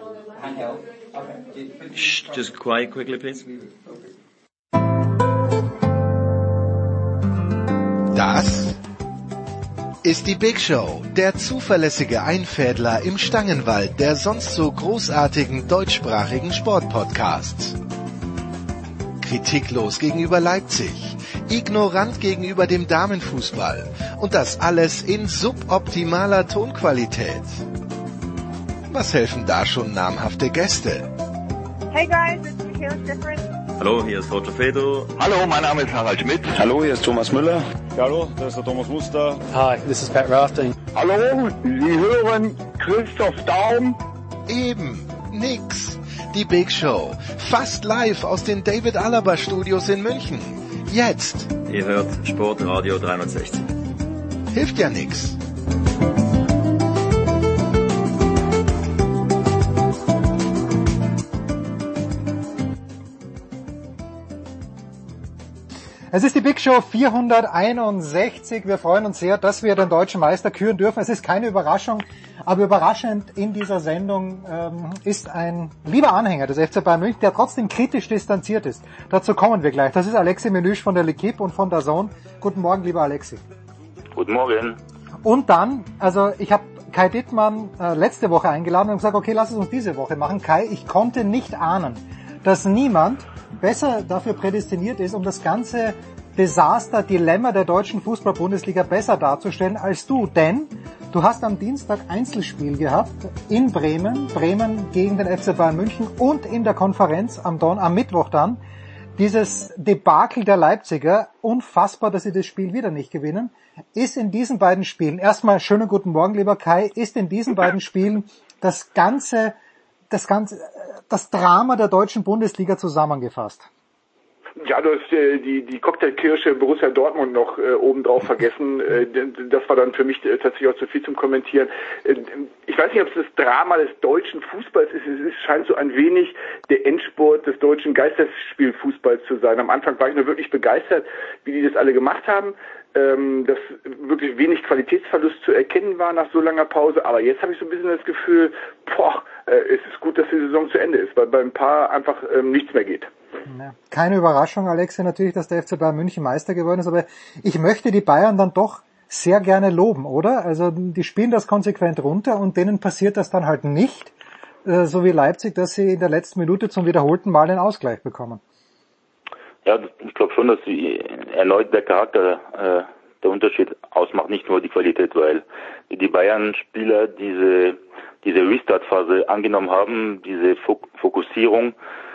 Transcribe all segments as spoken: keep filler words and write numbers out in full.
Shh, just quiet quickly, please. Das ist die Big Show, der zuverlässige Einfädler im Stangenwald der sonst so großartigen deutschsprachigen Sportpodcasts. Kritiklos gegenüber Leipzig, ignorant gegenüber dem Damenfußball und das alles in suboptimaler Tonqualität. Was helfen da schon namhafte Gäste? Hey guys, it's Michaela Schifrin. Hallo, hier ist Roger Fedor. Hallo, mein Name ist Harald Schmidt. Hallo, hier ist Thomas Müller. Ja, hallo, das ist der Thomas Muster. Hi, this is Pat Rafting. Hallo, Sie hören Christoph Daum. Eben, nix. Die Big Show, fast live aus den David Alaba Studios in München. Jetzt. Ihr hört Sportradio dreihundertsechzig. Hilft ja nix. Es ist die Big Show vierhunderteinundsechzig. Wir freuen uns sehr, dass wir den deutschen Meister küren dürfen. Es ist keine Überraschung, aber überraschend in dieser Sendung ähm, ist ein lieber Anhänger des F C Bayern München, der trotzdem kritisch distanziert ist. Dazu kommen wir gleich. Das ist Alexi Menüsch von der L'Equipe und von DAZN. Guten Morgen, lieber Alexi. Guten Morgen. Und dann, also ich habe Kai Dittmann äh, letzte Woche eingeladen und gesagt, okay, lass es uns diese Woche machen. Kai, ich konnte nicht ahnen, dass niemand besser dafür prädestiniert ist, um das ganze Desaster, Dilemma der deutschen Fußball-Bundesliga besser darzustellen als du. Denn du hast am Dienstag Einzelspiel gehabt in Bremen, Bremen gegen den F C Bayern München und in der Konferenz am, Don- am Mittwoch dann dieses Debakel der Leipziger. Unfassbar, dass sie das Spiel wieder nicht gewinnen. Ist in diesen beiden Spielen, erstmal schönen guten Morgen, lieber Kai, ist in diesen beiden Spielen das ganze das ganze, das Drama der deutschen Bundesliga zusammengefasst? Ja, du hast äh, die, die Cocktailkirsche Borussia Dortmund noch äh, obendrauf vergessen. Äh, das war dann für mich äh, tatsächlich auch zu viel zum Kommentieren. Äh, ich weiß nicht, ob es das Drama des deutschen Fußballs ist. Es ist, scheint so ein wenig der Endspurt des deutschen Geisterspielfußballs zu sein. Am Anfang war ich nur wirklich begeistert, wie die das alle gemacht haben. Ähm, dass wirklich wenig Qualitätsverlust zu erkennen war nach so langer Pause. Aber jetzt habe ich so ein bisschen das Gefühl, boah, äh, es ist gut, dass die Saison zu Ende ist, weil bei ein paar einfach ähm, nichts mehr geht. Ja, keine Überraschung, Alexia, natürlich, dass der F C Bayern München Meister geworden ist, aber ich möchte die Bayern dann doch sehr gerne loben, oder? Also die spielen das konsequent runter und denen passiert das dann halt nicht, äh, so wie Leipzig, dass sie in der letzten Minute zum wiederholten Mal den Ausgleich bekommen. Ja, ich glaube schon, dass sie erneut der Charakter äh, der Unterschied ausmacht, nicht nur die Qualität, weil die Bayern-Spieler diese diese Restart-Phase angenommen haben, diese Fok- Fokussierung,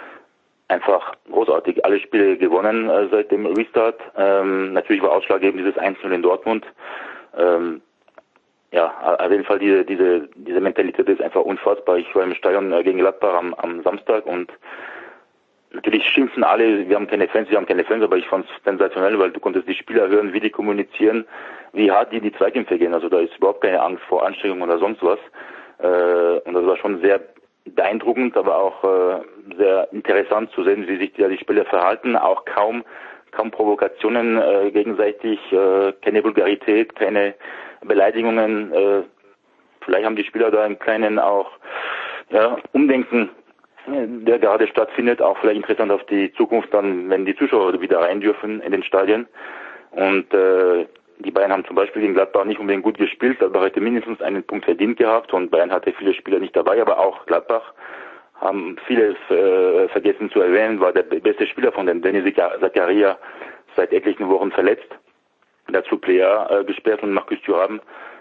einfach großartig. Alle Spiele gewonnen äh, seit dem Restart. Ähm, natürlich war ausschlaggebend dieses eins null in Dortmund. Ähm, ja, auf jeden Fall diese diese diese Mentalität ist einfach unfassbar. Ich war im Stadion äh, gegen Gladbach am, am Samstag und natürlich schimpfen alle, wir haben keine Fans, wir haben keine Fans, aber ich fand es sensationell, weil du konntest die Spieler hören, wie die kommunizieren, wie hart die die Zweikämpfe gehen. Also da ist überhaupt keine Angst vor Anstrengung oder sonst was. Äh, und das war schon sehr beeindruckend, aber auch äh, sehr interessant zu sehen, wie sich die, die Spieler verhalten. Auch kaum kaum Provokationen äh, gegenseitig, äh, keine Vulgarität, keine Beleidigungen. Äh, vielleicht haben die Spieler da einen kleinen auch ja, Umdenken, der gerade stattfindet, auch vielleicht interessant auf die Zukunft dann, wenn die Zuschauer wieder rein dürfen in den Stadien. Und äh, die Bayern haben zum Beispiel gegen Gladbach nicht unbedingt gut gespielt, aber heute mindestens einen Punkt verdient gehabt und Bayern hatte viele Spieler nicht dabei, aber auch Gladbach haben viele äh, vergessen zu erwähnen, war der beste Spieler von den Denis Zakaria seit etlichen Wochen verletzt. Dazu Player äh, gesperrt und Marcus Thuram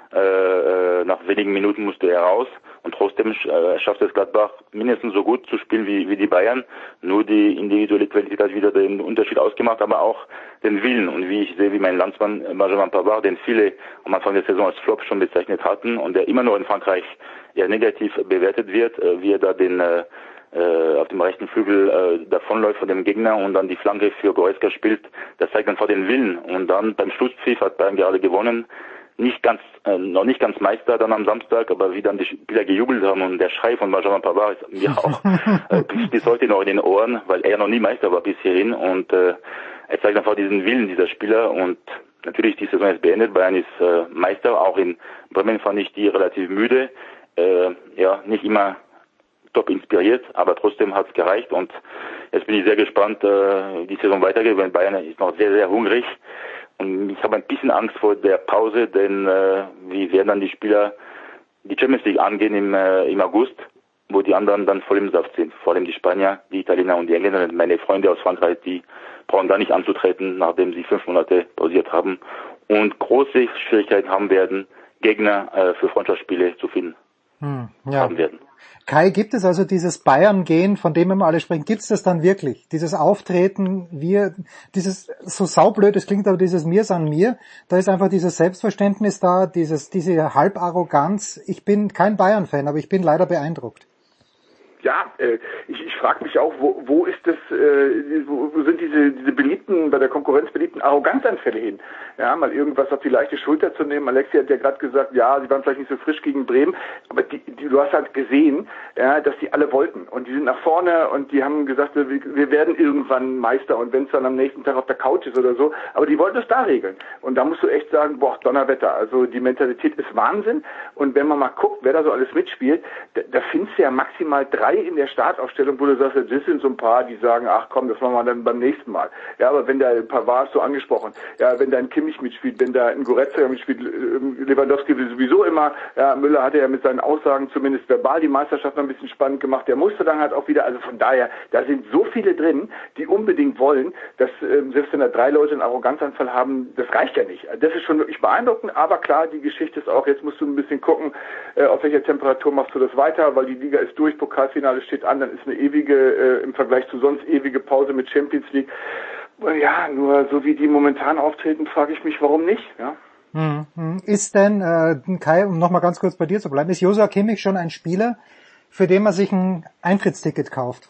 äh, nach wenigen Minuten musste er raus. Und trotzdem äh, schafft es Gladbach mindestens so gut zu spielen wie, wie die Bayern. Nur die individuelle Qualität hat wieder den Unterschied ausgemacht, aber auch den Willen. Und wie ich sehe, wie mein Landsmann Benjamin Pavard, den viele am Anfang der Saison als Flop schon bezeichnet hatten und der immer noch in Frankreich eher negativ bewertet wird, äh, wie er da den äh, äh, auf dem rechten Flügel äh, davonläuft von dem Gegner und dann die Flanke für Goretzka spielt. Das zeigt einfach den Willen. Und dann beim Schlusspfiff hat Bayern gerade gewonnen. Nicht ganz, äh, noch nicht ganz Meister dann am Samstag, aber wie dann die Spieler gejubelt haben und der Schrei von Benjamin Pavard ist mir auch äh, bis, bis heute noch in den Ohren, weil er noch nie Meister war bis hierhin und äh, er zeigt einfach diesen Willen dieser Spieler und natürlich die Saison ist beendet, Bayern ist äh, Meister, auch in Bremen fand ich die relativ müde, äh, ja, nicht immer top inspiriert, aber trotzdem hat es gereicht und jetzt bin ich sehr gespannt, äh, wie die Saison weitergeht, weil Bayern ist noch sehr, sehr hungrig und ich habe ein bisschen Angst vor der Pause, denn äh, wie werden dann die Spieler die Champions League angehen im, äh, im August, wo die anderen dann voll im Saft sind, vor allem die Spanier, die Italiener und die Engländer. Meine Freunde aus Frankreich, die brauchen da nicht anzutreten, nachdem sie fünf Monate pausiert haben und große Schwierigkeiten haben werden, Gegner äh, für Freundschaftsspiele zu finden. Hm, ja. Haben werden. Kai, gibt es also dieses Bayern-Gehen, von dem wir alle sprechen, gibt es das dann wirklich? Dieses Auftreten, wir, dieses, so saublöd es klingt, aber dieses Mir san mir, da ist einfach dieses Selbstverständnis da, dieses, diese Halbarroganz. Ich bin kein Bayern-Fan, aber ich bin leider beeindruckt. Ja, äh, ich, ich frage mich auch, wo, wo ist das, äh, wo, wo sind diese, diese beliebten, bei der Konkurrenz beliebten Arroganzanfälle hin? Ja, mal irgendwas auf die leichte Schulter zu nehmen. Alexi hat ja gerade gesagt, ja, sie waren vielleicht nicht so frisch gegen Bremen, aber die, die, du hast halt gesehen, ja, dass die alle wollten und die sind nach vorne und die haben gesagt, wir, wir werden irgendwann Meister und wenn es dann am nächsten Tag auf der Couch ist oder so, aber die wollten es da regeln und da musst du echt sagen, boah, Donnerwetter, also die Mentalität ist Wahnsinn und wenn man mal guckt, wer da so alles mitspielt, da, da findest du ja maximal drei in der Startaufstellung, wo du sagst, das sind so ein paar, die sagen, ach komm, das machen wir dann beim nächsten Mal. Ja, aber wenn da ein paar war, so angesprochen, ja, wenn da ein Kimmich mitspielt, wenn da ein Goretzka mitspielt, Lewandowski sowieso immer, ja, Müller hatte ja mit seinen Aussagen zumindest verbal die Meisterschaft noch ein bisschen spannend gemacht, der musste dann halt auch wieder, also von daher, da sind so viele drin, die unbedingt wollen, dass ähm, selbst wenn da drei Leute einen Arroganzanfall haben, das reicht ja nicht. Das ist schon wirklich beeindruckend, aber klar, die Geschichte ist auch, jetzt musst du ein bisschen gucken, äh, auf welcher Temperatur machst du das weiter, weil die Liga ist durch, Pokalfinale steht an, dann ist eine ewige, äh, im Vergleich zu sonst ewige Pause mit Champions League. Ja, nur so wie die momentan auftreten, frage ich mich, warum nicht, ja. Hm. Ist denn, äh, Kai, um nochmal ganz kurz bei dir zu bleiben, ist Joshua Kimmich schon ein Spieler, für den man sich ein Eintrittsticket kauft?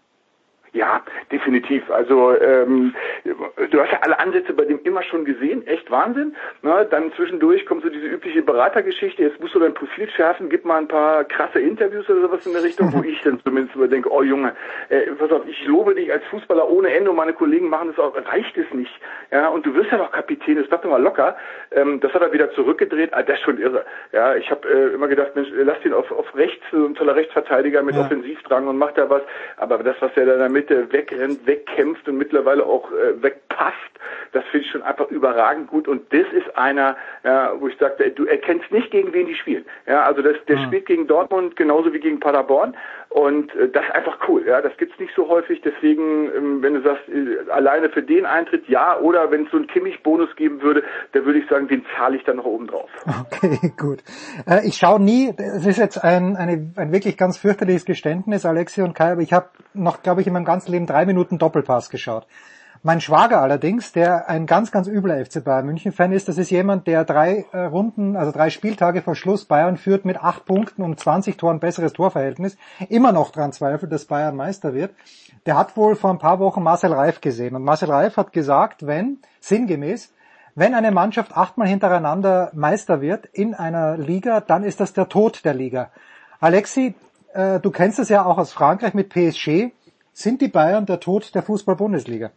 Ja, definitiv. Also ähm, du hast ja alle Ansätze bei dem immer schon gesehen, echt Wahnsinn. Na, dann zwischendurch kommt so diese übliche Beratergeschichte, jetzt musst du dein Profil schärfen, gib mal ein paar krasse Interviews oder sowas in der Richtung, wo ich dann zumindest immer denke, oh Junge, äh, pass auf, ich lobe dich als Fußballer ohne Ende und meine Kollegen machen das auch, reicht es nicht. Ja, und du wirst ja noch Kapitän, das bleibt doch mal locker. Ähm, das hat er wieder zurückgedreht, ah, das ist schon irre. Ja, ich habe äh, immer gedacht, Mensch, lass ihn auf, auf rechts, so ein toller Rechtsverteidiger mit ja. Offensivdrang und macht da was, aber das, was er da damit wegrennt, wegkämpft und mittlerweile auch äh, wegpasst, das finde ich schon einfach überragend gut und das ist einer, ja, wo ich sagte, du erkennst nicht, gegen wen die spielen. Ja, also das, der mhm. spielt gegen Dortmund genauso wie gegen Paderborn und äh, das ist einfach cool. Ja, das gibt's nicht so häufig, deswegen, ähm, wenn du sagst, äh, alleine für den Eintritt, ja, oder wenn es so einen Kimmich-Bonus geben würde, da würde ich sagen, den zahle ich dann noch oben drauf. Okay, gut. Äh, ich schaue nie, es ist jetzt ein, eine, ein wirklich ganz fürchterliches Geständnis, Alexi und Kai, aber ich habe noch, glaube ich, in meinem ganzen Leben drei Minuten Doppelpass geschaut. Mein Schwager allerdings, der ein ganz, ganz übler F C Bayern München-Fan ist, das ist jemand, der drei äh, Runden, also drei Spieltage vor Schluss Bayern führt mit acht Punkten und zwanzig Toren besseres Torverhältnis, immer noch dran zweifelt, dass Bayern Meister wird. Der hat wohl vor ein paar Wochen Marcel Reif gesehen und Marcel Reif hat gesagt, wenn, sinngemäß, wenn eine Mannschaft achtmal hintereinander Meister wird in einer Liga, dann ist das der Tod der Liga. Alexi, äh, du kennst es ja auch aus Frankreich mit P S G. Sind die Bayern der Tod der Fußball-Bundesliga?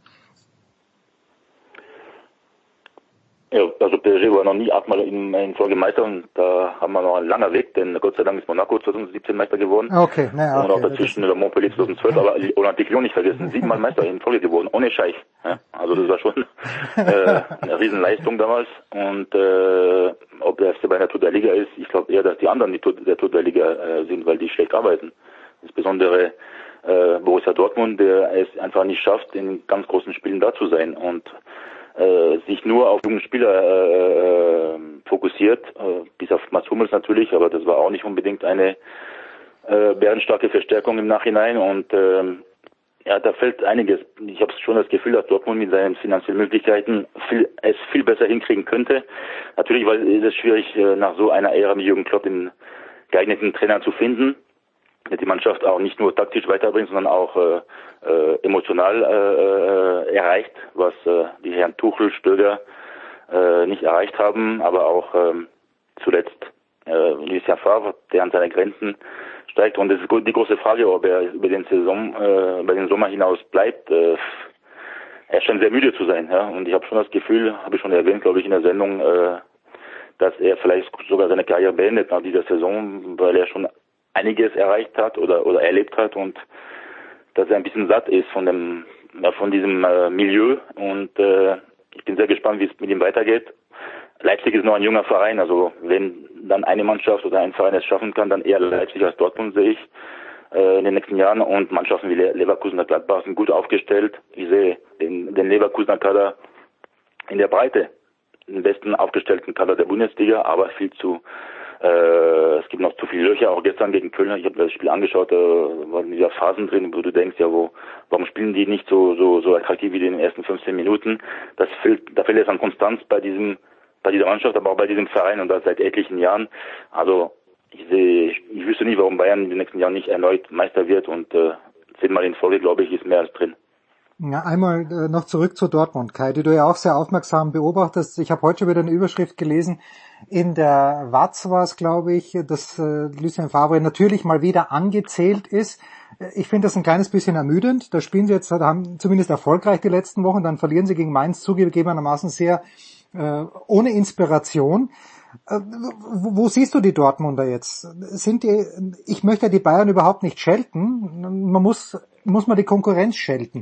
Ja, also P S G war noch nie achtmal in, in Folge Meister und da haben wir noch einen langen Weg, denn Gott sei Dank ist Monaco zwanzig siebzehn Meister geworden. Okay, naja, okay. Und auch dazwischen das Montpellier zwanzig zwölf, aber Olympique Lyon nicht vergessen, siebenmal Meister in Folge geworden, ohne Scheich. Ja, also das war schon äh, eine Riesenleistung damals und äh, ob der F C Bayern der Tod der Liga ist, ich glaube eher, dass die anderen die Tod, der Tod der Liga äh, sind, weil die schlecht arbeiten. Insbesondere äh, Borussia Dortmund, der es einfach nicht schafft, in ganz großen Spielen da zu sein und äh, sich nur auf junge Spieler äh, fokussiert, äh, bis auf Mats Hummels natürlich, aber das war auch nicht unbedingt eine äh, bärenstarke Verstärkung im Nachhinein und äh, ja, da fällt einiges. Ich habe schon das Gefühl, dass Dortmund mit seinen finanziellen Möglichkeiten viel, es viel besser hinkriegen könnte. Natürlich weil es ist schwierig, äh, nach so einer Ära mit Jürgen Klopp den geeigneten Trainer zu finden, der die Mannschaft auch nicht nur taktisch weiterbringt, sondern auch äh, äh, emotional äh, erreicht, was äh, die Herren Tuchel, Stöger äh, nicht erreicht haben, aber auch äh, zuletzt äh, Lucien Favre, der an seine Grenzen steigt. Und es ist die große Frage, ob er über den Saison, äh, über den Sommer hinaus bleibt. Äh, er scheint sehr müde zu sein, ja. Und ich habe schon das Gefühl, habe ich schon erwähnt, glaube ich, in der Sendung, äh, dass er vielleicht sogar seine Karriere beendet nach dieser Saison, weil er schon einiges erreicht hat oder oder erlebt hat und dass er ein bisschen satt ist von dem ja, von diesem äh, Milieu und äh, ich bin sehr gespannt, wie es mit ihm weitergeht. Leipzig ist noch ein junger Verein, also wenn dann eine Mannschaft oder ein Verein es schaffen kann, dann eher Leipzig als Dortmund, sehe ich äh, in den nächsten Jahren. Und Mannschaften wie Le- Leverkusen und Gladbach sind gut aufgestellt. Ich sehe den, den Leverkusener Kader in der Breite, den besten aufgestellten Kader der Bundesliga, aber viel zu äh, es gibt noch zu viele Löcher, auch gestern gegen Köln. Ich habe das Spiel angeschaut, da waren wieder Phasen drin, wo du denkst, ja, wo, warum spielen die nicht so so so attraktiv wie in den ersten fünfzehn Minuten? Das fehlt, da fehlt es an Konstanz bei diesem bei dieser Mannschaft, aber auch bei diesem Verein und das seit etlichen Jahren. Also ich sehe, ich, ich wüsste nicht, warum Bayern in den nächsten Jahren nicht erneut Meister wird und äh, zehnmal in Folge, glaube ich, ist mehr als drin. Ja, einmal äh, noch zurück zu Dortmund, Kai, die du ja auch sehr aufmerksam beobachtest. Ich habe heute schon wieder eine Überschrift gelesen, in der Watz war es, glaube ich, dass äh, Lucien Favre natürlich mal wieder angezählt ist. Ich finde das ein kleines bisschen ermüdend. Da spielen sie jetzt, haben zumindest erfolgreich die letzten Wochen, dann verlieren sie gegen Mainz zugegebenermaßen sehr äh, ohne Inspiration. Äh, wo, wo siehst du die Dortmunder jetzt? Sind die, ich möchte die Bayern überhaupt nicht schelten. Man muss, muss man die Konkurrenz schelten.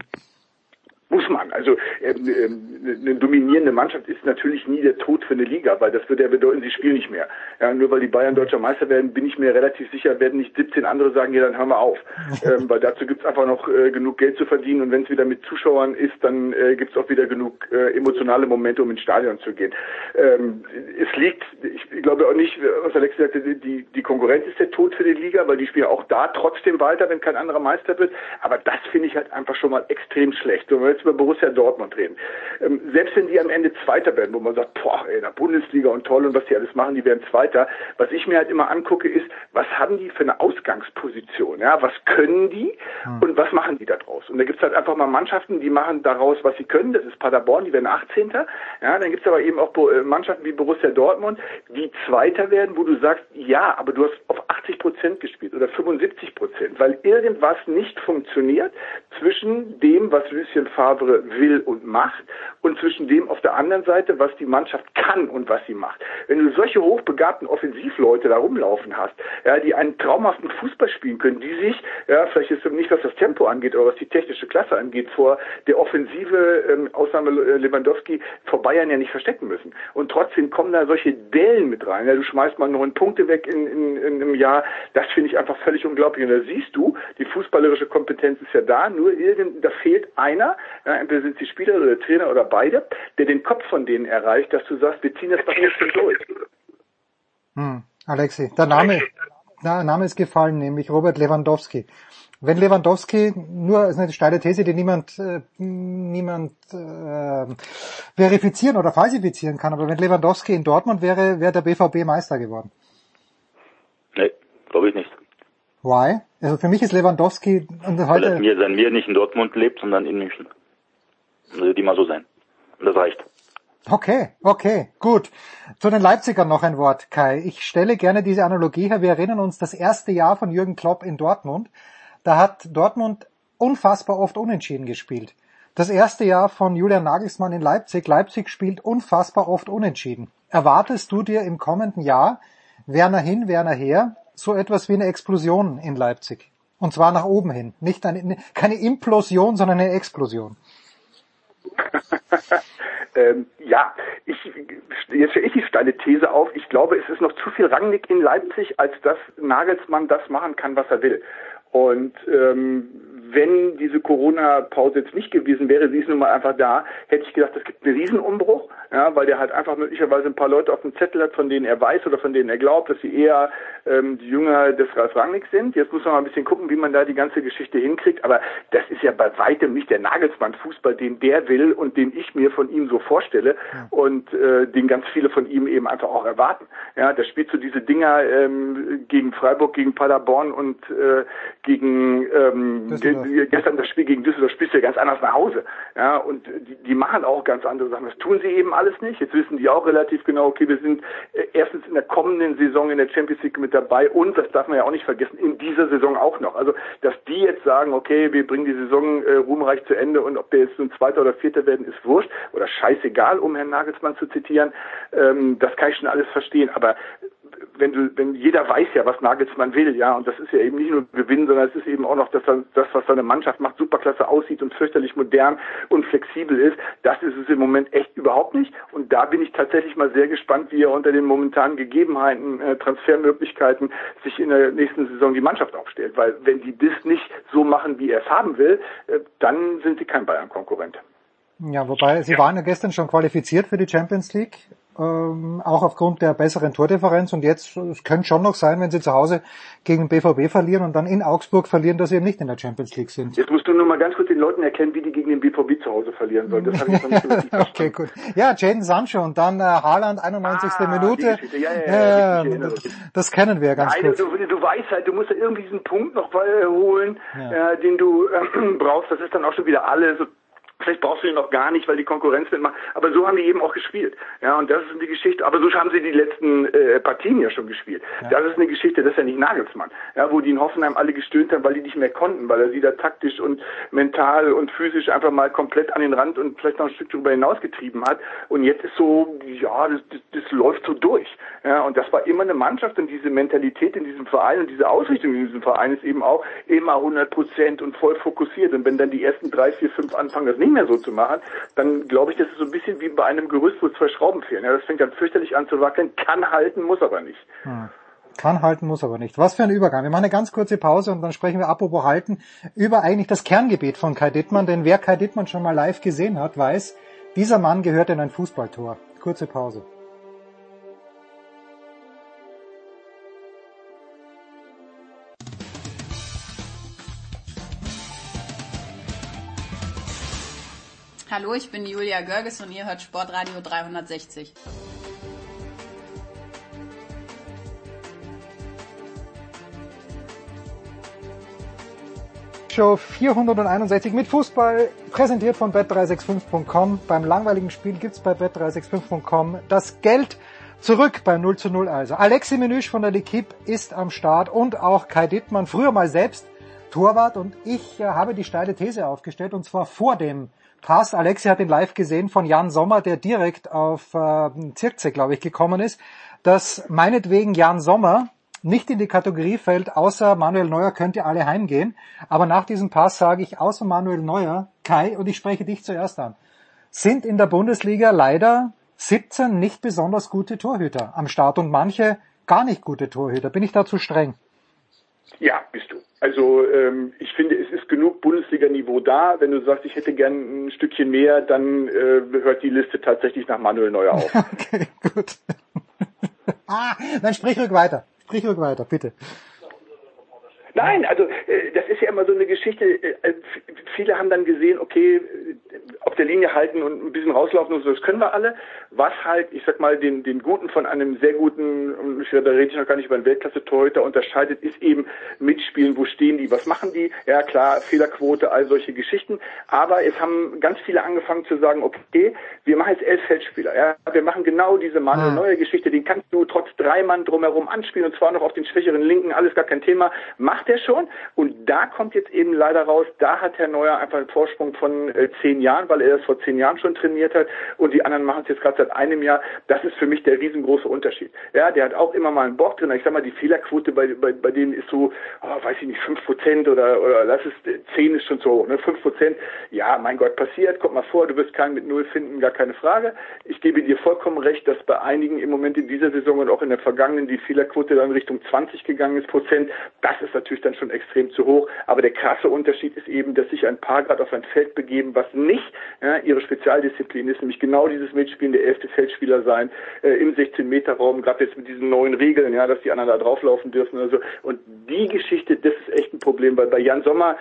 Muss man. Also ähm, ähm, eine dominierende Mannschaft ist natürlich nie der Tod für eine Liga, weil das würde ja bedeuten, sie spielen nicht mehr. Ja, nur weil die Bayern deutscher Meister werden, bin ich mir relativ sicher, werden nicht siebzehn andere sagen, ja, dann hören wir auf. ähm, weil dazu gibt's einfach noch äh, genug Geld zu verdienen und wenn es wieder mit Zuschauern ist, dann äh, gibt's auch wieder genug äh, emotionale Momente, um ins Stadion zu gehen. Ähm, es liegt, ich glaube auch nicht, was Alex sagte, die, die Konkurrenz ist der Tod für die Liga, weil die spielen auch da trotzdem weiter, wenn kein anderer Meister wird. Aber das finde ich halt einfach schon mal extrem schlecht. Und wenn wir jetzt über Borussia Dortmund reden. Ähm, selbst wenn die am Ende Zweiter werden, wo man sagt, boah, ey, in der Bundesliga und toll und was die alles machen, die werden Zweiter. Was ich mir halt immer angucke, ist, was haben die für eine Ausgangsposition? Ja, was können die und was machen die da draus? Und da gibt's halt einfach mal Mannschaften, die machen daraus, was sie können. Das ist Paderborn, die werden achtzehnter. Ja, dann gibt's aber eben auch Mannschaften wie Borussia Dortmund, die Zweiter werden, wo du sagst, ja, aber du hast auf achtzig Prozent gespielt oder fünfundsiebzig Prozent, weil irgendwas nicht funktioniert zwischen dem, was Lucien Favre will und macht und zwischen dem auf der anderen Seite, was die Mannschaft kann und was sie macht. Wenn du solche hochbegabten Offensivleute da rumlaufen hast, ja, die einen traumhaften Fußball spielen können, die sich, ja, vielleicht ist es nicht, was das Tempo angeht, aber was die technische Klasse angeht, vor der Offensive, ähm, Ausnahme Lewandowski, vor Bayern ja nicht verstecken müssen. Und trotzdem kommen da solche Dellen mit rein. Ja, du schmeißt mal neun Punkte weg in, in, in einem Jahr. Das finde ich einfach völlig unglaublich. Und da siehst du, die fußballerische Kompetenz ist ja da, nur irgend, da fehlt einer, ja, entweder sind sie Spieler oder der Trainer oder beide, der den Kopf von denen erreicht, dass du sagst, wir ziehen das doch nicht durch. Hm, Alexi, der Name, der Name ist gefallen, nämlich Robert Lewandowski. Wenn Lewandowski, nur ist eine steile These, die niemand äh, niemand äh, verifizieren oder falsifizieren kann, aber wenn Lewandowski in Dortmund wäre, wäre der B V B Meister geworden. Nee, glaube ich nicht. Why? Also für mich ist Lewandowski und heute... Weil er mir, sein mir nicht in Dortmund lebt, sondern in München. Würde die mal so sein. Und das reicht. Okay, okay, gut. Zu den Leipzigern noch ein Wort, Kai. Ich stelle gerne diese Analogie her. Wir erinnern uns das erste Jahr von Jürgen Klopp in Dortmund. Da hat Dortmund unfassbar oft unentschieden gespielt. Das erste Jahr von Julian Nagelsmann in Leipzig. Leipzig spielt unfassbar oft unentschieden. Erwartest du dir im kommenden Jahr, Werner hin, Werner her, so etwas wie eine Explosion in Leipzig? Und zwar nach oben hin. Nicht eine, keine Implosion, sondern eine Explosion. ähm, ja, ich, jetzt stelle ich die steile These auf. Ich glaube, es ist noch zu viel Rangnick in Leipzig, als dass Nagelsmann das machen kann, was er will. Und ähm, wenn diese Corona-Pause jetzt nicht gewesen wäre, sie ist nun mal einfach da, hätte ich gedacht, es gibt einen Riesenumbruch, ja, weil der halt einfach möglicherweise ein paar Leute auf dem Zettel hat, von denen er weiß oder von denen er glaubt, dass sie eher ähm, die Jünger des Ralf Rangnick sind. Jetzt muss man mal ein bisschen gucken, wie man da die ganze Geschichte hinkriegt, aber das ist ja bei weitem nicht der Nagelsmann-Fußball, den der will und den ich mir von ihm so vorstelle ja. und äh, den ganz viele von ihm eben einfach auch erwarten. Ja, da spielt so diese Dinger ähm, gegen Freiburg, gegen Paderborn und äh, gegen ähm, gestern das Spiel gegen Düsseldorf spielst du ja ganz anders nach Hause. Ja, und die, die machen auch ganz andere Sachen. Das tun sie eben alles nicht. Jetzt wissen die auch relativ genau, okay, wir sind äh, erstens in der kommenden Saison in der Champions League mit dabei und, das darf man ja auch nicht vergessen, in dieser Saison auch noch. Also, dass die jetzt sagen, okay, wir bringen die Saison äh, ruhmreich zu Ende und ob der jetzt so ein Zweiter oder Vierter werden, ist wurscht oder scheißegal, um Herrn Nagelsmann zu zitieren, ähm, das kann ich schon alles verstehen. Aber wenn du, wenn jeder weiß ja, was Nagelsmann will, ja, und das ist ja eben nicht nur Gewinnen, sondern es ist eben auch noch, dass er das, was seine Mannschaft macht, superklasse aussieht und fürchterlich modern und flexibel ist. Das ist es im Moment echt überhaupt nicht. Und da bin ich tatsächlich mal sehr gespannt, wie er unter den momentanen Gegebenheiten, äh, Transfermöglichkeiten sich in der nächsten Saison die Mannschaft aufstellt. Weil wenn die das nicht so machen, wie er es haben will, äh, dann sind sie kein Bayern-Konkurrent. Ja, wobei, sie waren ja gestern schon qualifiziert für die Champions League, ähm, auch aufgrund der besseren Tordifferenz, und jetzt, es könnte schon noch sein, wenn sie zu Hause gegen den B V B verlieren und dann in Augsburg verlieren, dass sie eben nicht in der Champions League sind. Jetzt musst du nur mal ganz kurz den Leuten erklären, wie die gegen den B V B zu Hause verlieren sollen. Das habe ich noch nicht so richtig verstanden. Okay, gut. Ja, Jadon Sancho und dann äh, Haaland, einundneunzigste Ah, Minute. Ja, ja, ja, äh, das kennen wir ja ganz Nein, kurz. du, du weißt halt, du musst ja irgendwie diesen Punkt noch äh, holen, Ja. äh, den du äh, brauchst. Das ist dann auch schon wieder alles. So, vielleicht brauchst du ihn noch gar nicht, weil die Konkurrenz mitmacht. Aber so haben die eben auch gespielt. Ja, und das ist die Geschichte. Aber so haben sie die letzten äh, Partien ja schon gespielt. Ja. Das ist eine Geschichte, das ist ja nicht Nagelsmann. Ja, wo die in Hoffenheim alle gestöhnt haben, weil die nicht mehr konnten, weil er sie da taktisch und mental und physisch einfach mal komplett an den Rand und vielleicht noch ein Stück darüber hinaus getrieben hat. Und jetzt ist so, ja, das, das, das läuft so durch. Ja, und das war immer eine Mannschaft, und diese Mentalität in diesem Verein und diese Ausrichtung in diesem Verein ist eben auch immer hundert Prozent und voll fokussiert. Und wenn dann die ersten drei, vier, fünf anfangen, das nicht mehr so zu machen, dann glaube ich, das ist so ein bisschen wie bei einem Gerüst, wo zwei Schrauben fehlen. Ja, das fängt dann fürchterlich an zu wackeln, kann halten, muss aber nicht. Hm. Kann halten, muss aber nicht. Was für ein Übergang. Wir machen eine ganz kurze Pause und dann sprechen wir, apropos halten, über eigentlich das Kerngebiet von Kai Dittmann, denn wer Kai Dittmann schon mal live gesehen hat, weiß, dieser Mann gehört in ein Fußballtor. Kurze Pause. Hallo, ich bin Julia Görges und ihr hört Sportradio dreihundertsechzig. Show vierhunderteinundsechzig mit Fußball, präsentiert von bet drei sechs fünf punkt com. Beim langweiligen Spiel gibt's bei bet drei sechs fünf punkt com das Geld zurück bei null zu null also. Alexi Menüsch von der L'Equipe ist am Start und auch Kai Dittmann, früher mal selbst Torwart, und ich äh, habe die steile These aufgestellt, und zwar vor dem Pass. Alexi hat ihn live gesehen von Jan Sommer, der direkt auf äh, Zirkzee, glaube ich, gekommen ist, dass meinetwegen Jan Sommer nicht in die Kategorie fällt, außer Manuel Neuer könnt ihr alle heimgehen. Aber nach diesem Pass sage ich, außer Manuel Neuer, Kai, und ich spreche dich zuerst an, sind in der Bundesliga leider siebzehn nicht besonders gute Torhüter am Start und manche gar nicht gute Torhüter. Bin ich da zu streng? Ja, bist du. Also ähm, ich finde, es ist genug Bundesliga-Niveau da. Wenn du sagst, ich hätte gern ein Stückchen mehr, dann äh, hört die Liste tatsächlich nach Manuel Neuer auf. Okay, gut. ah, dann sprich ruhig weiter. Sprich ruhig weiter, bitte. Nein, also äh, das ist ja immer so eine Geschichte. Äh, viele haben dann gesehen, okay, auf der Linie halten und ein bisschen rauslaufen und so, das können wir alle. Was halt, ich sag mal, den den Guten von einem sehr guten, da rede ich noch gar nicht über einen Weltklasse-Torhüter, unterscheidet, ist eben mitspielen, wo stehen die, was machen die? Ja klar, Fehlerquote, all solche Geschichten. Aber es haben ganz viele angefangen zu sagen, okay, wir machen jetzt elf Feldspieler. Ja, wir machen genau diese Manuel Neuer Geschichte, den kannst du trotz drei Mann drumherum anspielen, und zwar noch auf den schwächeren Linken, alles gar kein Thema. Macht er schon. Und da kommt jetzt eben leider raus, da hat Herr Neuer einfach einen Vorsprung von äh, zehn Jahren, weil er das vor zehn Jahren schon trainiert hat, und die anderen machen es jetzt gerade seit einem Jahr. Das ist für mich der riesengroße Unterschied. Ja, der hat auch immer mal einen Bock drin. Ich sag mal, die Fehlerquote bei bei, bei denen ist so, oh, weiß ich nicht, fünf Prozent oder oder lass es zehn ist schon so hoch, ne? fünf Prozent. Ja, mein Gott, passiert, kommt mal vor, du wirst keinen mit null finden, gar keine Frage. Ich gebe dir vollkommen recht, dass bei einigen im Moment in dieser Saison und auch in der vergangenen die Fehlerquote dann Richtung zwanzig gegangen ist Prozent. Das ist natürlich dann schon extrem zu hoch. Aber der krasse Unterschied ist eben, dass sich ein paar gerade auf ein Feld begeben, was nicht ja, ihre Spezialdisziplin ist, nämlich genau dieses Mitspielen, der elfte Feldspieler sein, äh, im sechzehn-Meter-Raum, gerade jetzt mit diesen neuen Regeln, ja, dass die anderen da drauflaufen dürfen oder so. Und die Geschichte, das ist echt ein Problem, weil bei Jan Sommer,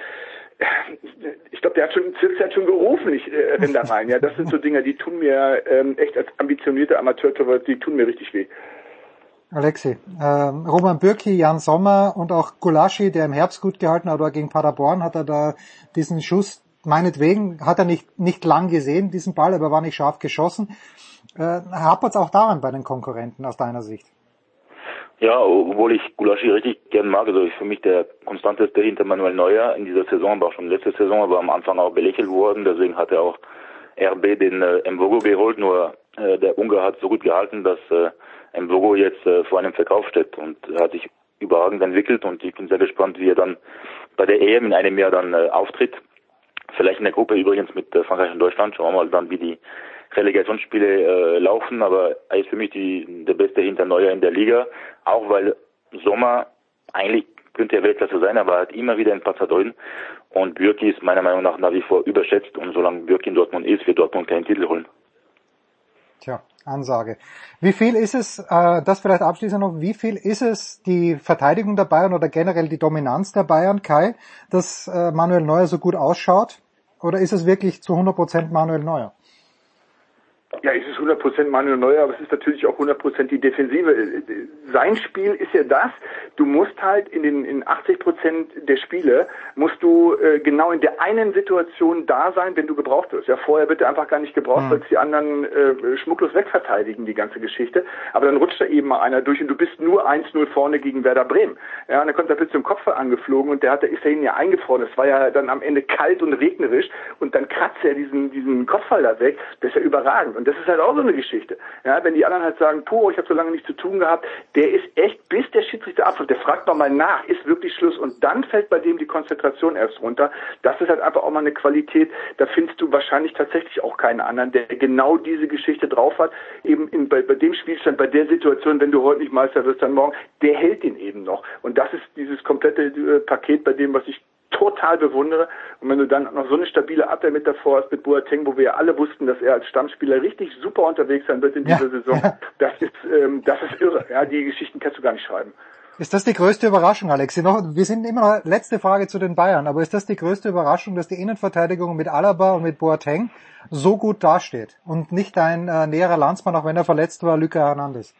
ich glaube, der hat schon, der hat schon gerufen, ich äh, renn da rein. Ja, das sind so Dinge, die tun mir ähm, echt als ambitionierter Amateurtorwart, die tun mir richtig weh. Alexi, ähm, Roman Bürki, Jan Sommer und auch Gulaschi, der im Herbst gut gehalten hat, oder gegen Paderborn hat er da diesen Schuss, meinetwegen, hat er nicht nicht lang gesehen, diesen Ball, aber war nicht scharf geschossen. Äh, hapert es auch daran bei den Konkurrenten aus deiner Sicht? Ja, obwohl ich Gulaschi richtig gern mag, also ich für mich der konstanteste hinter Manuel Neuer in dieser Saison, aber auch schon letzte Saison, aber am Anfang auch belächelt worden, deswegen hat er auch R B den äh, Mvogo geholt, nur äh, der Ungar hat so gut gehalten, dass äh, Mbogo jetzt äh, vor einem Verkauf steht und er hat sich überragend entwickelt und ich bin sehr gespannt, wie er dann bei der E M in einem Jahr dann äh, auftritt. Vielleicht in der Gruppe übrigens mit äh, Frankreich und Deutschland. Schauen wir mal dann, wie die Relegationsspiele äh, laufen, aber er ist für mich die, der beste Hinterneuer in der Liga, auch weil Sommer eigentlich könnte er Weltklasse sein, aber er hat immer wieder ein paar Zerdeuten und Bürki ist meiner Meinung nach nach wie vor überschätzt und solange Bürki in Dortmund ist, wird Dortmund keinen Titel holen. Tja, Ansage. Wie viel ist es, äh, das vielleicht abschließend noch, wie viel ist es die Verteidigung der Bayern oder generell die Dominanz der Bayern, Kai, dass äh, Manuel Neuer so gut ausschaut? Oder ist es wirklich zu hundert Prozent Manuel Neuer? Ja, es ist hundert Prozent Manuel Neuer, aber es ist natürlich auch hundert Prozent die Defensive. Sein Spiel ist ja das, du musst halt in den in achtzig Prozent der Spiele, musst du äh, genau in der einen Situation da sein, wenn du gebraucht wirst. Ja, vorher wird er einfach gar nicht gebraucht, mhm. weil die anderen äh, schmucklos wegverteidigen, die ganze Geschichte. Aber dann rutscht da eben mal einer durch und du bist nur eins null vorne gegen Werder Bremen. Ja, und dann kommt er plötzlich zum Kopf angeflogen und der hat, der ist ja ihn ja eingefroren. Es war ja dann am Ende kalt und regnerisch und dann kratzt er diesen, diesen Kopfball da weg. Das ist ja überragend. Und das ist halt auch so eine Geschichte. Ja, wenn die anderen halt sagen, puh, ich habe so lange nichts zu tun gehabt, der ist echt, bis der Schiedsrichter abpfeift, der fragt noch mal nach, ist wirklich Schluss und dann fällt bei dem die Konzentration erst runter. Das ist halt einfach auch mal eine Qualität, da findest du wahrscheinlich tatsächlich auch keinen anderen, der genau diese Geschichte drauf hat, eben in, bei, bei dem Spielstand, bei der Situation, wenn du heute nicht Meister wirst, dann morgen, der hält den eben noch. Und das ist dieses komplette äh, Paket bei dem, was ich total bewundere. Und wenn du dann noch so eine stabile Abwehr mit davor hast mit Boateng, wo wir ja alle wussten, dass er als Stammspieler richtig super unterwegs sein wird in dieser ja, Saison, ja. das ist ähm, das ist irre. Ja, die Geschichten kannst du gar nicht schreiben. Ist das die größte Überraschung, Alex? Wir sind immer noch, letzte Frage zu den Bayern, aber ist das die größte Überraschung, dass die Innenverteidigung mit Alaba und mit Boateng so gut dasteht und nicht ein äh, näherer Landsmann, auch wenn er verletzt war, Lucas Hernandez?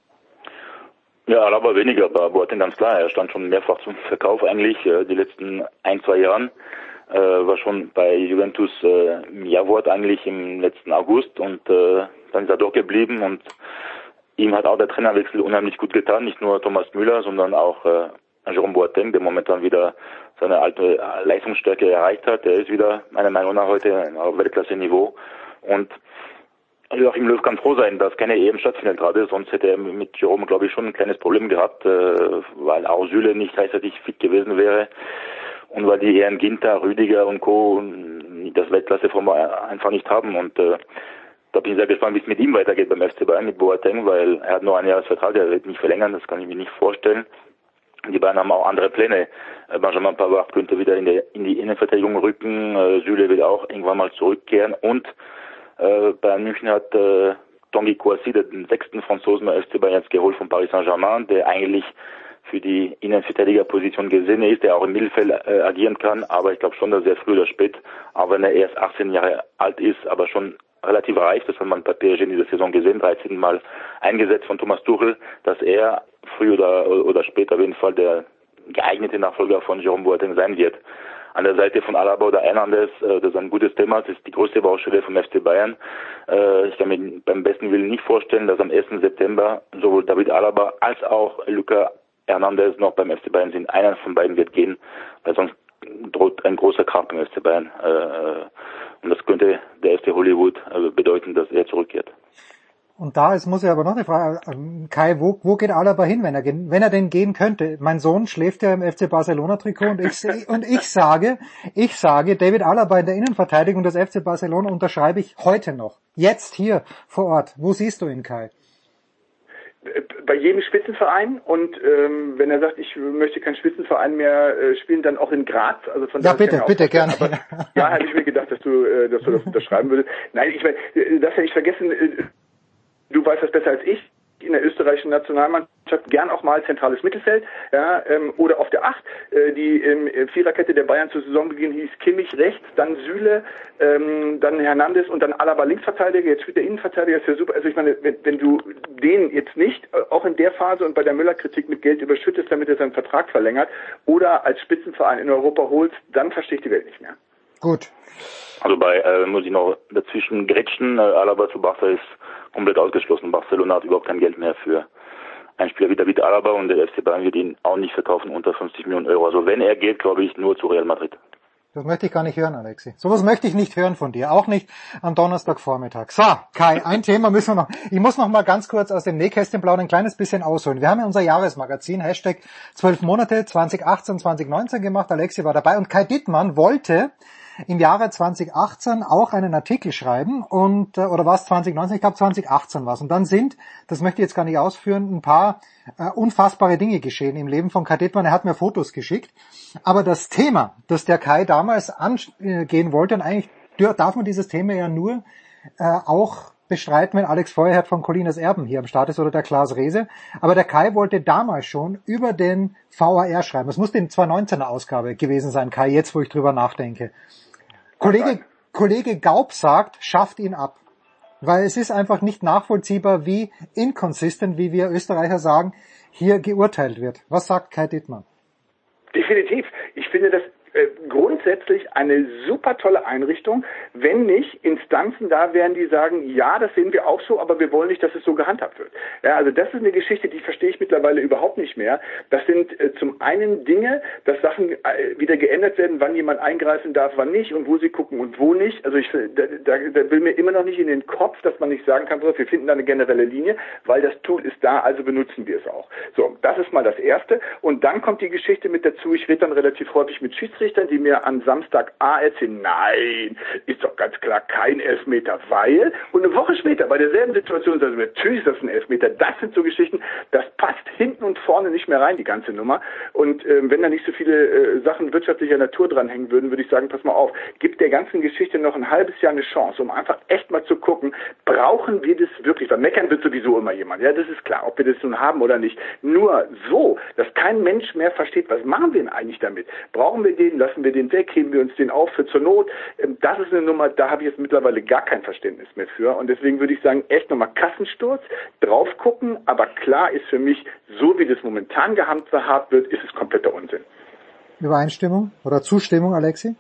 Ja, aber weniger, bei Boateng ganz klar. Er stand schon mehrfach zum Verkauf eigentlich, äh, die letzten ein, zwei Jahren. Äh, war schon bei Juventus äh, im Jawort eigentlich im letzten August und äh, dann ist er doch geblieben und ihm hat auch der Trainerwechsel unheimlich gut getan. Nicht nur Thomas Müller, sondern auch äh, Jerome Boateng, der momentan wieder seine alte Leistungsstärke erreicht hat. Der ist wieder meiner Meinung nach heute auf Weltklasse-Niveau und Joachim Löw kann froh sein, dass keine E M stattfindet gerade, sonst hätte er mit Jerome, glaube ich, schon ein kleines Problem gehabt, äh, weil auch Süle nicht gleichzeitig fit gewesen wäre und weil die Herren Ginter, Rüdiger und Co. das Weltklasse-Form einfach nicht haben und äh, da bin ich sehr gespannt, wie es mit ihm weitergeht beim F C Bayern, mit Boateng, weil er hat nur ein Jahresvertrag, er wird nicht verlängern, das kann ich mir nicht vorstellen. Die Bayern haben auch andere Pläne. Benjamin Pavard könnte wieder in, der, in die Innenverteidigung rücken, äh, Süle will auch irgendwann mal zurückkehren und Äh, Bayern München hat äh, Tanguy Kouassi, den sechsten Franzosen bei F C Bayern jetzt geholt von Paris Saint-Germain, der eigentlich für die Innenverteidigerposition gesehen ist, der auch im Mittelfeld äh, agieren kann, aber ich glaube schon, dass er früh oder spät, auch wenn er erst achtzehn Jahre alt ist, aber schon relativ reif, das hat man bei P S G in dieser Saison gesehen, dreizehn Mal eingesetzt von Thomas Tuchel, dass er früh oder oder spät auf jeden Fall der geeignete Nachfolger von Jerome Boateng sein wird. An der Seite von Alaba oder Hernandez, äh, das ist ein gutes Thema, das ist die größte Baustelle vom F C Bayern. Äh, ich kann mir beim besten Willen nicht vorstellen, dass am ersten September sowohl David Alaba als auch Lucas Hernandez noch beim F C Bayern sind. Einer von beiden wird gehen, weil sonst droht ein großer Krach beim F C Bayern. Äh, und das könnte der F C Hollywood äh, bedeuten, dass er zurückkehrt. Und da ist, muss ich aber noch eine Frage, Kai, wo, wo geht Alaba hin, wenn er, wenn er denn gehen könnte? Mein Sohn schläft ja im F C Barcelona-Trikot und ich, und ich sage, ich sage, David Alaba in der Innenverteidigung des F C Barcelona unterschreibe ich heute noch. Jetzt hier vor Ort. Wo siehst du ihn, Kai? Bei jedem Spitzenverein und ähm, wenn er sagt, ich möchte keinen Spitzenverein mehr äh, spielen, dann auch in Graz. Also von ja, bitte, bitte, gerne. Aber, ja, habe ich mir gedacht, dass du, äh, dass du das unterschreiben würdest. Nein, ich meine, das ja nicht vergessen, äh, du weißt das besser als ich, in der österreichischen Nationalmannschaft gern auch mal zentrales Mittelfeld, ja, ähm, oder auf der Acht, äh, die im ähm, Viererkette der Bayern zu Saisonbeginn hieß Kimmich rechts, dann Süle, ähm, dann Hernandez und dann Alaba Linksverteidiger, jetzt spielt der Innenverteidiger, ist ja super. Also ich meine, wenn, wenn du den jetzt nicht, äh, auch in der Phase und bei der Müller-Kritik mit Geld überschüttest, damit er seinen Vertrag verlängert, oder als Spitzenverein in Europa holst, dann verstehe ich die Welt nicht mehr. Gut. Also bei, äh, muss ich noch dazwischen grätschen, äh, Alaba zu Barca ist komplett ausgeschlossen. Barcelona hat überhaupt kein Geld mehr für einen Spieler wie David Alaba und der F C Bayern wird ihn auch nicht verkaufen unter fünfzig Millionen Euro. Also wenn er geht, glaube ich, nur zu Real Madrid. Das möchte ich gar nicht hören, Alexi. Sowas möchte ich nicht hören von dir, auch nicht am Donnerstagvormittag. So, Kai, ein Thema müssen wir noch, ich muss noch mal ganz kurz aus dem Nähkästchen plaudern, ein kleines bisschen ausholen. Wir haben ja unser Jahresmagazin, Hashtag zwölf Monate, zwanzig achtzehn, zwanzig neunzehn gemacht, Alexi war dabei und Kai Dittmann wollte im Jahre zwanzig achtzehn auch einen Artikel schreiben und, oder war es zwanzig neunzehn? Ich glaube zwanzig achtzehn war es. Und dann sind, das möchte ich jetzt gar nicht ausführen, ein paar äh, unfassbare Dinge geschehen im Leben von Kai Dittmann. Er hat mir Fotos geschickt. Aber das Thema, das der Kai damals angehen wollte, und eigentlich darf man dieses Thema ja nur äh, auch bestreiten, wenn Alex Feuerherd von Colinas Erben hier am Start ist oder der Klaas Rehse. Aber der Kai wollte damals schon über den V A R schreiben. Das muss die zwanzig neunzehner Ausgabe gewesen sein, Kai, jetzt wo ich drüber nachdenke. Kollege, Kollege Gaub sagt, schafft ihn ab. Weil es ist einfach nicht nachvollziehbar, wie inconsistent, wie wir Österreicher sagen, hier geurteilt wird. Was sagt Kai Dittmann? Definitiv. Ich finde das äh, grundsätzlich eine super tolle Einrichtung, wenn nicht Instanzen da wären, die sagen, ja, das sehen wir auch so, aber wir wollen nicht, dass es so gehandhabt wird. Ja, also das ist eine Geschichte, die verstehe ich mittlerweile überhaupt nicht mehr. Das sind äh, zum einen Dinge, dass Sachen äh, wieder geändert werden, wann jemand eingreifen darf, wann nicht und wo sie gucken und wo nicht. Also ich da, da, da will mir immer noch nicht in den Kopf, dass man nicht sagen kann, wir finden da eine generelle Linie, weil das Tool ist da, also benutzen wir es auch. So, das ist mal das Erste. Und dann kommt die Geschichte mit dazu, ich rede dann relativ häufig mit Schiedsrichtern, die mir am Samstag A erzählen, nein, ist doch ganz klar kein Elfmeter, weil, und eine Woche später bei derselben Situation sagen wir, natürlich ist das ein Elfmeter. Das sind so Geschichten, das passt hinten und vorne nicht mehr rein, die ganze Nummer. Und äh, wenn da nicht so viele äh, Sachen wirtschaftlicher Natur dranhängen würden, würde ich sagen, pass mal auf, gibt der ganzen Geschichte noch ein halbes Jahr eine Chance, um einfach echt mal zu gucken, brauchen wir das wirklich? Weil meckern wird sowieso immer jemand, ja, das ist klar, ob wir das nun haben oder nicht. Nur so, dass kein Mensch mehr versteht, was machen wir denn eigentlich damit? Brauchen wir den, lassen wir den weg, heben wir uns den auf für zur Not? Das ist eine Nummer, da habe ich jetzt mittlerweile gar kein Verständnis mehr für. Und deswegen würde ich sagen, echt nochmal Kassensturz, drauf gucken, aber klar ist für mich, so wie das momentan gehandhabt wird, ist es kompletter Unsinn. Übereinstimmung oder Zustimmung, Alexi?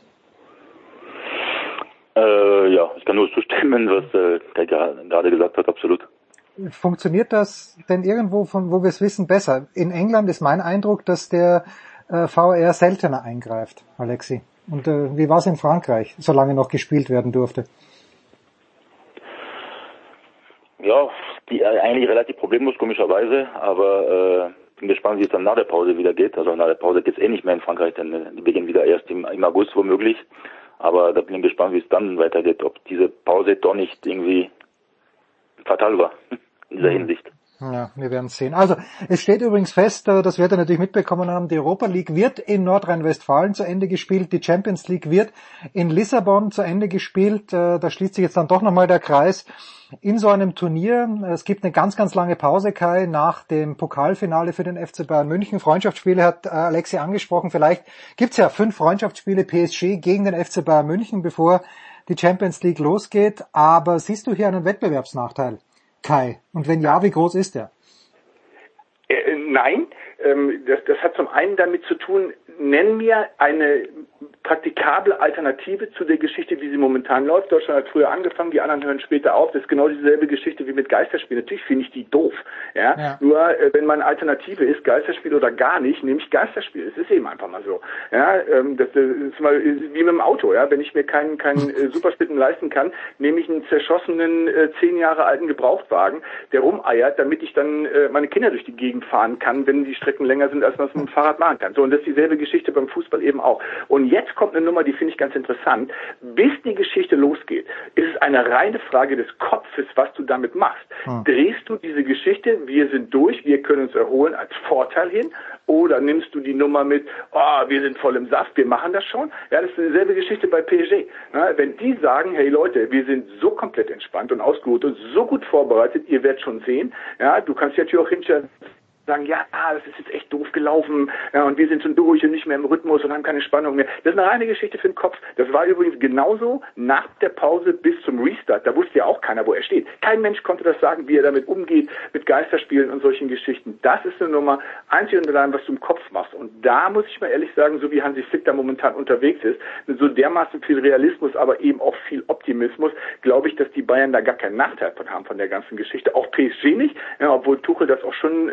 Äh, ja, ich kann nur zustimmen, was äh, der gerade gesagt hat, absolut. Funktioniert das denn irgendwo, von wo wir es wissen, besser? In England ist mein Eindruck, dass der äh, V A R seltener eingreift, Alexi. Und äh, wie war es in Frankreich, solange noch gespielt werden durfte? Ja, die, äh, eigentlich relativ problemlos, komischerweise, aber äh, bin gespannt, wie es dann nach der Pause wieder geht. Also nach der Pause geht es eh nicht mehr in Frankreich, denn äh, die beginnen wieder erst im, im August womöglich. Aber da bin ich gespannt, wie es dann weitergeht, ob diese Pause doch nicht irgendwie fatal war in dieser Hinsicht. Ja, wir werden es sehen. Also, es steht übrigens fest, das werdet ihr natürlich mitbekommen haben, die Europa League wird in Nordrhein-Westfalen zu Ende gespielt, die Champions League wird in Lissabon zu Ende gespielt, da schließt sich jetzt dann doch nochmal der Kreis in so einem Turnier. Es gibt eine ganz, ganz lange Pause, Kai, nach dem Pokalfinale für den F C Bayern München. Freundschaftsspiele hat Alexi angesprochen, vielleicht gibt's ja fünf Freundschaftsspiele P S G gegen den F C Bayern München, bevor die Champions League losgeht, aber siehst du hier einen Wettbewerbsnachteil, Kai? Und wenn ja, wie groß ist der? Äh, nein, ähm, das, das hat zum einen damit zu tun, nenn mir eine praktikable Alternative zu der Geschichte, wie sie momentan läuft. Deutschland hat früher angefangen, die anderen hören später auf. Das ist genau dieselbe Geschichte wie mit Geisterspielen. Natürlich finde ich die doof. Ja? Ja. Nur äh, wenn meine Alternative ist, Geisterspiel oder gar nicht, nehme ich Geisterspiel. Es ist eben einfach mal so. Ja? Ähm, das, das ist mal wie mit dem Auto. Ja? Wenn ich mir keinen keinen äh, Superspitten leisten kann, nehme ich einen zerschossenen, äh, zehn Jahre alten Gebrauchtwagen, der rumeiert, damit ich dann äh, meine Kinder durch die Gegend fahren kann, wenn die Strecken länger sind, als man es mit dem Fahrrad machen kann. So, und das ist dieselbe Geschichte beim Fußball eben auch. Und jetzt kommt eine Nummer, die finde ich ganz interessant. Bis die Geschichte losgeht, ist es eine reine Frage des Kopfes, was du damit machst. Hm. Drehst du diese Geschichte, wir sind durch, wir können uns erholen, als Vorteil hin, oder nimmst du die Nummer mit, oh, wir sind voll im Saft, wir machen das schon? Ja, das ist dieselbe Geschichte bei P S G. Na, wenn die sagen, hey Leute, wir sind so komplett entspannt und ausgeruht und so gut vorbereitet, ihr werdet schon sehen, ja, du kannst natürlich auch hinstellen, sagen, ja, das ist jetzt echt doof gelaufen, ja, und wir sind schon durch und nicht mehr im Rhythmus und haben keine Spannung mehr. Das ist eine reine Geschichte für den Kopf. Das war übrigens genauso nach der Pause bis zum Restart. Da wusste ja auch keiner, wo er steht. Kein Mensch konnte das sagen, wie er damit umgeht, mit Geisterspielen und solchen Geschichten. Das ist eine Nummer, einzig und allein, was du im Kopf machst. Und da muss ich mal ehrlich sagen, so wie Hansi Flick da momentan unterwegs ist, mit so dermaßen viel Realismus, aber eben auch viel Optimismus, glaube ich, dass die Bayern da gar keinen Nachteil von haben von der ganzen Geschichte. Auch P S G nicht, ja, obwohl Tuchel das auch schon äh, schön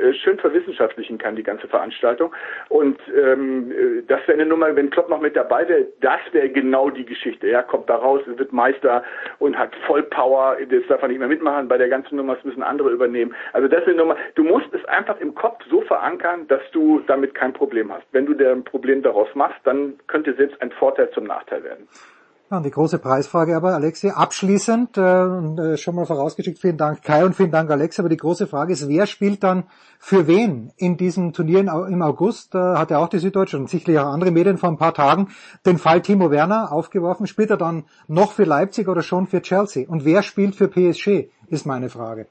verwissenschaftlichen kann, die ganze Veranstaltung. Und ähm, das wäre eine Nummer, wenn Klopp noch mit dabei wäre, das wäre genau die Geschichte. Er kommt da raus, wird Meister und hat Vollpower, das darf er nicht mehr mitmachen, bei der ganzen Nummer, das müssen andere übernehmen. Also das ist eine Nummer, du musst es einfach im Kopf so verankern, dass du damit kein Problem hast. Wenn du dir ein Problem daraus machst, dann könnte selbst ein Vorteil zum Nachteil werden. Ja, und die große Preisfrage aber, Alexi, abschließend, äh, schon mal vorausgeschickt, vielen Dank Kai und vielen Dank Alexi, aber die große Frage ist, wer spielt dann für wen in diesem Turnier im August? Äh, hat ja auch die Süddeutsche und sicherlich auch andere Medien vor ein paar Tagen den Fall Timo Werner aufgeworfen. Spielt er dann noch für Leipzig oder schon für Chelsea? Und wer spielt für P S G, ist meine Frage.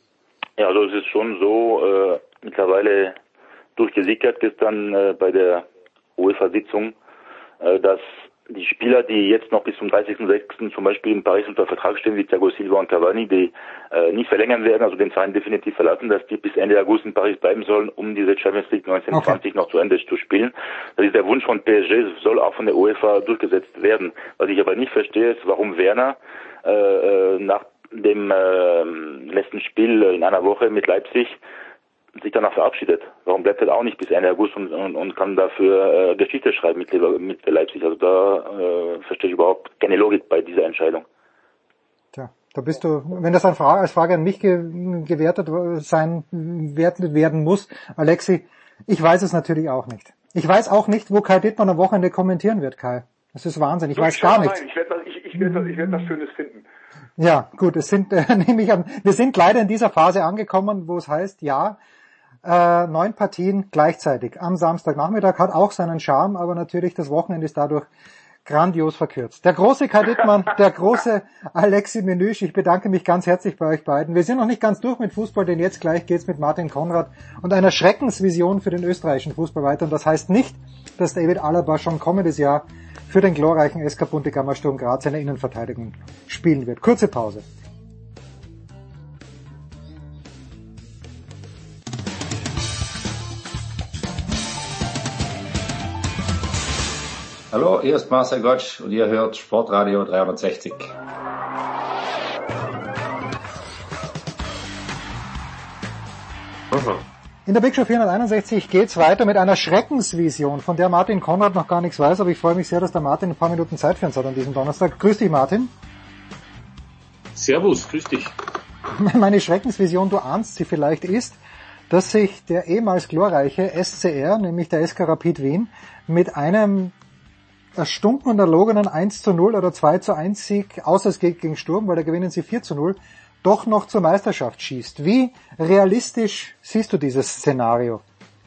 Ja, also es ist schon so äh, mittlerweile durchgesickert gestern äh, bei der UEFA-Sitzung, äh, dass die Spieler, die jetzt noch bis zum dreißigsten sechsten zum Beispiel in Paris unter Vertrag stehen, wie Thiago Silva und Cavani, die äh, nicht verlängern werden, also den Verein definitiv verlassen, dass die bis Ende August in Paris bleiben sollen, um diese Champions League neunzehn zwanzig okay. noch zu Ende zu spielen. Das ist der Wunsch von P S G, soll auch von der UEFA durchgesetzt werden. Was ich aber nicht verstehe, ist, warum Werner äh, nach dem äh, letzten Spiel in einer Woche mit Leipzig sich danach verabschiedet. Warum bleibt er auch nicht bis Ende August und, und, und kann dafür äh, Geschichte schreiben mit, mit Leipzig? Also da äh, verstehe ich überhaupt keine Logik bei dieser Entscheidung. Tja, da bist du, wenn das als Frage, als Frage an mich ge, gewertet sein wertet werden muss, Alexi, ich weiß es natürlich auch nicht. Ich weiß auch nicht, wo Kai Dittmann am Wochenende kommentieren wird, Kai. Das ist Wahnsinn, ich so, weiß ich gar nichts. Ich werde was, ich, ich werd was, ich werd was Schönes finden. Ja, gut, es sind, äh, nehme ich an, wir sind leider in dieser Phase angekommen, wo es heißt, ja, Äh, neun Partien gleichzeitig am Samstagnachmittag hat auch seinen Charme, aber natürlich das Wochenende ist dadurch grandios verkürzt. Der große Kai Dittmann, der große Alexi Menüsch, ich bedanke mich ganz herzlich bei euch beiden. Wir sind noch nicht ganz durch mit Fußball, denn jetzt gleich geht's mit Martin Konrad und einer Schreckensvision für den österreichischen Fußball weiter. Und das heißt nicht, dass David Alaba schon kommendes Jahr für den glorreichen S K Bundegammer Sturm Graz seine Innenverteidigung spielen wird. Kurze Pause. Hallo, hier ist Marcel Gottsch und ihr hört Sportradio dreihundertsechzig. In der Big Show vierhunderteinundsechzig geht's weiter mit einer Schreckensvision, von der Martin Konrad noch gar nichts weiß, aber ich freue mich sehr, dass der Martin ein paar Minuten Zeit für uns hat an diesem Donnerstag. Grüß dich, Martin. Servus, grüß dich. Meine Schreckensvision, du ahnst sie vielleicht, ist, dass sich der ehemals glorreiche S C R, nämlich der S K Rapid Wien, mit einem erstunken und erlogenen eins zu null oder zwei zu eins Sieg, außer es geht gegen Sturm, weil da gewinnen sie vier zu null, doch noch zur Meisterschaft schießt. Wie realistisch siehst du dieses Szenario?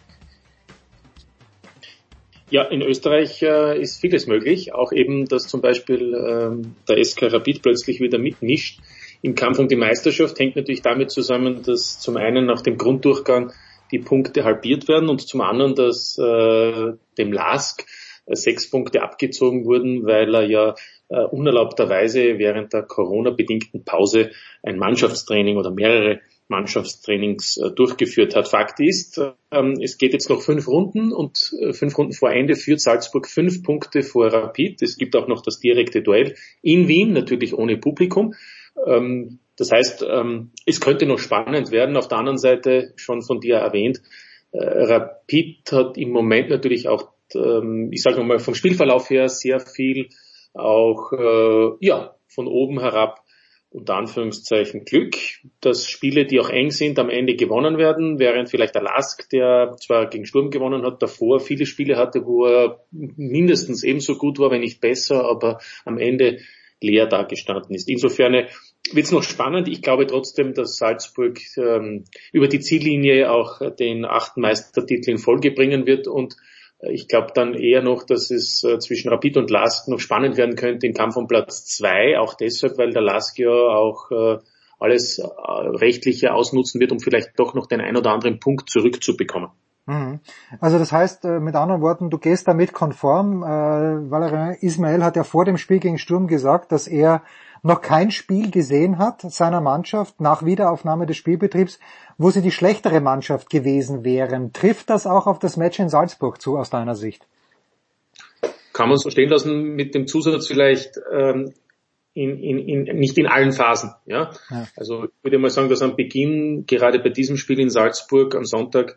Ja, in Österreich äh, ist vieles möglich. Auch eben, dass zum Beispiel äh, der S K Rapid plötzlich wieder mitmischt. Im Kampf um die Meisterschaft hängt natürlich damit zusammen, dass zum einen nach dem Grunddurchgang die Punkte halbiert werden und zum anderen, dass äh, dem LASK sechs Punkte abgezogen wurden, weil er ja äh, unerlaubterweise während der Corona-bedingten Pause ein Mannschaftstraining oder mehrere Mannschaftstrainings äh, durchgeführt hat. Fakt ist, ähm, es geht jetzt noch fünf Runden und äh, fünf Runden vor Ende führt Salzburg fünf Punkte vor Rapid. Es gibt auch noch das direkte Duell in Wien, natürlich ohne Publikum. Ähm, das heißt, ähm, es könnte noch spannend werden. Auf der anderen Seite, schon von dir erwähnt, äh, Rapid hat im Moment natürlich auch ich sage nochmal vom Spielverlauf her sehr viel auch äh, ja von oben herab unter Anführungszeichen Glück, dass Spiele, die auch eng sind, am Ende gewonnen werden, während vielleicht der Lask, der zwar gegen Sturm gewonnen hat, davor viele Spiele hatte, wo er mindestens ebenso gut war, wenn nicht besser, aber am Ende leer dagestanden ist. Insofern wird es noch spannend. Ich glaube trotzdem, dass Salzburg ähm, über die Ziellinie auch den achten Meistertitel in Folge bringen wird und ich glaube dann eher noch, dass es äh, zwischen Rapid und Lask noch spannend werden könnte im Kampf um Platz zwei, auch deshalb, weil der Lask ja auch äh, alles äh, Rechtliche ausnutzen wird, um vielleicht doch noch den ein oder anderen Punkt zurückzubekommen. Mhm. Also das heißt, äh, mit anderen Worten, du gehst damit konform. Äh, Valérien Ismaël hat ja vor dem Spiel gegen Sturm gesagt, dass er noch kein Spiel gesehen hat seiner Mannschaft nach Wiederaufnahme des Spielbetriebs, wo sie die schlechtere Mannschaft gewesen wären. Trifft das auch auf das Match in Salzburg zu, aus deiner Sicht? Kann man so stehen lassen mit dem Zusatz vielleicht ähm, in, in, in, nicht in allen Phasen. Ja? ja? Also ich würde mal sagen, dass am Beginn, gerade bei diesem Spiel in Salzburg am Sonntag,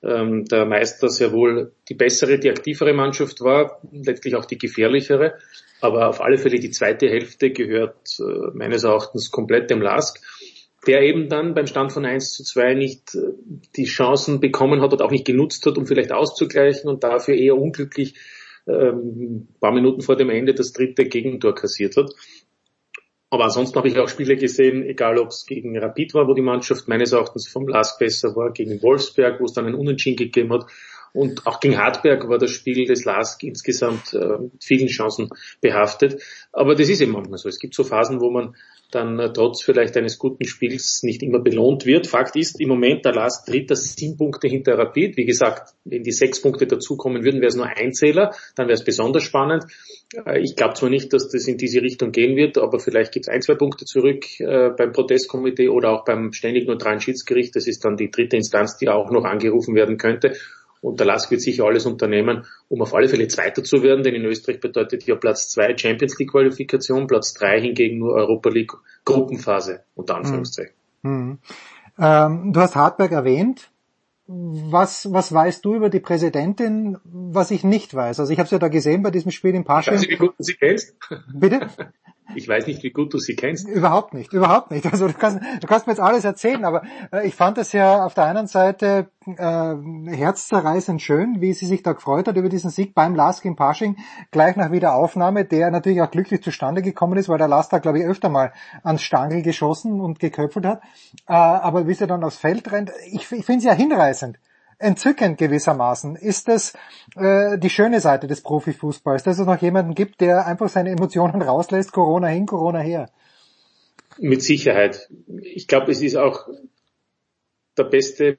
ähm, der Meister sehr wohl die bessere, die aktivere Mannschaft war, letztlich auch die gefährlichere. Aber auf alle Fälle die zweite Hälfte gehört äh, meines Erachtens komplett dem Lask, der eben dann beim Stand von eins zu zwei nicht äh, die Chancen bekommen hat und auch nicht genutzt hat, um vielleicht auszugleichen und dafür eher unglücklich ähm, ein paar Minuten vor dem Ende das dritte Gegentor kassiert hat. Aber ansonsten habe ich auch Spiele gesehen, egal ob es gegen Rapid war, wo die Mannschaft meines Erachtens vom Lask besser war, gegen Wolfsberg, wo es dann einen Unentschieden gegeben hat. Und auch gegen Hartberg war das Spiel des Lask insgesamt äh, mit vielen Chancen behaftet. Aber das ist eben manchmal so. Es gibt so Phasen, wo man dann äh, trotz vielleicht eines guten Spiels nicht immer belohnt wird. Fakt ist, im Moment der Lask dritter, sieben Punkte hinter Rapid. Wie gesagt, wenn die sechs Punkte dazukommen würden, wäre es nur ein Zähler. Dann wäre es besonders spannend. Äh, ich glaube zwar nicht, dass das in diese Richtung gehen wird, aber vielleicht gibt es ein, zwei Punkte zurück äh, beim Protestkomitee oder auch beim ständig neutralen Schiedsgericht. Das ist dann die dritte Instanz, die auch noch angerufen werden könnte. Und der Lask wird sicher alles unternehmen, um auf alle Fälle Zweiter zu werden, denn in Österreich bedeutet ja Platz zwei Champions League Qualifikation, Platz drei hingegen nur Europa League Gruppenphase, unter Anführungszeichen. Hm. Ähm, du hast Hartberg erwähnt. Was, was weißt du über die Präsidentin, was ich nicht weiß? Also ich habe sie ja da gesehen bei diesem Spiel in Pasching. Ich weiß nicht, wie gut du sie kennst. Bitte? Ich weiß nicht, wie gut du sie kennst. Überhaupt nicht, überhaupt nicht. Also du kannst, du kannst mir jetzt alles erzählen, aber äh, ich fand es ja auf der einen Seite äh, herzzerreißend schön, wie sie sich da gefreut hat über diesen Sieg beim Lask in Pasching, gleich nach Wiederaufnahme, der natürlich auch glücklich zustande gekommen ist, weil der Lask da, glaube ich, öfter mal ans Stangl geschossen und geköpfelt hat. Äh, aber wie sie dann aufs Feld rennt, ich, ich finde es ja hinreißend. Entzückend gewissermaßen. Ist das äh, die schöne Seite des Profifußballs, dass es noch jemanden gibt, der einfach seine Emotionen rauslässt, Corona hin, Corona her? Mit Sicherheit. Ich glaube, es ist auch der beste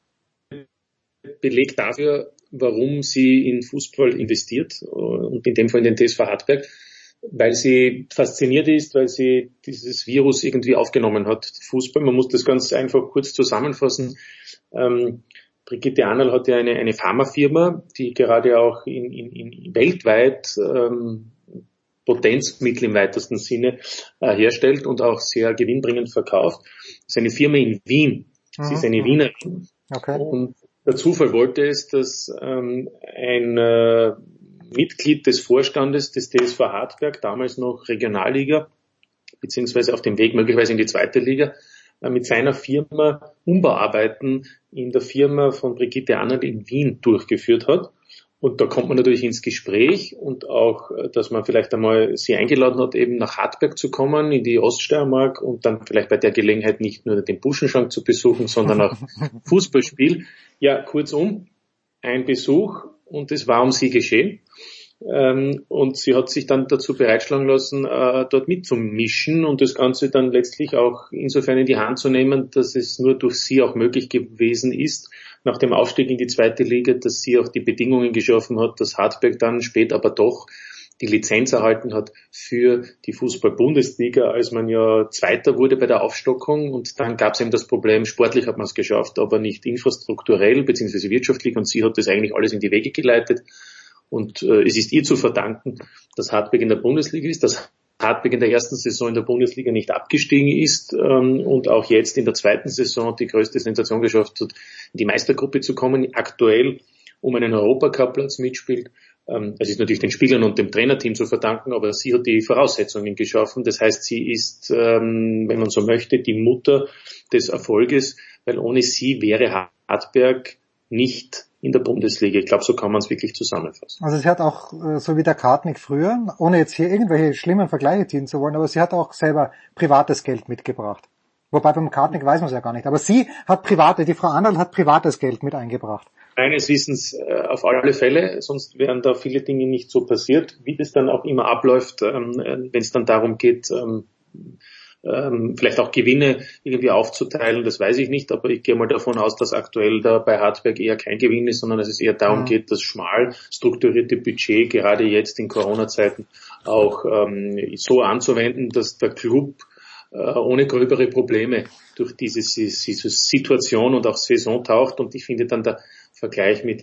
Beleg dafür, warum sie in Fußball investiert und in dem Fall in den T S V Hartberg, weil sie fasziniert ist, weil sie dieses Virus irgendwie aufgenommen hat. Fußball, man muss das ganz einfach kurz zusammenfassen. Ähm, Brigitte Annal hat ja eine, eine Pharmafirma, die gerade auch in, in, in weltweit ähm, Potenzmittel im weitesten Sinne äh, herstellt und auch sehr gewinnbringend verkauft. Das ist eine Firma in Wien. Mhm. Sie ist eine Wienerin. Okay. Und der Zufall wollte es, dass ähm, ein äh, Mitglied des Vorstandes des T S V Hartberg, damals noch Regionalliga, beziehungsweise auf dem Weg möglicherweise in die zweite Liga, mit seiner Firma Umbauarbeiten in der Firma von Brigitte Annal in Wien durchgeführt hat. Und da kommt man natürlich ins Gespräch und auch, dass man vielleicht einmal sie eingeladen hat, eben nach Hartberg zu kommen, in die Oststeiermark und dann vielleicht bei der Gelegenheit nicht nur den Buschenschank zu besuchen, sondern auch Fußballspiel. Ja, kurzum, ein Besuch und es war um sie geschehen. Und sie hat sich dann dazu bereitschlagen lassen, dort mitzumischen und das Ganze dann letztlich auch insofern in die Hand zu nehmen, dass es nur durch sie auch möglich gewesen ist, nach dem Aufstieg in die zweite Liga, dass sie auch die Bedingungen geschaffen hat, dass Hartberg dann später aber doch die Lizenz erhalten hat für die Fußball-Bundesliga, als man ja Zweiter wurde bei der Aufstockung und dann gab es eben das Problem, sportlich hat man es geschafft, aber nicht infrastrukturell bzw. wirtschaftlich und sie hat das eigentlich alles in die Wege geleitet. Und äh, es ist ihr zu verdanken, dass Hartberg in der Bundesliga ist, dass Hartberg in der ersten Saison in der Bundesliga nicht abgestiegen ist ähm, und auch jetzt in der zweiten Saison die größte Sensation geschafft hat, in die Meistergruppe zu kommen, aktuell um einen Europacup-Platz mitspielt. Ähm, es ist natürlich den Spielern und dem Trainerteam zu verdanken, aber sie hat die Voraussetzungen geschaffen. Das heißt, sie ist, ähm, wenn man so möchte, die Mutter des Erfolges, weil ohne sie wäre Hartberg nicht in der Bundesliga. Ich glaube, so kann man es wirklich zusammenfassen. Also sie hat auch, so wie der Kartnick früher, ohne jetzt hier irgendwelche schlimmen Vergleiche ziehen zu wollen, aber sie hat auch selber privates Geld mitgebracht. Wobei beim Kartnick weiß man es ja gar nicht. Aber sie hat private, die Frau Annal hat privates Geld mit eingebracht. Meines Wissens äh, auf alle Fälle, sonst wären da viele Dinge nicht so passiert, wie das dann auch immer abläuft, ähm, wenn es dann darum geht, ähm, Ähm, vielleicht auch Gewinne irgendwie aufzuteilen, das weiß ich nicht, aber ich gehe mal davon aus, dass aktuell da bei Hartberg eher kein Gewinn ist, sondern dass es eher darum mhm. geht, das schmal strukturierte Budget gerade jetzt in Corona-Zeiten auch ähm, so anzuwenden, dass der Club äh, ohne gröbere Probleme durch diese, diese Situation und auch Saison taucht und ich finde dann der Vergleich mit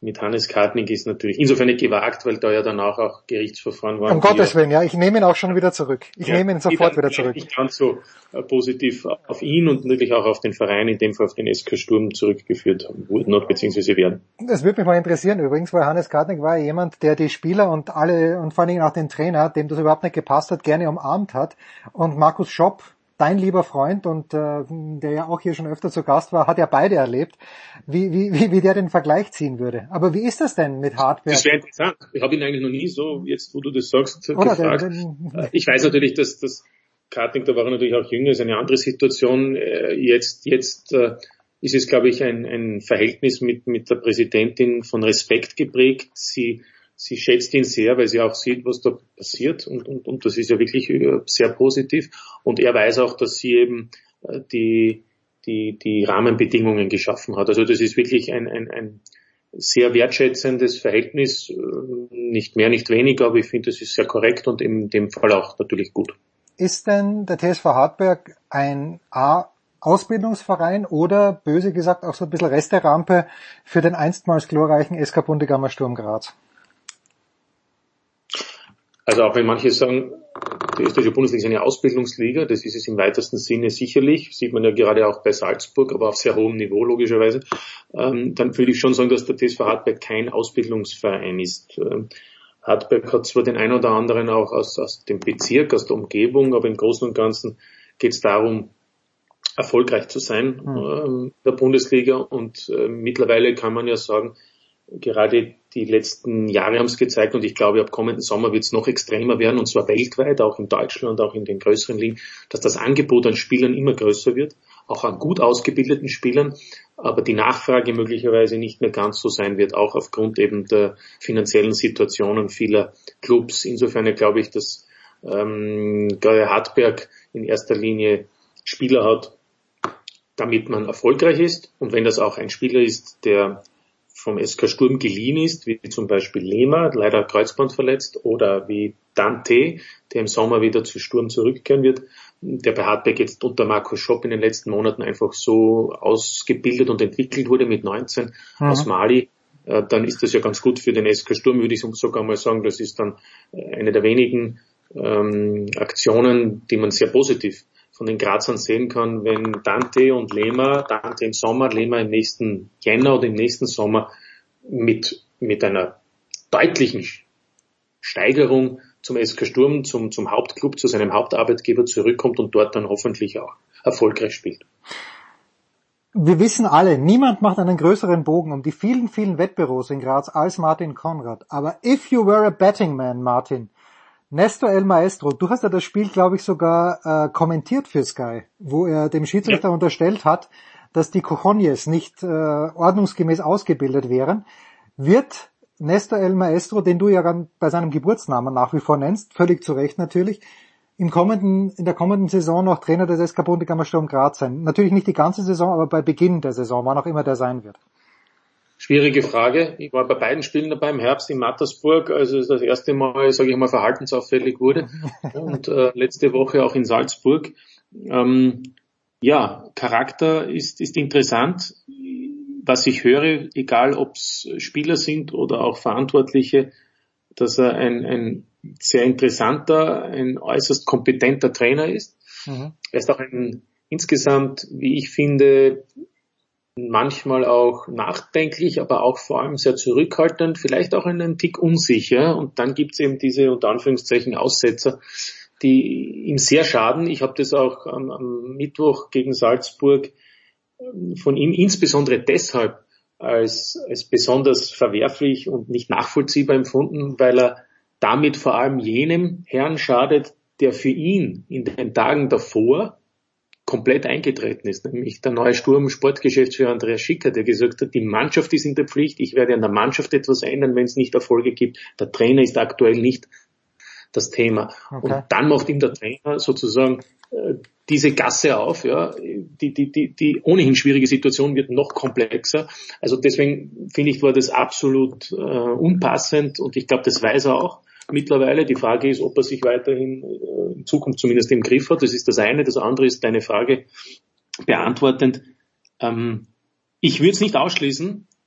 mit Hannes Kartnig ist natürlich insofern nicht gewagt, weil da ja danach auch Gerichtsverfahren waren. Um Gottes Willen, ja, ich nehme ihn auch schon wieder zurück. Ich ja, nehme ihn sofort wieder zurück. Ich kann so äh, positiv auf ihn und natürlich auch auf den Verein, in dem Fall auf den S K Sturm zurückgeführt wurden oder beziehungsweise werden. Das würde mich mal interessieren übrigens, weil Hannes Kartnig war ja jemand, der die Spieler und alle und vor allen Dingen auch den Trainer, dem das überhaupt nicht gepasst hat, gerne umarmt hat. Und Markus Schopp, dein lieber Freund und äh, der ja auch hier schon öfter zu Gast war, hat ja beide erlebt, wie, wie, wie, wie der den Vergleich ziehen würde. Aber wie ist das denn mit Hartberg? Das wäre interessant. Ich habe ihn eigentlich noch nie so, jetzt wo du das sagst, Oder gefragt. Den, den, ich weiß natürlich, dass das Kartnig, da war er natürlich auch jünger, ist eine andere Situation. Jetzt, jetzt äh, ist es, glaube ich, ein, ein Verhältnis mit, mit der Präsidentin von Respekt geprägt. Sie Sie schätzt ihn sehr, weil sie auch sieht, was da passiert und, und, und das ist ja wirklich sehr positiv. Und er weiß auch, dass sie eben die, die, die Rahmenbedingungen geschaffen hat. Also das ist wirklich ein, ein, ein sehr wertschätzendes Verhältnis, nicht mehr, nicht weniger, aber ich finde, das ist sehr korrekt und in dem Fall auch natürlich gut. Ist denn der T S V Hartberg ein A Ausbildungsverein oder, böse gesagt, auch so ein bisschen Resterampe für den einstmals glorreichen S K Bundegammer Sturm Graz? Also auch wenn manche sagen, die österreichische Bundesliga ist eine Ausbildungsliga, das ist es im weitesten Sinne sicherlich, sieht man ja gerade auch bei Salzburg, aber auf sehr hohem Niveau logischerweise, ähm, dann würde ich schon sagen, dass der T S V Hartberg kein Ausbildungsverein ist. Ähm, Hartberg hat zwar den einen oder anderen auch aus, aus dem Bezirk, aus der Umgebung, aber im Großen und Ganzen geht es darum, erfolgreich zu sein mhm. ähm, der Bundesliga und äh, mittlerweile kann man ja sagen, gerade die letzten Jahre haben es gezeigt und ich glaube, ab kommenden Sommer wird es noch extremer werden und zwar weltweit, auch in Deutschland, auch in den größeren Ligen, dass das Angebot an Spielern immer größer wird, auch an gut ausgebildeten Spielern, aber die Nachfrage möglicherweise nicht mehr ganz so sein wird, auch aufgrund eben der finanziellen Situationen vieler Clubs. Insofern glaube ich, dass ähm, Hartberg in erster Linie Spieler hat, damit man erfolgreich ist und wenn das auch ein Spieler ist, der vom S K Sturm geliehen ist, wie zum Beispiel Lehmer, leider Kreuzband verletzt, oder wie Dante, der im Sommer wieder zu Sturm zurückkehren wird, der bei Hartberg jetzt unter Markus Schopp in den letzten Monaten einfach so ausgebildet und entwickelt wurde mit neunzehn mhm. aus Mali, äh, dann ist das ja ganz gut für den S K Sturm, würde ich sogar mal sagen, das ist dann eine der wenigen ähm, Aktionen, die man sehr positiv von den Grazern sehen kann, wenn Dante und Lehmer, Dante im Sommer, Lehmer im nächsten Jänner oder im nächsten Sommer mit, mit einer deutlichen Steigerung zum S K Sturm, zum, zum Hauptclub, zu seinem Hauptarbeitgeber zurückkommt und dort dann hoffentlich auch erfolgreich spielt. Wir wissen alle, niemand macht einen größeren Bogen um die vielen, vielen Wettbüros in Graz als Martin Konrad. Aber if you were a betting man, Martin, Nestor El Maestro, du hast ja das Spiel, glaube ich, sogar äh, kommentiert für Sky, wo er dem Schiedsrichter ja. unterstellt hat, dass die Cojones nicht äh, ordnungsgemäß ausgebildet wären. Wird Nestor El Maestro, den du ja bei seinem Geburtsnamen nach wie vor nennst, völlig zu Recht natürlich, im kommenden, in der kommenden Saison noch Trainer des S K Bundegammer Sturm Graz sein? Natürlich nicht die ganze Saison, aber bei Beginn der Saison, wann auch immer der sein wird. Schwierige Frage. Ich war bei beiden Spielen dabei, im Herbst in Mattersburg, als es das erste Mal, sage ich mal, verhaltensauffällig wurde. Und äh, letzte Woche auch in Salzburg. Ähm, ja, Charakter ist, ist interessant. Was ich höre, egal ob es Spieler sind oder auch Verantwortliche, dass er ein, ein sehr interessanter, ein äußerst kompetenter Trainer ist. Mhm. Er ist auch ein insgesamt, wie ich finde, manchmal auch nachdenklich, aber auch vor allem sehr zurückhaltend, vielleicht auch einen Tick unsicher. Und dann gibt's eben diese unter Anführungszeichen Aussetzer, die ihm sehr schaden. Ich habe das auch am, am Mittwoch gegen Salzburg von ihm insbesondere deshalb als, als besonders verwerflich und nicht nachvollziehbar empfunden, weil er damit vor allem jenem Herrn schadet, der für ihn in den Tagen davor komplett eingetreten ist, nämlich der neue Sturm-Sportgeschäftsführer Andreas Schicker, der gesagt hat, die Mannschaft ist in der Pflicht, ich werde an der Mannschaft etwas ändern, wenn es nicht Erfolge gibt. Der Trainer ist aktuell nicht das Thema. Okay. Und dann macht ihm der Trainer sozusagen äh, diese Gasse auf, ja, die, die, die, die ohnehin schwierige Situation wird noch komplexer. Also deswegen finde ich, war das absolut äh, unpassend und ich glaube, das weiß er auch mittlerweile. Die Frage ist, ob er sich weiterhin äh, in Zukunft zumindest im Griff hat. Das ist das eine. Das andere ist deine Frage beantwortend. Ähm, ich würde es nicht ausschließen,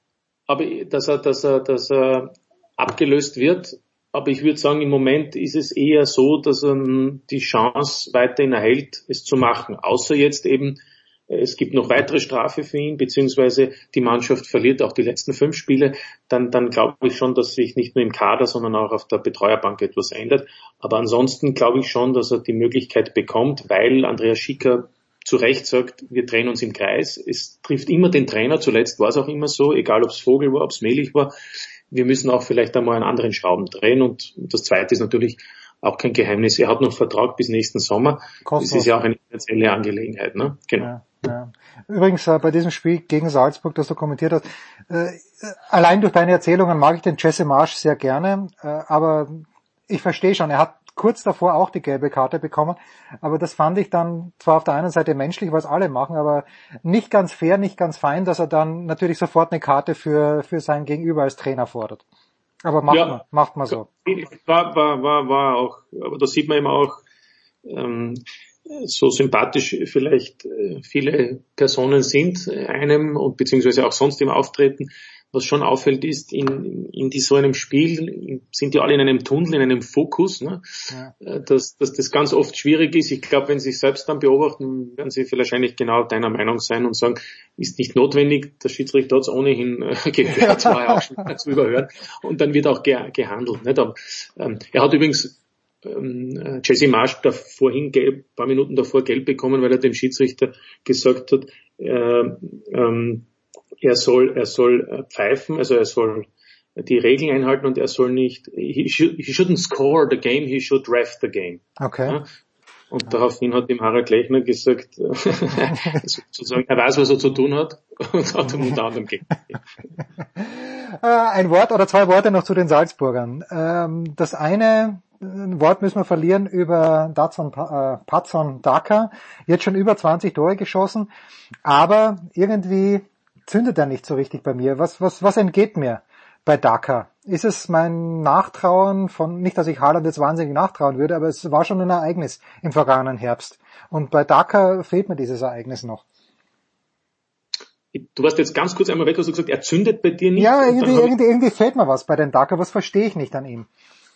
aber dass er, dass er, dass er abgelöst wird. Aber ich würde sagen, im Moment ist es eher so, dass er die Chance weiterhin erhält, es zu machen. Außer jetzt eben, es gibt noch weitere Strafe für ihn, beziehungsweise die Mannschaft verliert auch die letzten fünf Spiele. Dann, dann glaube ich schon, dass sich nicht nur im Kader, sondern auch auf der Betreuerbank etwas ändert. Aber ansonsten glaube ich schon, dass er die Möglichkeit bekommt, weil Andreas Schicker zu Recht sagt, wir drehen uns im Kreis. Es trifft immer den Trainer, zuletzt war es auch immer so, egal ob es Vogel war, ob es Melich war. Wir müssen auch vielleicht einmal an anderen Schrauben drehen. Und das Zweite ist natürlich auch kein Geheimnis. Er hat noch Vertrag bis nächsten Sommer. Kosmos. Das ist ja auch eine finanzielle Angelegenheit, ne? Genau. Ja, ja. Übrigens, äh, bei diesem Spiel gegen Salzburg, das du kommentiert hast, äh, allein durch deine Erzählungen mag ich den Jesse Marsch sehr gerne, äh, aber ich verstehe schon, er hat kurz davor auch die gelbe Karte bekommen, aber das fand ich dann zwar auf der einen Seite menschlich, was alle machen, aber nicht ganz fair, nicht ganz fein, dass er dann natürlich sofort eine Karte für für sein Gegenüber als Trainer fordert. Aber macht, ja, man, macht man so. War, war, war, war auch, aber da sieht man eben auch, ähm, so sympathisch vielleicht äh, viele Personen sind einem und beziehungsweise auch sonst im Auftreten. Was schon auffällt ist, in, in die, so einem Spiel sind die alle in einem Tunnel, in einem Fokus, ne? Ja. dass, dass das ganz oft schwierig ist. Ich glaube, wenn sie sich selbst dann beobachten, werden sie wahrscheinlich genau deiner Meinung sein und sagen, ist nicht notwendig, der Schiedsrichter hat es ohnehin äh, gehört, war ja auch schon zu überhören und dann wird auch ge- gehandelt. Nicht? Aber, ähm, er hat übrigens ähm, Jesse Marsch da vorhin gelb, ein paar Minuten davor gelb bekommen, weil er dem Schiedsrichter gesagt hat, äh, ähm, er soll, er soll pfeifen, also er soll die Regeln einhalten und er soll nicht, he, should, he shouldn't score the game, he should ref the game. Okay. Ja? Und ja. Daraufhin hat ihm Harald Lechner gesagt, sozusagen, er weiß, was er zu tun hat und hat ihm unter anderem gegeben. Ein Wort oder zwei Worte noch zu den Salzburgern. Das eine ein Wort müssen wir verlieren über Dazon, äh, Patson Daka. Jetzt schon über zwanzig Tore geschossen, aber irgendwie zündet er nicht so richtig bei mir. Was, was, was entgeht mir bei Daka? Ist es mein Nachtrauen von, nicht, dass ich Haaland jetzt wahnsinnig nachtrauen würde, aber es war schon ein Ereignis im vergangenen Herbst. Und bei Daka fehlt mir dieses Ereignis noch. Du warst jetzt ganz kurz einmal weg, hast du gesagt, er zündet bei dir nicht? Ja, irgendwie, irgendwie, irgendwie fehlt mir was bei den Daka, was verstehe ich nicht an ihm.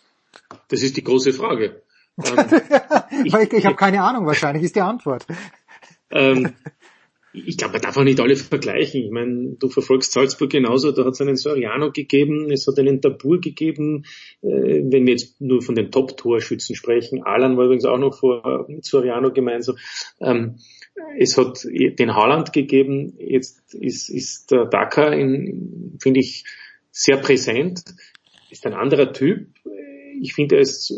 Das ist die große Frage. Ähm, ich ich, ich habe keine Ahnung, wahrscheinlich ist die Antwort. Ähm, ich glaube, man darf auch nicht alle vergleichen. Ich meine, du verfolgst Salzburg genauso, da hat es einen Soriano gegeben, es hat einen Tabur gegeben, äh, wenn wir jetzt nur von den Top-Torschützen sprechen. Alan war übrigens auch noch vor mit Soriano gemeinsam. Ähm, es hat den Haaland gegeben, jetzt ist, ist der Daka, finde ich, sehr präsent, ist ein anderer Typ. Ich finde, er ist,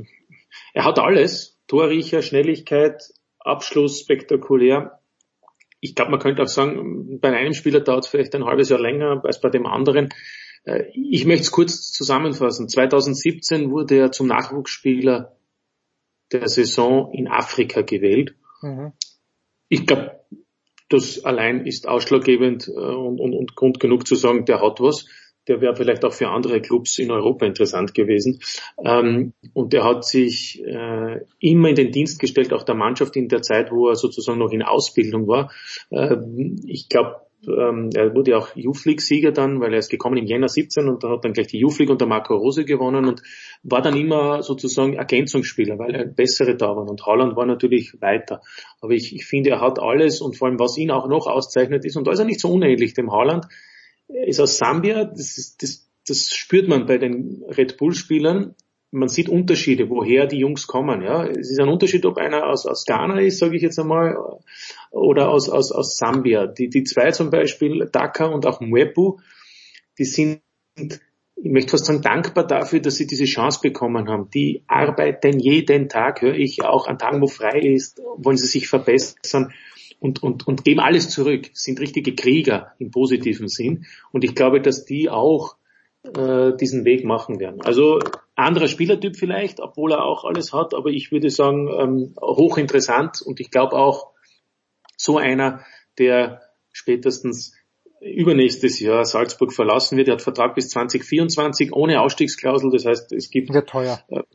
er hat alles. Torriecher, Schnelligkeit, Abschluss, spektakulär. Ich glaube, man könnte auch sagen, bei einem Spieler dauert es vielleicht ein halbes Jahr länger als bei dem anderen. Ich möchte es kurz zusammenfassen. zwanzig siebzehn wurde er zum Nachwuchsspieler der Saison in Afrika gewählt. Mhm. Ich glaube, das allein ist ausschlaggebend und, und, und Grund genug zu sagen, der hat was. Der wäre vielleicht auch für andere Clubs in Europa interessant gewesen. Ähm, und er hat sich äh, immer in den Dienst gestellt, auch der Mannschaft in der Zeit, wo er sozusagen noch in Ausbildung war. Äh, ich glaube, ähm, er wurde ja auch Youth League-Sieger dann, weil er ist gekommen im Jänner siebzehn und da hat dann gleich die Youth League unter Marco Rose gewonnen und war dann immer sozusagen Ergänzungsspieler, weil er bessere da waren. Und Haaland war natürlich weiter. Aber ich, ich finde, er hat alles und vor allem, was ihn auch noch auszeichnet ist, und da ist er nicht so unähnlich dem Haaland, er ist aus Sambia, das, ist, das, das spürt man bei den Red Bull-Spielern. Man sieht Unterschiede, woher die Jungs kommen. Ja, es ist ein Unterschied, ob einer aus, aus Ghana ist, sage ich jetzt einmal, oder aus, aus, aus Sambia. Die, die zwei zum Beispiel, Daka und auch Mwepu, die sind, ich möchte fast sagen, dankbar dafür, dass sie diese Chance bekommen haben. Die arbeiten jeden Tag, höre ich auch an Tagen, wo frei ist, wollen sie sich verbessern. Und, und, und geben alles zurück, sind richtige Krieger im positiven Sinn. Und ich glaube, dass die auch äh, diesen Weg machen werden. Also anderer Spielertyp vielleicht, obwohl er auch alles hat, aber ich würde sagen, ähm, hochinteressant und ich glaube auch so einer, der spätestens übernächstes Jahr Salzburg verlassen wird. Er hat Vertrag bis zwanzig vierundzwanzig ohne Ausstiegsklausel, das heißt, es gibt wird teuer. Äh, da,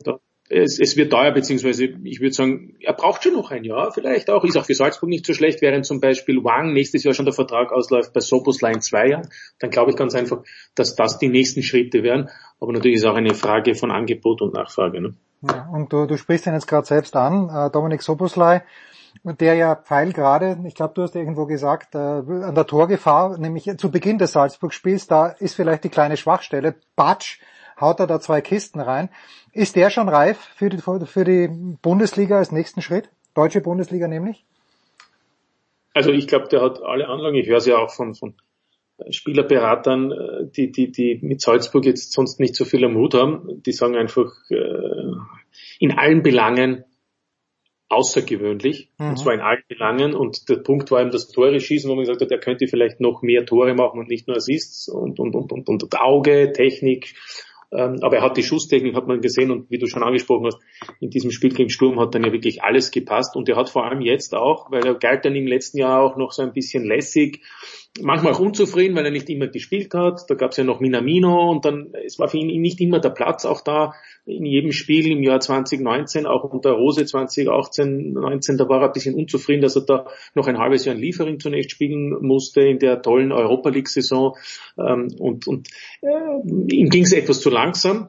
es, es wird teuer, beziehungsweise ich würde sagen, er braucht schon noch ein Jahr vielleicht auch, ist auch für Salzburg nicht so schlecht, während zum Beispiel Wang nächstes Jahr schon der Vertrag ausläuft bei Szoboszlai in zwei Jahren, dann glaube ich ganz einfach, dass das die nächsten Schritte wären, aber natürlich ist auch eine Frage von Angebot und Nachfrage. Ne? Ja, und du, du sprichst ihn jetzt gerade selbst an, äh, Dominik Szoboszlai, der ja Pfeil gerade, ich glaube, du hast irgendwo gesagt, äh, an der Torgefahr, nämlich zu Beginn des Salzburg-Spiels, da ist vielleicht die kleine Schwachstelle, Batsch, haut er da zwei Kisten rein. Ist der schon reif für die, für die Bundesliga als nächsten Schritt? Deutsche Bundesliga nämlich? Also ich glaube, der hat alle Anlagen. Ich höre es ja auch von, von Spielerberatern, die, die, die mit Salzburg jetzt sonst nicht so viel am Hut haben. Die sagen einfach, äh, in allen Belangen außergewöhnlich, mhm. und zwar in allen Belangen, und der Punkt war eben das Tore schießen, wo man gesagt hat, er könnte vielleicht noch mehr Tore machen und nicht nur Assists und, und, und, und, und Auge, Technik, ähm, aber er hat die Schusstechnik, hat man gesehen, und wie du schon angesprochen hast, in diesem Spiel gegen Sturm hat dann ja wirklich alles gepasst, und er hat vor allem jetzt auch, weil er galt dann im letzten Jahr auch noch so ein bisschen lässig, manchmal auch unzufrieden, weil er nicht immer gespielt hat. Da gab es ja noch Minamino, und dann, es war für ihn nicht immer der Platz auch da in jedem Spiel im Jahr zwanzig neunzehn, auch unter Rose zwanzig achtzehn, neunzehn, da war er ein bisschen unzufrieden, dass er da noch ein halbes Jahr in Liefering zunächst spielen musste in der tollen Europa League Saison, und, und äh, ihm ging es etwas zu langsam,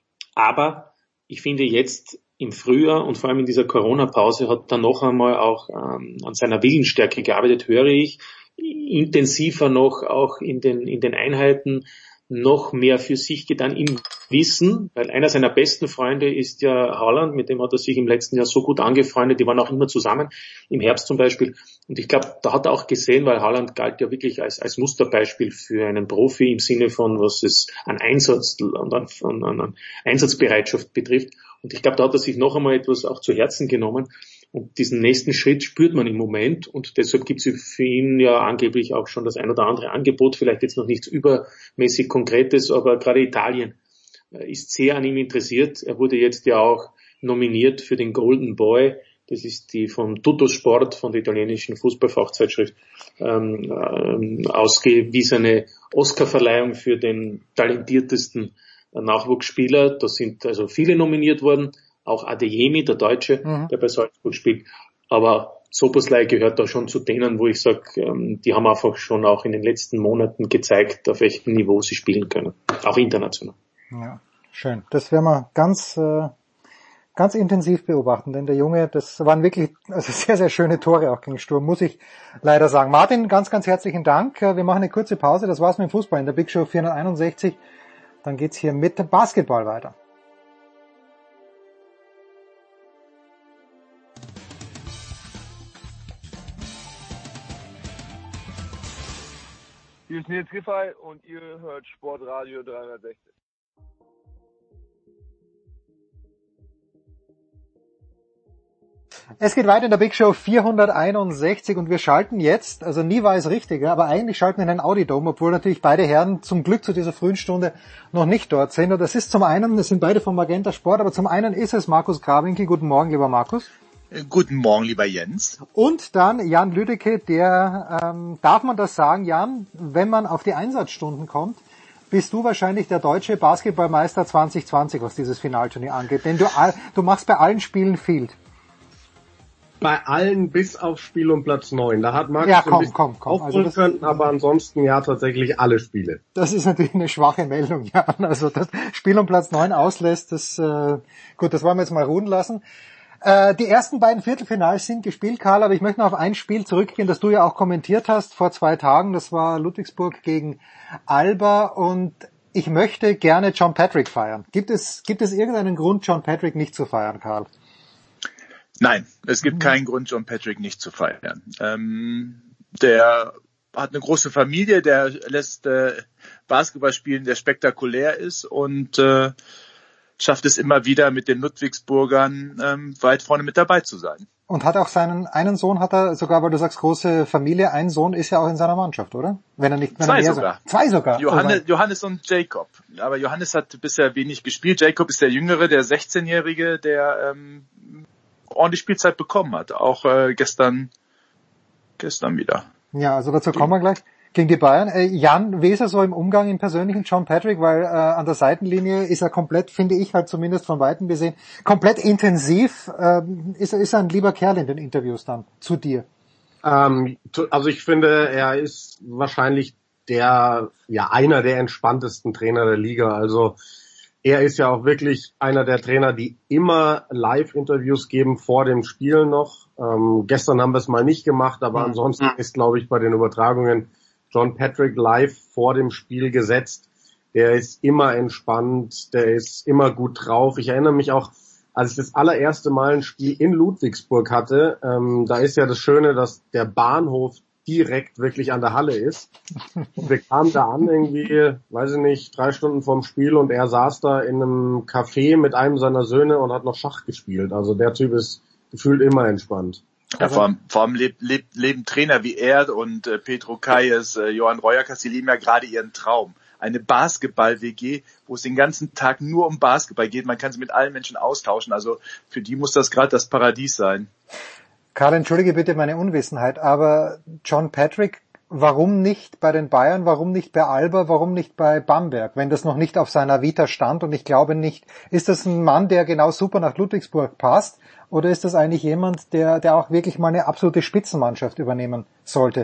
aber ich finde jetzt im Frühjahr und vor allem in dieser Corona-Pause hat er noch einmal auch ähm, an seiner Willensstärke gearbeitet, höre ich, intensiver noch auch in den in den Einheiten, noch mehr für sich getan im Wissen, weil einer seiner besten Freunde ist ja Haaland, mit dem hat er sich im letzten Jahr so gut angefreundet, die waren auch immer zusammen, im Herbst zum Beispiel, und ich glaube, da hat er auch gesehen, weil Haaland galt ja wirklich als als Musterbeispiel für einen Profi im Sinne von, was es an Einsatz und an, an, an Einsatzbereitschaft betrifft, und ich glaube, da hat er sich noch einmal etwas auch zu Herzen genommen. Und diesen nächsten Schritt spürt man im Moment, und deshalb gibt es für ihn ja angeblich auch schon das ein oder andere Angebot, vielleicht jetzt noch nichts übermäßig Konkretes, aber gerade Italien ist sehr an ihm interessiert. Er wurde jetzt ja auch nominiert für den Golden Boy, das ist die vom Tuttosport, von der italienischen Fußballfachzeitschrift, ähm, ähm, ausgewiesene Oscarverleihung für den talentiertesten Nachwuchsspieler. Da sind also viele nominiert worden. Auch Adeyemi, der Deutsche, mhm. der bei Salzburg spielt. Aber Szoboszlai gehört da schon zu denen, wo ich sage, ähm, die haben einfach schon auch in den letzten Monaten gezeigt, auf welchem Niveau sie spielen können. Auch international. Ja, schön. Das werden wir ganz, äh, ganz intensiv beobachten, denn der Junge, das waren wirklich also sehr, sehr schöne Tore auch gegen Sturm, muss ich leider sagen. Martin, ganz, ganz herzlichen Dank. Wir machen eine kurze Pause. Das war's mit dem Fußball in der Big Show vierhunderteinundsechzig. Dann geht's hier mit dem Basketball weiter. Hier ist Nils Giffey und ihr hört Sportradio dreihundertsechzig. Es geht weiter in der Big Show vierhunderteinundsechzig, und wir schalten jetzt, also nie war es richtiger, aber eigentlich schalten wir in den Audi Dome, obwohl natürlich beide Herren zum Glück zu dieser frühen Stunde noch nicht dort sind. Und das ist zum einen, das sind beide vom Magenta Sport, aber zum einen ist es Markus Krawinkel. Guten Morgen, lieber Markus. Guten Morgen, lieber Jens. Und dann Jan Lüdecke, der, ähm, darf man das sagen, Jan, wenn man auf die Einsatzstunden kommt, bist du wahrscheinlich der deutsche Basketballmeister zwanzig zwanzig, was dieses Finalturnier angeht, denn du, du machst bei allen Spielen Field. Bei allen bis auf Spiel um Platz neun. Da hat Markus ja, komm, ein bisschen komm, komm. aufholen also können, aber ansonsten ja tatsächlich alle Spiele. Das ist natürlich eine schwache Meldung, Jan. Also das Spiel um Platz neun auslässt, das äh, gut, das wollen wir jetzt mal ruhen lassen. Äh, die ersten beiden Viertelfinals sind gespielt, Karl, aber ich möchte noch auf ein Spiel zurückgehen, das du ja auch kommentiert hast vor zwei Tagen. Das war Ludwigsburg gegen Alba, und ich möchte gerne John Patrick feiern. Gibt es, gibt es irgendeinen Grund, John Patrick nicht zu feiern, Karl? Nein, es gibt mhm. keinen Grund, John Patrick nicht zu feiern. Ähm, der hat eine große Familie, der lässt äh, Basketball spielen, der spektakulär ist, und äh, schafft es immer wieder, mit den Ludwigsburgern ähm, weit vorne mit dabei zu sein. Und hat auch seinen, einen Sohn hat er sogar, weil du sagst große Familie, ein Sohn ist ja auch in seiner Mannschaft, oder? Wenn er nicht, wenn Zwei er sogar. So, zwei sogar. Johannes, oh Johannes und Jacob. Aber Johannes hat bisher wenig gespielt. Jacob ist der Jüngere, der sechzehnjährige, der ähm, ordentlich Spielzeit bekommen hat. Auch äh, gestern, gestern wieder. Ja, also dazu kommen wir gleich. Gegen die Bayern. Äh, Jan, wie ist er so im Umgang im persönlichen John Patrick? Weil äh, an der Seitenlinie ist er komplett, finde ich halt zumindest von Weitem gesehen, komplett intensiv. Äh, ist, ist er ein lieber Kerl in den Interviews dann zu dir? Ähm, also ich finde, er ist wahrscheinlich der, ja, einer der entspanntesten Trainer der Liga. Also er ist ja auch wirklich einer der Trainer, die immer Live-Interviews geben vor dem Spiel noch. Ähm, gestern haben wir es mal nicht gemacht, aber ansonsten ist, glaube ich, bei den Übertragungen John Patrick live vor dem Spiel gesetzt. Der ist immer entspannt, der ist immer gut drauf. Ich erinnere mich auch, als ich das allererste Mal ein Spiel in Ludwigsburg hatte, ähm, da ist ja das Schöne, dass der Bahnhof direkt wirklich an der Halle ist. Und wir kamen da an irgendwie, weiß ich nicht, drei Stunden vorm Spiel und er saß da in einem Café mit einem seiner Söhne und hat noch Schach gespielt. Also der Typ ist gefühlt immer entspannt. Ja, vor allem, vor allem lebt, lebt, leben Trainer wie er und äh, Petro Kayes, äh, Johann Reuerkas, die leben ja gerade ihren Traum. Eine Basketball-W G, wo es den ganzen Tag nur um Basketball geht. Man kann sich mit allen Menschen austauschen. Also für die muss das gerade das Paradies sein. Karl, entschuldige bitte meine Unwissenheit, aber John Patrick, warum nicht bei den Bayern, warum nicht bei Alba, warum nicht bei Bamberg, wenn das noch nicht auf seiner Vita stand? Und ich glaube nicht, ist das ein Mann, der genau super nach Ludwigsburg passt, oder ist das eigentlich jemand, der, der auch wirklich mal eine absolute Spitzenmannschaft übernehmen sollte?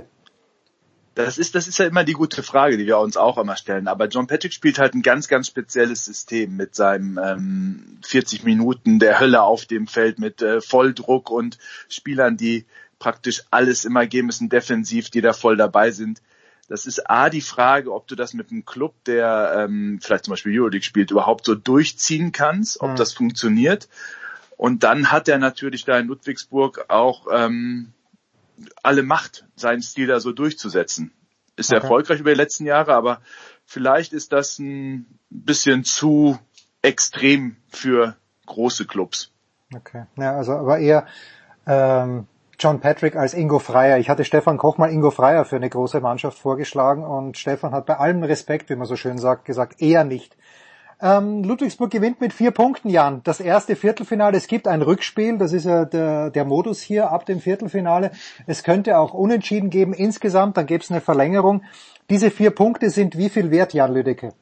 Das ist, das ist ja immer die gute Frage, die wir uns auch immer stellen. Aber John Patrick spielt halt ein ganz, ganz spezielles System mit seinem ähm, vierzig Minuten der Hölle auf dem Feld mit äh, Volldruck und Spielern, die praktisch alles immer geben müssen, defensiv, die da voll dabei sind. Das ist A, die Frage, ob du das mit einem Club, der ähm, vielleicht zum Beispiel Euroleague spielt, überhaupt so durchziehen kannst, ob mhm. das funktioniert. Und dann hat er natürlich da in Ludwigsburg auch ähm, alle Macht, seinen Stil da so durchzusetzen. Ist okay. Erfolgreich über die letzten Jahre, aber vielleicht ist das ein bisschen zu extrem für große Clubs. Okay, ja, also aber eher ähm, John Patrick als Ingo Freier. Ich hatte Stefan Koch mal Ingo Freier für eine große Mannschaft vorgeschlagen und Stefan hat bei allem Respekt, wie man so schön sagt, gesagt, eher nicht. Ähm, Ludwigsburg gewinnt mit vier Punkten, Jan. Das erste Viertelfinale, es gibt ein Rückspiel, das ist ja der, der Modus hier ab dem Viertelfinale. Es könnte auch Unentschieden geben insgesamt, dann gäbe es eine Verlängerung. Diese vier Punkte sind wie viel wert, Jan Lüdecke?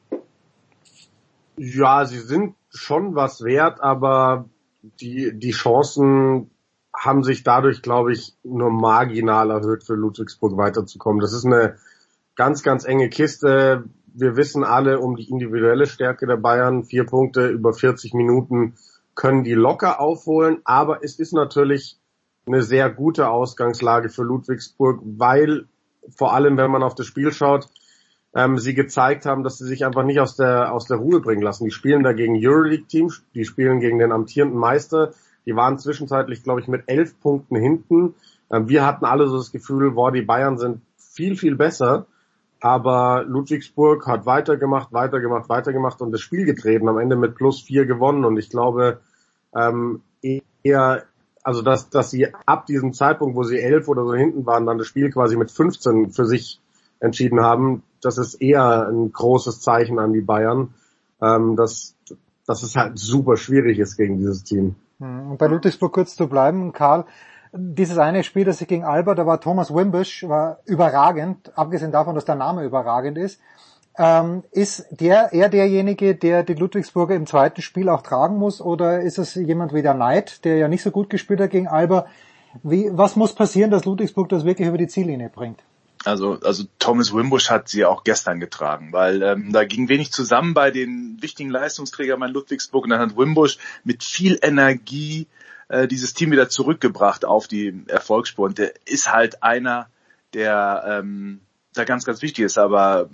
Ja, sie sind schon was wert, aber die, die Chancen haben sich dadurch, glaube ich, nur marginal erhöht für Ludwigsburg weiterzukommen. Das ist eine ganz, ganz enge Kiste. Wir wissen alle um die individuelle Stärke der Bayern. Vier Punkte über vierzig Minuten können die locker aufholen. Aber es ist natürlich eine sehr gute Ausgangslage für Ludwigsburg, weil vor allem, wenn man auf das Spiel schaut, ähm, sie gezeigt haben, dass sie sich einfach nicht aus der aus der Ruhe bringen lassen. Die spielen da gegen Euroleague-Teams, die spielen gegen den amtierenden Meister. Die waren zwischenzeitlich, glaube ich, mit elf Punkten hinten. Ähm, wir hatten alle so das Gefühl, boah, die Bayern sind viel, viel besser. Aber Ludwigsburg hat weitergemacht, weitergemacht, weitergemacht und das Spiel getreten, am Ende mit plus vier gewonnen. Und ich glaube, ähm, eher, also dass, dass sie ab diesem Zeitpunkt, wo sie elf oder so hinten waren, dann das Spiel quasi mit fünfzehn für sich entschieden haben, das ist eher ein großes Zeichen an die Bayern, ähm, dass, dass es halt super schwierig ist gegen dieses Team. Und bei Ludwigsburg kurz zu bleiben, Karl, dieses eine Spiel, das ich gegen Alba, da war Thomas Wimbush, war überragend, abgesehen davon, dass der Name überragend ist. Ähm, ist der eher derjenige, der die Ludwigsburger im zweiten Spiel auch tragen muss, oder ist es jemand wie der Knight, der ja nicht so gut gespielt hat gegen Alba? Wie, was muss passieren, dass Ludwigsburg das wirklich über die Ziellinie bringt? Also, also Thomas Wimbush hat sie auch gestern getragen, weil ähm, da ging wenig zusammen bei den wichtigen Leistungsträgern bei Ludwigsburg und dann hat Wimbush mit viel Energie äh, dieses Team wieder zurückgebracht auf die Erfolgsspur. Und der ist halt einer, der ähm, da ganz, ganz wichtig ist, aber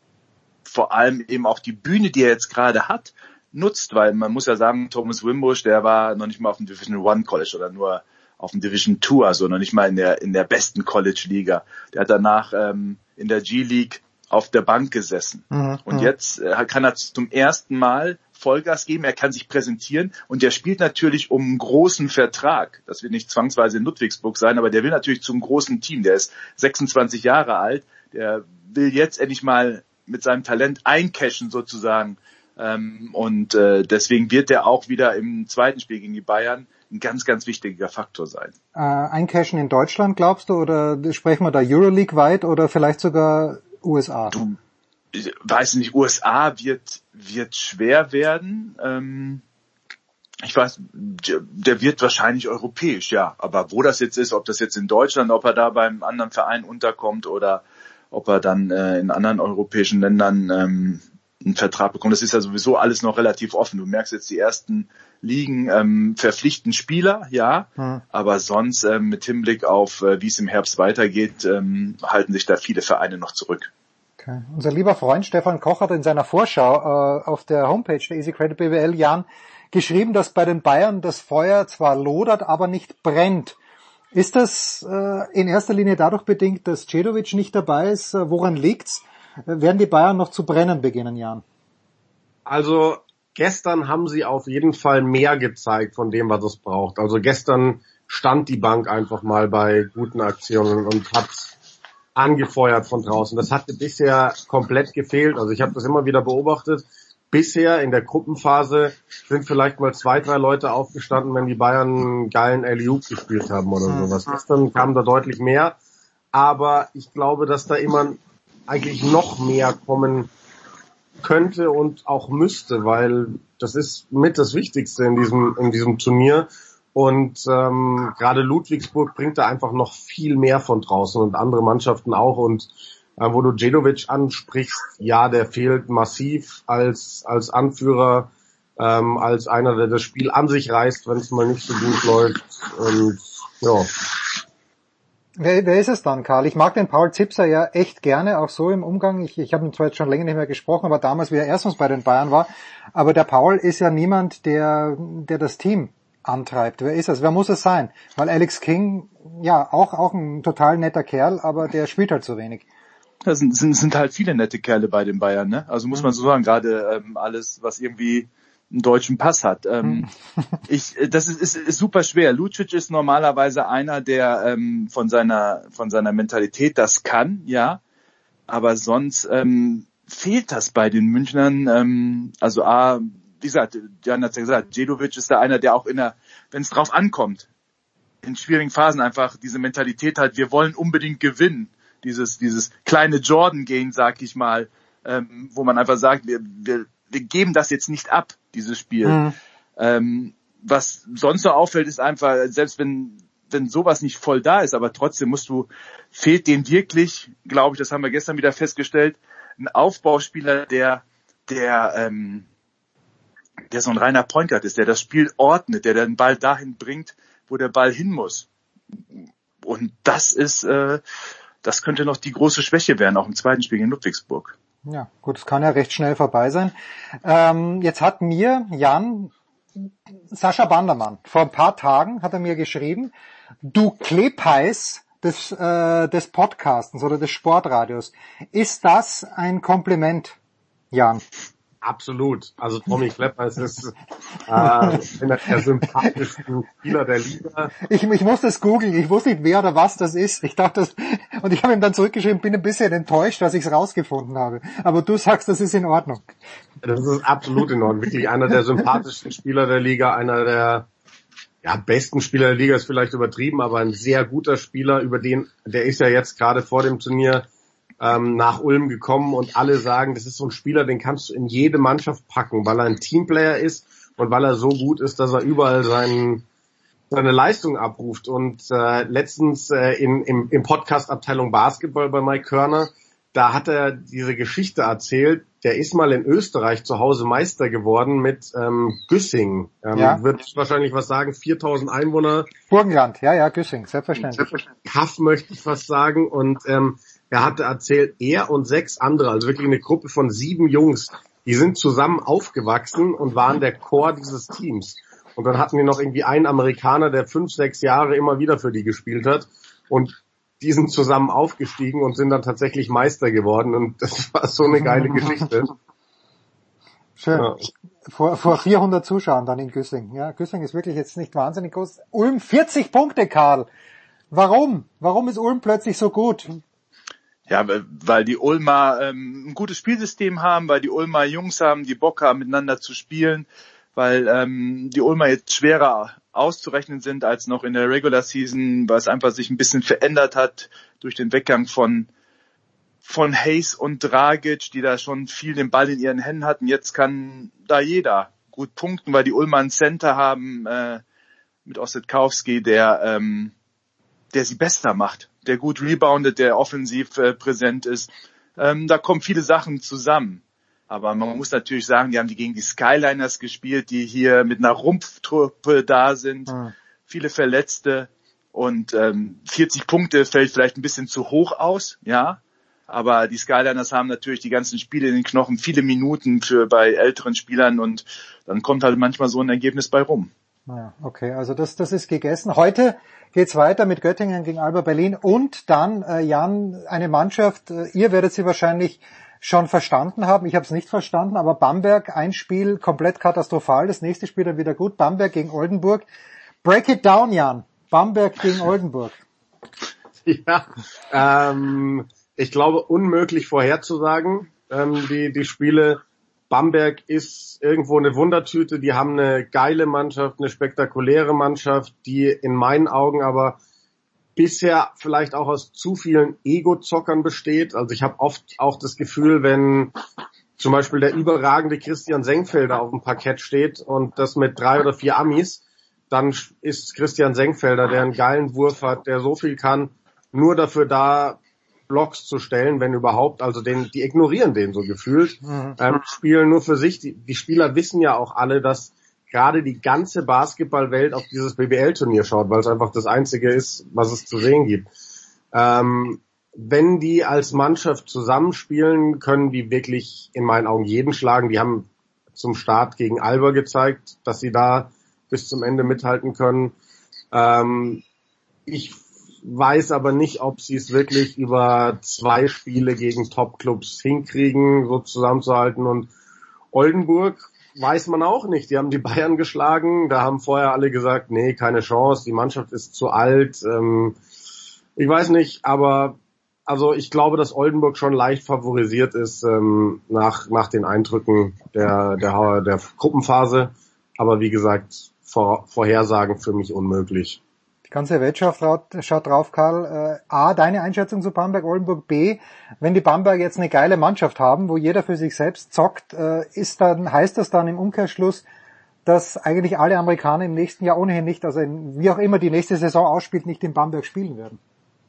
vor allem eben auch die Bühne, die er jetzt gerade hat, nutzt, weil man muss ja sagen, Thomas Wimbush, der war noch nicht mal auf dem Division One College oder nur auf dem Division Two, also noch nicht mal in der in der besten College-Liga. Der hat danach ähm, in der G-League auf der Bank gesessen. Mhm, und mhm. jetzt äh, kann er zum ersten Mal Vollgas geben, er kann sich präsentieren und der spielt natürlich um einen großen Vertrag. Das wird nicht zwangsweise in Ludwigsburg sein, aber der will natürlich zum großen Team. Der ist sechsundzwanzig Jahre alt, der will jetzt endlich mal mit seinem Talent eincashen sozusagen. Ähm, und äh, deswegen wird er auch wieder im zweiten Spiel gegen die Bayern ein ganz, ganz wichtiger Faktor sein. Äh, eincashen in Deutschland, glaubst du, oder sprechen wir da Euroleague weit oder vielleicht sogar U S A? Du, ich weiß nicht, U S A wird, wird schwer werden. Ähm, ich weiß, der wird wahrscheinlich europäisch, ja. Aber wo das jetzt ist, ob das jetzt in Deutschland, ob er da beim anderen Verein unterkommt oder ob er dann äh, in anderen europäischen Ländern ähm, einen Vertrag bekommt, das ist ja sowieso alles noch relativ offen. Du merkst jetzt, die ersten Ligen ähm, verpflichten Spieler, ja, hm. aber sonst ähm, mit Hinblick auf, äh, wie es im Herbst weitergeht, ähm, halten sich da viele Vereine noch zurück. Okay. Unser lieber Freund Stefan Koch hat in seiner Vorschau äh, auf der Homepage der Easy Credit B W L, Jan, geschrieben, dass bei den Bayern das Feuer zwar lodert, aber nicht brennt. Ist das äh, in erster Linie dadurch bedingt, dass Džedović nicht dabei ist? Äh, woran liegt's? Äh, werden die Bayern noch zu brennen beginnen, Jan? Also gestern haben sie auf jeden Fall mehr gezeigt von dem, was es braucht. Also gestern stand die Bank einfach mal bei guten Aktionen und hat angefeuert von draußen. Das hatte bisher komplett gefehlt. Also ich habe das immer wieder beobachtet. Bisher in der Gruppenphase sind vielleicht mal zwei, drei Leute aufgestanden, wenn die Bayern einen geilen Alley-oop gespielt haben oder sowas. Gestern kam da deutlich mehr. Aber ich glaube, dass da immer eigentlich noch mehr kommen könnte und auch müsste, weil das ist mit das Wichtigste in diesem in diesem Turnier. Und ähm, gerade Ludwigsburg bringt da einfach noch viel mehr von draußen und andere Mannschaften auch. Und äh, wo du Džedović ansprichst, ja, der fehlt massiv als als Anführer, ähm, als einer, der das Spiel an sich reißt, wenn es mal nicht so gut läuft. Und ja. Wer, wer ist es dann, Karl? Ich mag den Paul Zipser ja echt gerne, auch so im Umgang. Ich, ich habe ihn zwar jetzt schon länger nicht mehr gesprochen, aber damals, wie er erstens bei den Bayern war. Aber der Paul ist ja niemand, der der das Team antreibt. Wer ist es? Wer muss es sein? Weil Alex King, ja, auch auch ein total netter Kerl, aber der spielt halt so wenig. Das sind, sind, sind halt viele nette Kerle bei den Bayern, ne? Also muss man so sagen, gerade ähm, alles, was irgendwie einen deutschen Pass hat. Ähm, ich, das ist, ist, ist super schwer. Lucic ist normalerweise einer, der ähm, von seiner von seiner Mentalität das kann, ja, aber sonst ähm, fehlt das bei den Münchnern. Ähm, also A, wie gesagt, Jan hat's ja gesagt, Džedović ist da einer, der auch in der, wenn es drauf ankommt, in schwierigen Phasen einfach diese Mentalität hat, wir wollen unbedingt gewinnen. Dieses dieses kleine Jordan-Gain, sag ich mal, ähm, wo man einfach sagt, wir, wir, wir geben das jetzt nicht ab, dieses Spiel. Mhm. Ähm, was sonst noch auffällt, ist einfach, selbst wenn wenn sowas nicht voll da ist, aber trotzdem musst du, fehlt denen wirklich, glaube ich, das haben wir gestern wieder festgestellt, ein Aufbauspieler, der der ähm, der so ein reiner Point Guard ist, der das Spiel ordnet, der den Ball dahin bringt, wo der Ball hin muss. Und das ist, äh, das könnte noch die große Schwäche werden, auch im zweiten Spiel in Ludwigsburg. Ja, gut, es kann ja recht schnell vorbei sein. Ähm, jetzt hat mir Jan, Sascha Bandermann, vor ein paar Tagen hat er mir geschrieben, du Klebheiß des, äh, des Podcastens oder des Sportradios. Ist das ein Kompliment, Jan? Absolut. Also Tommy Kleppers ist äh, einer der sympathischsten Spieler der Liga. Ich, ich musste es googeln, ich wusste nicht, wer oder was das ist. Ich dachte das, und ich habe ihm dann zurückgeschrieben, bin ein bisschen enttäuscht, dass ich es rausgefunden habe. Aber du sagst, das ist in Ordnung. Das ist absolut in Ordnung. Wirklich einer der sympathischsten Spieler der Liga, einer der ja, besten Spieler der Liga ist vielleicht übertrieben, aber ein sehr guter Spieler, über den, der ist ja jetzt gerade vor dem Turnier ähm, nach Ulm gekommen und alle sagen, das ist so ein Spieler, den kannst du in jede Mannschaft packen, weil er ein Teamplayer ist und weil er so gut ist, dass er überall seinen, seine Leistung abruft. Und äh, letztens äh, in, im, im Podcast Abteilung Basketball bei Mike Körner, da hat er diese Geschichte erzählt, der ist mal in Österreich zu Hause Meister geworden mit ähm, Güssing. Ähm, ja. Wird wahrscheinlich was sagen, viertausend Einwohner. Burgenland, ja, ja, Güssing, selbstverständlich. Kaff möchte ich was sagen. Und ähm, er hatte erzählt, er und sechs andere, also wirklich eine Gruppe von sieben Jungs, die sind zusammen aufgewachsen und waren der Chor dieses Teams. Und dann hatten die noch irgendwie einen Amerikaner, der fünf, sechs Jahre immer wieder für die gespielt hat. Und die sind zusammen aufgestiegen und sind dann tatsächlich Meister geworden. Und das war so eine geile Geschichte. Schön. Ja. Vor, vor vierhundert Zuschauern dann in Güssing. Ja, Güssing ist wirklich jetzt nicht wahnsinnig groß. Ulm, vierzig Punkte, Karl. Warum? Warum ist Ulm plötzlich so gut? Ja, weil die Ulmer ähm, ein gutes Spielsystem haben, weil die Ulmer Jungs haben, die Bock haben, miteinander zu spielen, weil ähm, die Ulmer jetzt schwerer auszurechnen sind als noch in der Regular Season, weil es einfach sich ein bisschen verändert hat durch den Weggang von von Hayes und Dragic, die da schon viel den Ball in ihren Händen hatten. Jetzt kann da jeder gut punkten, weil die Ulmer einen Center haben äh, mit Ossetkowski, der ähm, der sie besser macht, der gut reboundet, der offensiv äh, präsent ist. Ähm, da kommen viele Sachen zusammen. Aber man muss natürlich sagen, die haben die gegen die Skyliners gespielt, die hier mit einer Rumpftruppe da sind, mhm. viele Verletzte und ähm, vierzig Punkte fällt vielleicht ein bisschen zu hoch aus, ja. Aber die Skyliners haben natürlich die ganzen Spiele in den Knochen, viele Minuten für bei älteren Spielern und dann kommt halt manchmal so ein Ergebnis bei rum. Ja, okay, also das, das ist gegessen. Heute geht's weiter mit Göttingen gegen Alba Berlin und dann, äh, Jan, eine Mannschaft, äh, ihr werdet sie wahrscheinlich schon verstanden haben, ich habe es nicht verstanden, aber Bamberg, ein Spiel komplett katastrophal, das nächste Spiel dann wieder gut, Bamberg gegen Oldenburg. Break it down, Jan, Bamberg gegen Oldenburg. Ja, ähm, ich glaube, unmöglich vorherzusagen, ähm, die, die Spiele. Bamberg ist irgendwo eine Wundertüte, die haben eine geile Mannschaft, eine spektakuläre Mannschaft, die in meinen Augen aber bisher vielleicht auch aus zu vielen Ego-Zockern besteht. Also ich habe oft auch das Gefühl, wenn zum Beispiel der überragende Christian Senkfelder auf dem Parkett steht und das mit drei oder vier Amis, dann ist Christian Senkfelder, der einen geilen Wurf hat, der so viel kann, nur dafür da, Blocks zu stellen, wenn überhaupt. Also den, die ignorieren den so gefühlt, mhm. ähm, spielen nur für sich. Die, die Spieler wissen ja auch alle, dass gerade die ganze Basketballwelt auf dieses B B L-Turnier schaut, weil es einfach das Einzige ist, was es zu sehen gibt. Ähm, wenn die als Mannschaft zusammenspielen, können die wirklich in meinen Augen jeden schlagen. Die haben zum Start gegen Alba gezeigt, dass sie da bis zum Ende mithalten können. Ähm, ich weiß aber nicht, ob sie es wirklich über zwei Spiele gegen Top-Clubs hinkriegen, so zusammenzuhalten. Und Oldenburg weiß man auch nicht. Die haben die Bayern geschlagen. Da haben vorher alle gesagt, nee, keine Chance. Die Mannschaft ist zu alt. Ähm, ich weiß nicht, aber also ich glaube, dass Oldenburg schon leicht favorisiert ist ähm, nach nach den Eindrücken der der der Gruppenphase. Aber wie gesagt, vor, Vorhersagen für mich unmöglich. Die ganze Welt schaut drauf, Karl. Äh, A, deine Einschätzung zu Bamberg, Oldenburg. B, wenn die Bamberg jetzt eine geile Mannschaft haben, wo jeder für sich selbst zockt, äh, ist dann, heißt das dann im Umkehrschluss, dass eigentlich alle Amerikaner im nächsten Jahr ohnehin nicht, also in, wie auch immer die nächste Saison ausspielt, nicht in Bamberg spielen werden?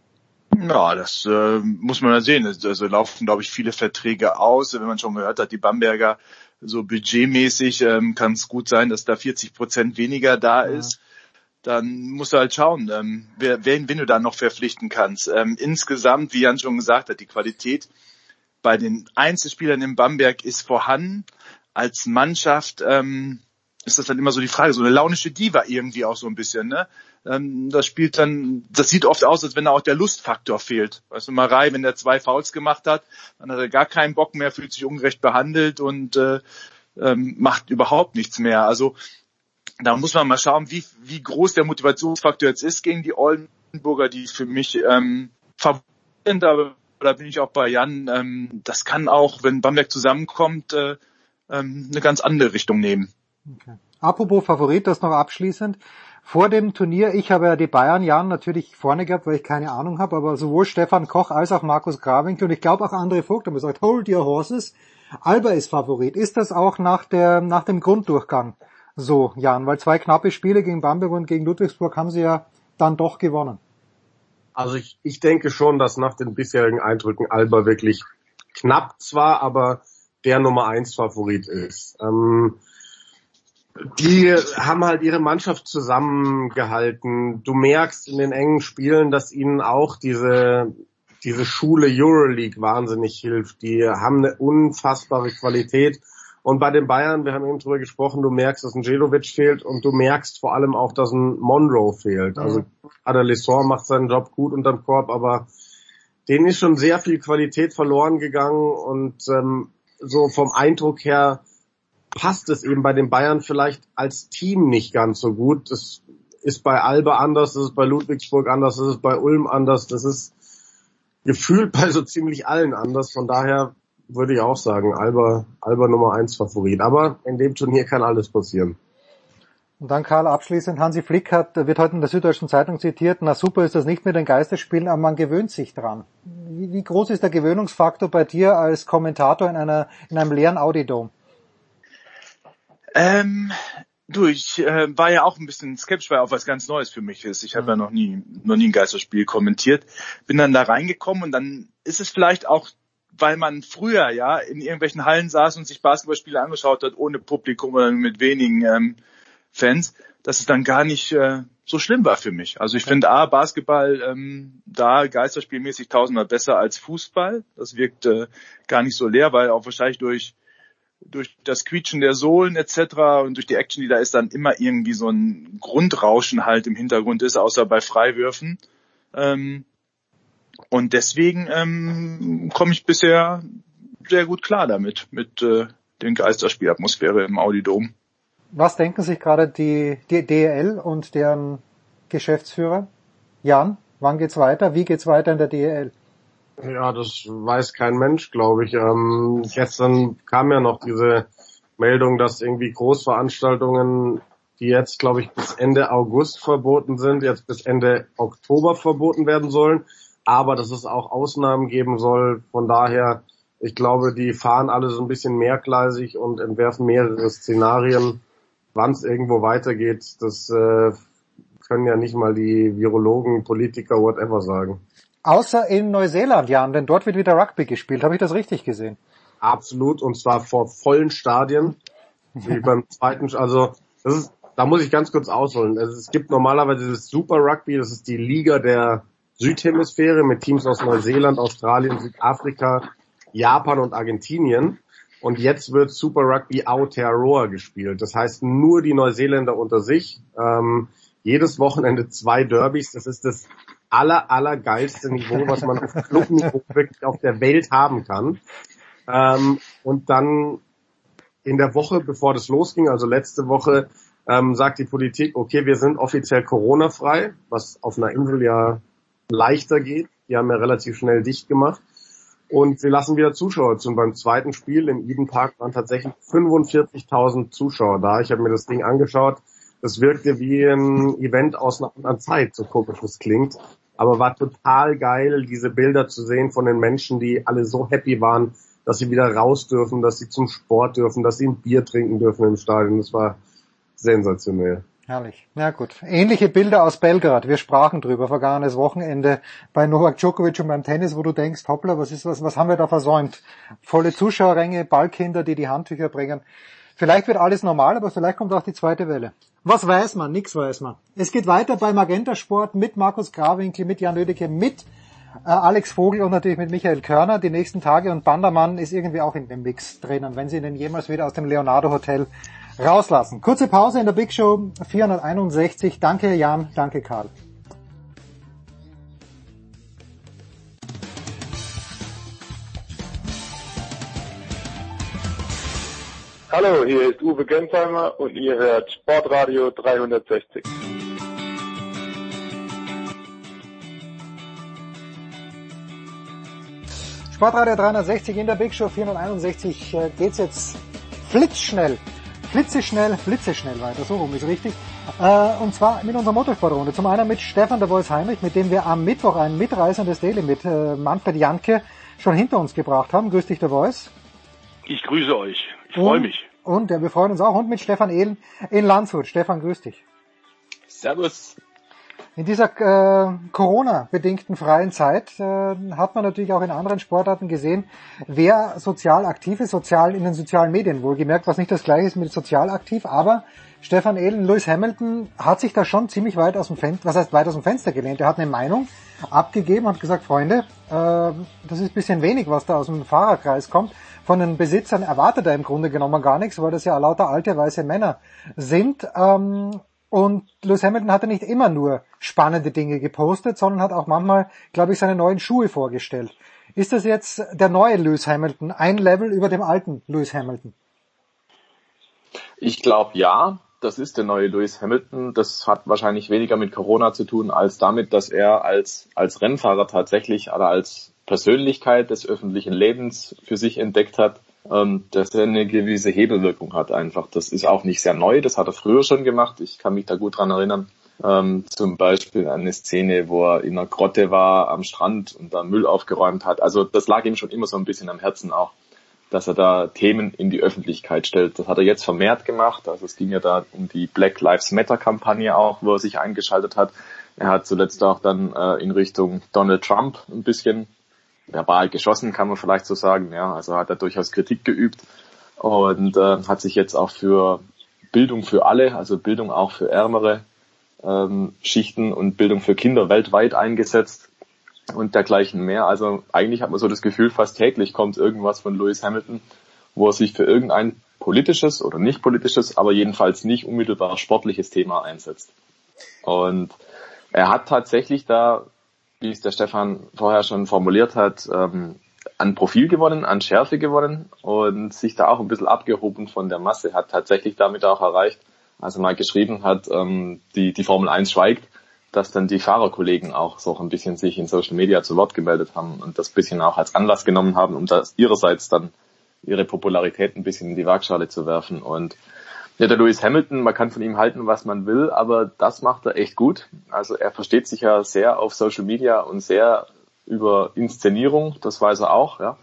Ja, das äh, muss man ja sehen. Also laufen, glaube ich, viele Verträge aus. Wenn man schon gehört hat, die Bamberger so budgetmäßig ähm, kann es gut sein, dass da vierzig Prozent weniger da ja. ist. Dann musst du halt schauen, ähm, wer, wen, wen du da noch verpflichten kannst. Ähm, insgesamt, wie Jan schon gesagt hat, die Qualität bei den Einzelspielern in Bamberg ist vorhanden. Als Mannschaft ähm, ist das dann immer so die Frage, so eine launische Diva irgendwie auch so ein bisschen, ne? Ähm, das spielt dann, das sieht oft aus, als wenn da auch der Lustfaktor fehlt. Weißt du, Marei, wenn der zwei Fouls gemacht hat, dann hat er gar keinen Bock mehr, fühlt sich ungerecht behandelt und äh, ähm, macht überhaupt nichts mehr. Also da muss man mal schauen, wie wie groß der Motivationsfaktor jetzt ist gegen die Oldenburger, die für mich ähm, Favorit sind, aber da bin ich auch bei Jan. Ähm, das kann auch, wenn Bamberg zusammenkommt, äh, ähm, eine ganz andere Richtung nehmen. Okay. Apropos Favorit, das noch abschließend. Vor dem Turnier, ich habe ja die Bayern, Jan, natürlich vorne gehabt, weil ich keine Ahnung habe, aber sowohl Stefan Koch als auch Markus Grawinkel und ich glaube auch André Vogt haben gesagt, hold your horses, Alba ist Favorit. Ist das auch nach der nach dem Grunddurchgang so, Jan? Weil zwei knappe Spiele gegen Bamberg und gegen Ludwigsburg haben sie ja dann doch gewonnen. Also ich, ich denke schon, dass nach den bisherigen Eindrücken Alba wirklich knapp zwar, aber der Nummer eins Favorit ist. Ähm, die haben halt ihre Mannschaft zusammengehalten. Du merkst in den engen Spielen, dass ihnen auch diese diese Schule Euroleague wahnsinnig hilft. Die haben eine unfassbare Qualität. Und bei den Bayern, wir haben eben drüber gesprochen, du merkst, dass ein Djedovic fehlt und du merkst vor allem auch, dass ein Monroe fehlt. Also Adelaissor macht seinen Job gut unterm Korb, aber denen ist schon sehr viel Qualität verloren gegangen und ähm, so vom Eindruck her passt es eben bei den Bayern vielleicht als Team nicht ganz so gut. Das ist bei Alba anders, das ist bei Ludwigsburg anders, das ist bei Ulm anders, das ist gefühlt bei so ziemlich allen anders. Von daher würde ich auch sagen, Alba, Alba Nummer eins Favorit. Aber in dem Turnier kann alles passieren. Und dann Karl abschließend, Hansi Flick hat, wird heute in der Süddeutschen Zeitung zitiert, na super ist das nicht mit den Geisterspielen, aber man gewöhnt sich dran. Wie, wie groß ist der Gewöhnungsfaktor bei dir als Kommentator in einer in einem leeren Audi-Dome? Ähm, du, ich äh, war ja auch ein bisschen skeptisch, weil auch was ganz Neues für mich ist. Ich habe mhm. ja noch nie noch nie ein Geisterspiel kommentiert. Bin dann da reingekommen und dann ist es vielleicht auch, weil man früher ja in irgendwelchen Hallen saß und sich Basketballspiele angeschaut hat, ohne Publikum oder mit wenigen ähm, Fans, dass es dann gar nicht äh, so schlimm war für mich. Also ich finde A, Basketball ähm, da geisterspielmäßig tausendmal besser als Fußball. Das wirkt äh, gar nicht so leer, weil auch wahrscheinlich durch durch das Quietschen der Sohlen et cetera und durch die Action, die da ist, dann immer irgendwie so ein Grundrauschen halt im Hintergrund ist, außer bei Freiwürfen. Ähm, und deswegen ähm, komme ich bisher sehr gut klar damit, mit äh, den Geisterspielatmosphäre im Audi-Dome. Was denken sich gerade die, die D E L und deren Geschäftsführer? Jan, wann geht's weiter? Wie geht's weiter in der D E L? Ja, das weiß kein Mensch, glaube ich. Ähm, gestern kam ja noch diese Meldung, dass irgendwie Großveranstaltungen, die jetzt, glaube ich, bis Ende August verboten sind, jetzt bis Ende Oktober verboten werden sollen. Aber dass es auch Ausnahmen geben soll. Von daher, ich glaube, die fahren alle so ein bisschen mehrgleisig und entwerfen mehrere Szenarien. Wann es irgendwo weitergeht, das äh, können ja nicht mal die Virologen, Politiker, whatever sagen. Außer in Neuseeland, Jan, denn dort wird wieder Rugby gespielt. Habe ich das richtig gesehen? Absolut, und zwar vor vollen Stadien. Wie beim zweiten, also das ist, da muss ich ganz kurz ausholen. Also es gibt normalerweise das Super Rugby, das ist die Liga der Südhemisphäre mit Teams aus Neuseeland, Australien, Südafrika, Japan und Argentinien. Und jetzt wird Super Rugby Aotearoa gespielt. Das heißt nur die Neuseeländer unter sich. Ähm, jedes Wochenende zwei Derbys. Das ist das aller, aller geilste Niveau, was man auf Clubniveau wirklich auf der Welt haben kann. Ähm, und dann in der Woche, bevor das losging, also letzte Woche, ähm, sagt die Politik, okay, wir sind offiziell Corona-frei, was auf einer Insel ja leichter geht. Die haben ja relativ schnell dicht gemacht. Und sie lassen wieder Zuschauer zu. Und beim zweiten Spiel im Eden Park waren tatsächlich fünfundvierzigtausend Zuschauer da. Ich habe mir das Ding angeschaut. Das wirkte wie ein Event aus einer anderen Zeit, so komisch das klingt. Aber war total geil, diese Bilder zu sehen von den Menschen, die alle so happy waren, dass sie wieder raus dürfen, dass sie zum Sport dürfen, dass sie ein Bier trinken dürfen im Stadion. Das war sensationell. Herrlich. Na gut. Ähnliche Bilder aus Belgrad. Wir sprachen drüber vergangenes Wochenende bei Novak Djokovic und beim Tennis, wo du denkst, hoppla, was ist was, was haben wir da versäumt? Volle Zuschauerränge, Ballkinder, die die Handtücher bringen. Vielleicht wird alles normal, aber vielleicht kommt auch die zweite Welle. Was weiß man? Nix weiß man. Es geht weiter bei Magenta Sport mit Markus Grawinkel, mit Jan Oedeke, mit äh, Alex Vogel und natürlich mit Michael Körner die nächsten Tage. Und Bandermann ist irgendwie auch in dem Mix drinnen, wenn sie ihn jemals wieder aus dem Leonardo Hotel rauslassen. Kurze Pause in der Big Show vierhunderteinundsechzig. Danke Jan, danke Karl. Hallo, hier ist Uwe Gensheimer und ihr hört Sportradio dreihundertsechzig. Sportradio dreihundertsechzig in der Big Show vierhunderteinundsechzig äh, geht's jetzt flitzschnell. Flitzeschnell, flitzeschnell weiter, so rum ist richtig. Äh, und zwar mit unserer Motorsportrunde. Zum einen mit Stefan der Voice Heinrich, mit dem wir am Mittwoch ein mitreißendes Daily mit äh, Manfred Janke schon hinter uns gebracht haben. Grüß dich, der Voice. Ich grüße euch. Ich freue mich. Und ja, wir freuen uns auch. Und mit Stefan Ehlen in Landshut. Stefan, grüß dich. Servus. In dieser äh, Corona-bedingten freien Zeit äh, hat man natürlich auch in anderen Sportarten gesehen, wer sozial aktiv ist, sozial in den sozialen Medien wohlgemerkt, was nicht das gleiche ist mit sozial aktiv, aber Stefan Ehlen, Lewis Hamilton hat sich da schon ziemlich weit aus dem Fenster, was heißt weit aus dem Fenster gelehnt. Er hat eine Meinung abgegeben und gesagt, Freunde, äh, das ist ein bisschen wenig, was da aus dem Fahrerkreis kommt. Von den Besitzern erwartet er im Grunde genommen gar nichts, weil das ja lauter alte weiße Männer sind. Ähm, Und Lewis Hamilton hatte nicht immer nur spannende Dinge gepostet, sondern hat auch manchmal, glaube ich, seine neuen Schuhe vorgestellt. Ist das jetzt der neue Lewis Hamilton, ein Level über dem alten Lewis Hamilton? Ich glaube, ja, das ist der neue Lewis Hamilton. Das hat wahrscheinlich weniger mit Corona zu tun, als damit, dass er als als Rennfahrer tatsächlich oder als Persönlichkeit des öffentlichen Lebens für sich entdeckt hat, ähm, dass er eine gewisse Hebelwirkung hat einfach. Das ist auch nicht sehr neu, das hat er früher schon gemacht. Ich kann mich da gut dran erinnern. Ähm, zum Beispiel an eine Szene, wo er in einer Grotte war am Strand und da Müll aufgeräumt hat. Also das lag ihm schon immer so ein bisschen am Herzen auch, dass er da Themen in die Öffentlichkeit stellt. Das hat er jetzt vermehrt gemacht. Also es ging ja da um die Black Lives Matter Kampagne auch, wo er sich eingeschaltet hat. Er hat zuletzt auch dann äh, in Richtung Donald Trump ein bisschen verbal geschossen, kann man vielleicht so sagen. Ja, also hat er durchaus Kritik geübt und äh, hat sich jetzt auch für Bildung für alle, also Bildung auch für ärmere ähm, Schichten und Bildung für Kinder weltweit eingesetzt und dergleichen mehr. Also eigentlich hat man so das Gefühl, fast täglich kommt irgendwas von Lewis Hamilton, wo er sich für irgendein politisches oder nicht politisches, aber jedenfalls nicht unmittelbar sportliches Thema einsetzt. Und er hat tatsächlich da, wie es der Stefan vorher schon formuliert hat, ähm, an Profil gewonnen, an Schärfe gewonnen und sich da auch ein bisschen abgehoben von der Masse, hat tatsächlich damit auch erreicht, als er mal geschrieben hat, ähm, die, die Formel eins schweigt, dass dann die Fahrerkollegen auch so ein bisschen sich in Social Media zu Wort gemeldet haben und das bisschen auch als Anlass genommen haben, um das ihrerseits dann ihre Popularität ein bisschen in die Waagschale zu werfen. Und ja, der Lewis Hamilton, man kann von ihm halten, was man will, aber das macht er echt gut. Also er versteht sich ja sehr auf Social Media und sehr über Inszenierung, das weiß er auch, ja.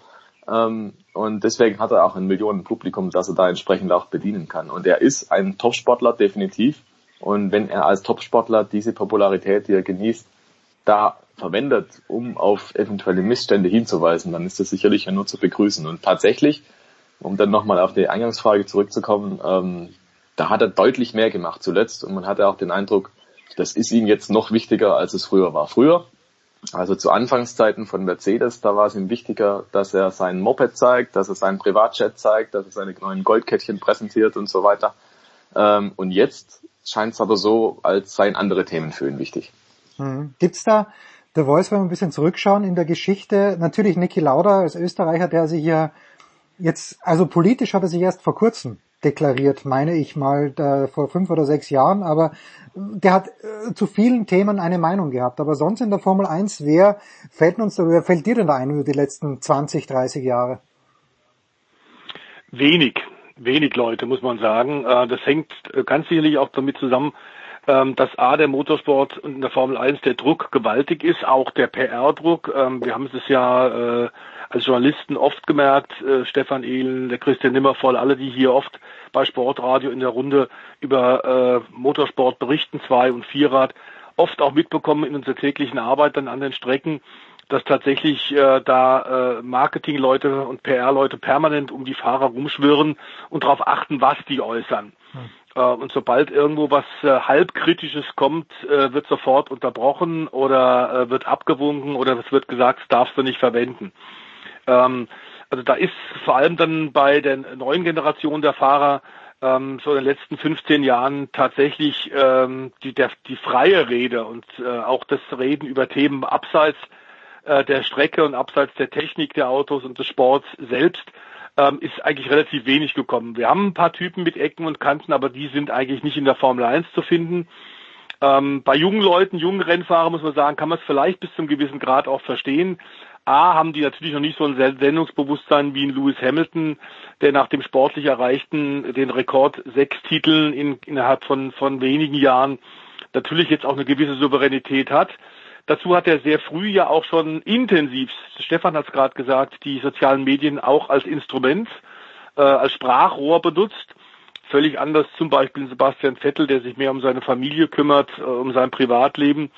Und deswegen hat er auch ein Millionenpublikum, das er da entsprechend auch bedienen kann. Und er ist ein Topsportler, definitiv. Und wenn er als Topsportler diese Popularität, die er genießt, da verwendet, um auf eventuelle Missstände hinzuweisen, dann ist das sicherlich ja nur zu begrüßen. Und tatsächlich, um dann nochmal auf die Eingangsfrage zurückzukommen, ähm, da hat er deutlich mehr gemacht zuletzt und man hatte auch den Eindruck, das ist ihm jetzt noch wichtiger, als es früher war. Früher, also zu Anfangszeiten von Mercedes, da war es ihm wichtiger, dass er sein Moped zeigt, dass er seinen Privatjet zeigt, dass er seine neuen Goldkettchen präsentiert und so weiter. Ähm, und jetzt scheint es aber so, als seien andere Themen für ihn wichtig. Mhm. Gibt's da The Voice, wenn wir ein bisschen zurückschauen in der Geschichte, natürlich Niki Lauda als Österreicher, der sich ja jetzt, also politisch hat er sich erst vor kurzem deklariert, meine ich mal, da, vor fünf oder sechs Jahren, aber der hat äh, zu vielen Themen eine Meinung gehabt. Aber sonst in der Formel eins, wer fällt uns da, wer fällt dir denn da ein über die letzten zwanzig, dreißig Jahre? Wenig, wenig Leute, muss man sagen. Das hängt ganz sicherlich auch damit zusammen, dass A, der Motorsport und in der Formel eins der Druck gewaltig ist, auch der P R-Druck. Wir haben es ja als Journalisten oft gemerkt, Stefan Ehlen, der Christian Nimmervoll, alle, die hier oft bei Sportradio in der Runde über Motorsport berichten, Zwei- und Vierrad, oft auch mitbekommen in unserer täglichen Arbeit dann an den Strecken, dass tatsächlich äh, da äh, Marketingleute und P R-Leute permanent um die Fahrer rumschwirren und darauf achten, was die äußern. Hm. Äh, und sobald irgendwo was äh, halbkritisches kommt, äh, wird sofort unterbrochen oder äh, wird abgewunken oder es wird gesagt, das darfst du nicht verwenden. Ähm, also da ist vor allem dann bei der neuen Generation der Fahrer ähm, so in den letzten fünfzehn Jahren tatsächlich ähm, die, der, die freie Rede und äh, auch das Reden über Themen abseits der Strecke und abseits der Technik der Autos und des Sports selbst ähm, ist eigentlich relativ wenig gekommen. Wir haben ein paar Typen mit Ecken und Kanten, aber die sind eigentlich nicht in der Formel eins zu finden. Ähm, bei jungen Leuten, jungen Rennfahrern muss man sagen, kann man es vielleicht bis zum gewissen Grad auch verstehen. A, haben die natürlich noch nicht so ein Sendungsbewusstsein wie ein Lewis Hamilton, der nach dem sportlich Erreichten den Rekord sechs Titeln in, innerhalb von, von wenigen Jahren natürlich jetzt auch eine gewisse Souveränität hat. Dazu hat er sehr früh ja auch schon intensiv, Stefan hat es gerade gesagt, die sozialen Medien auch als Instrument, äh, als Sprachrohr benutzt. Völlig anders zum Beispiel Sebastian Vettel, der sich mehr um seine Familie kümmert, äh, um sein Privatleben.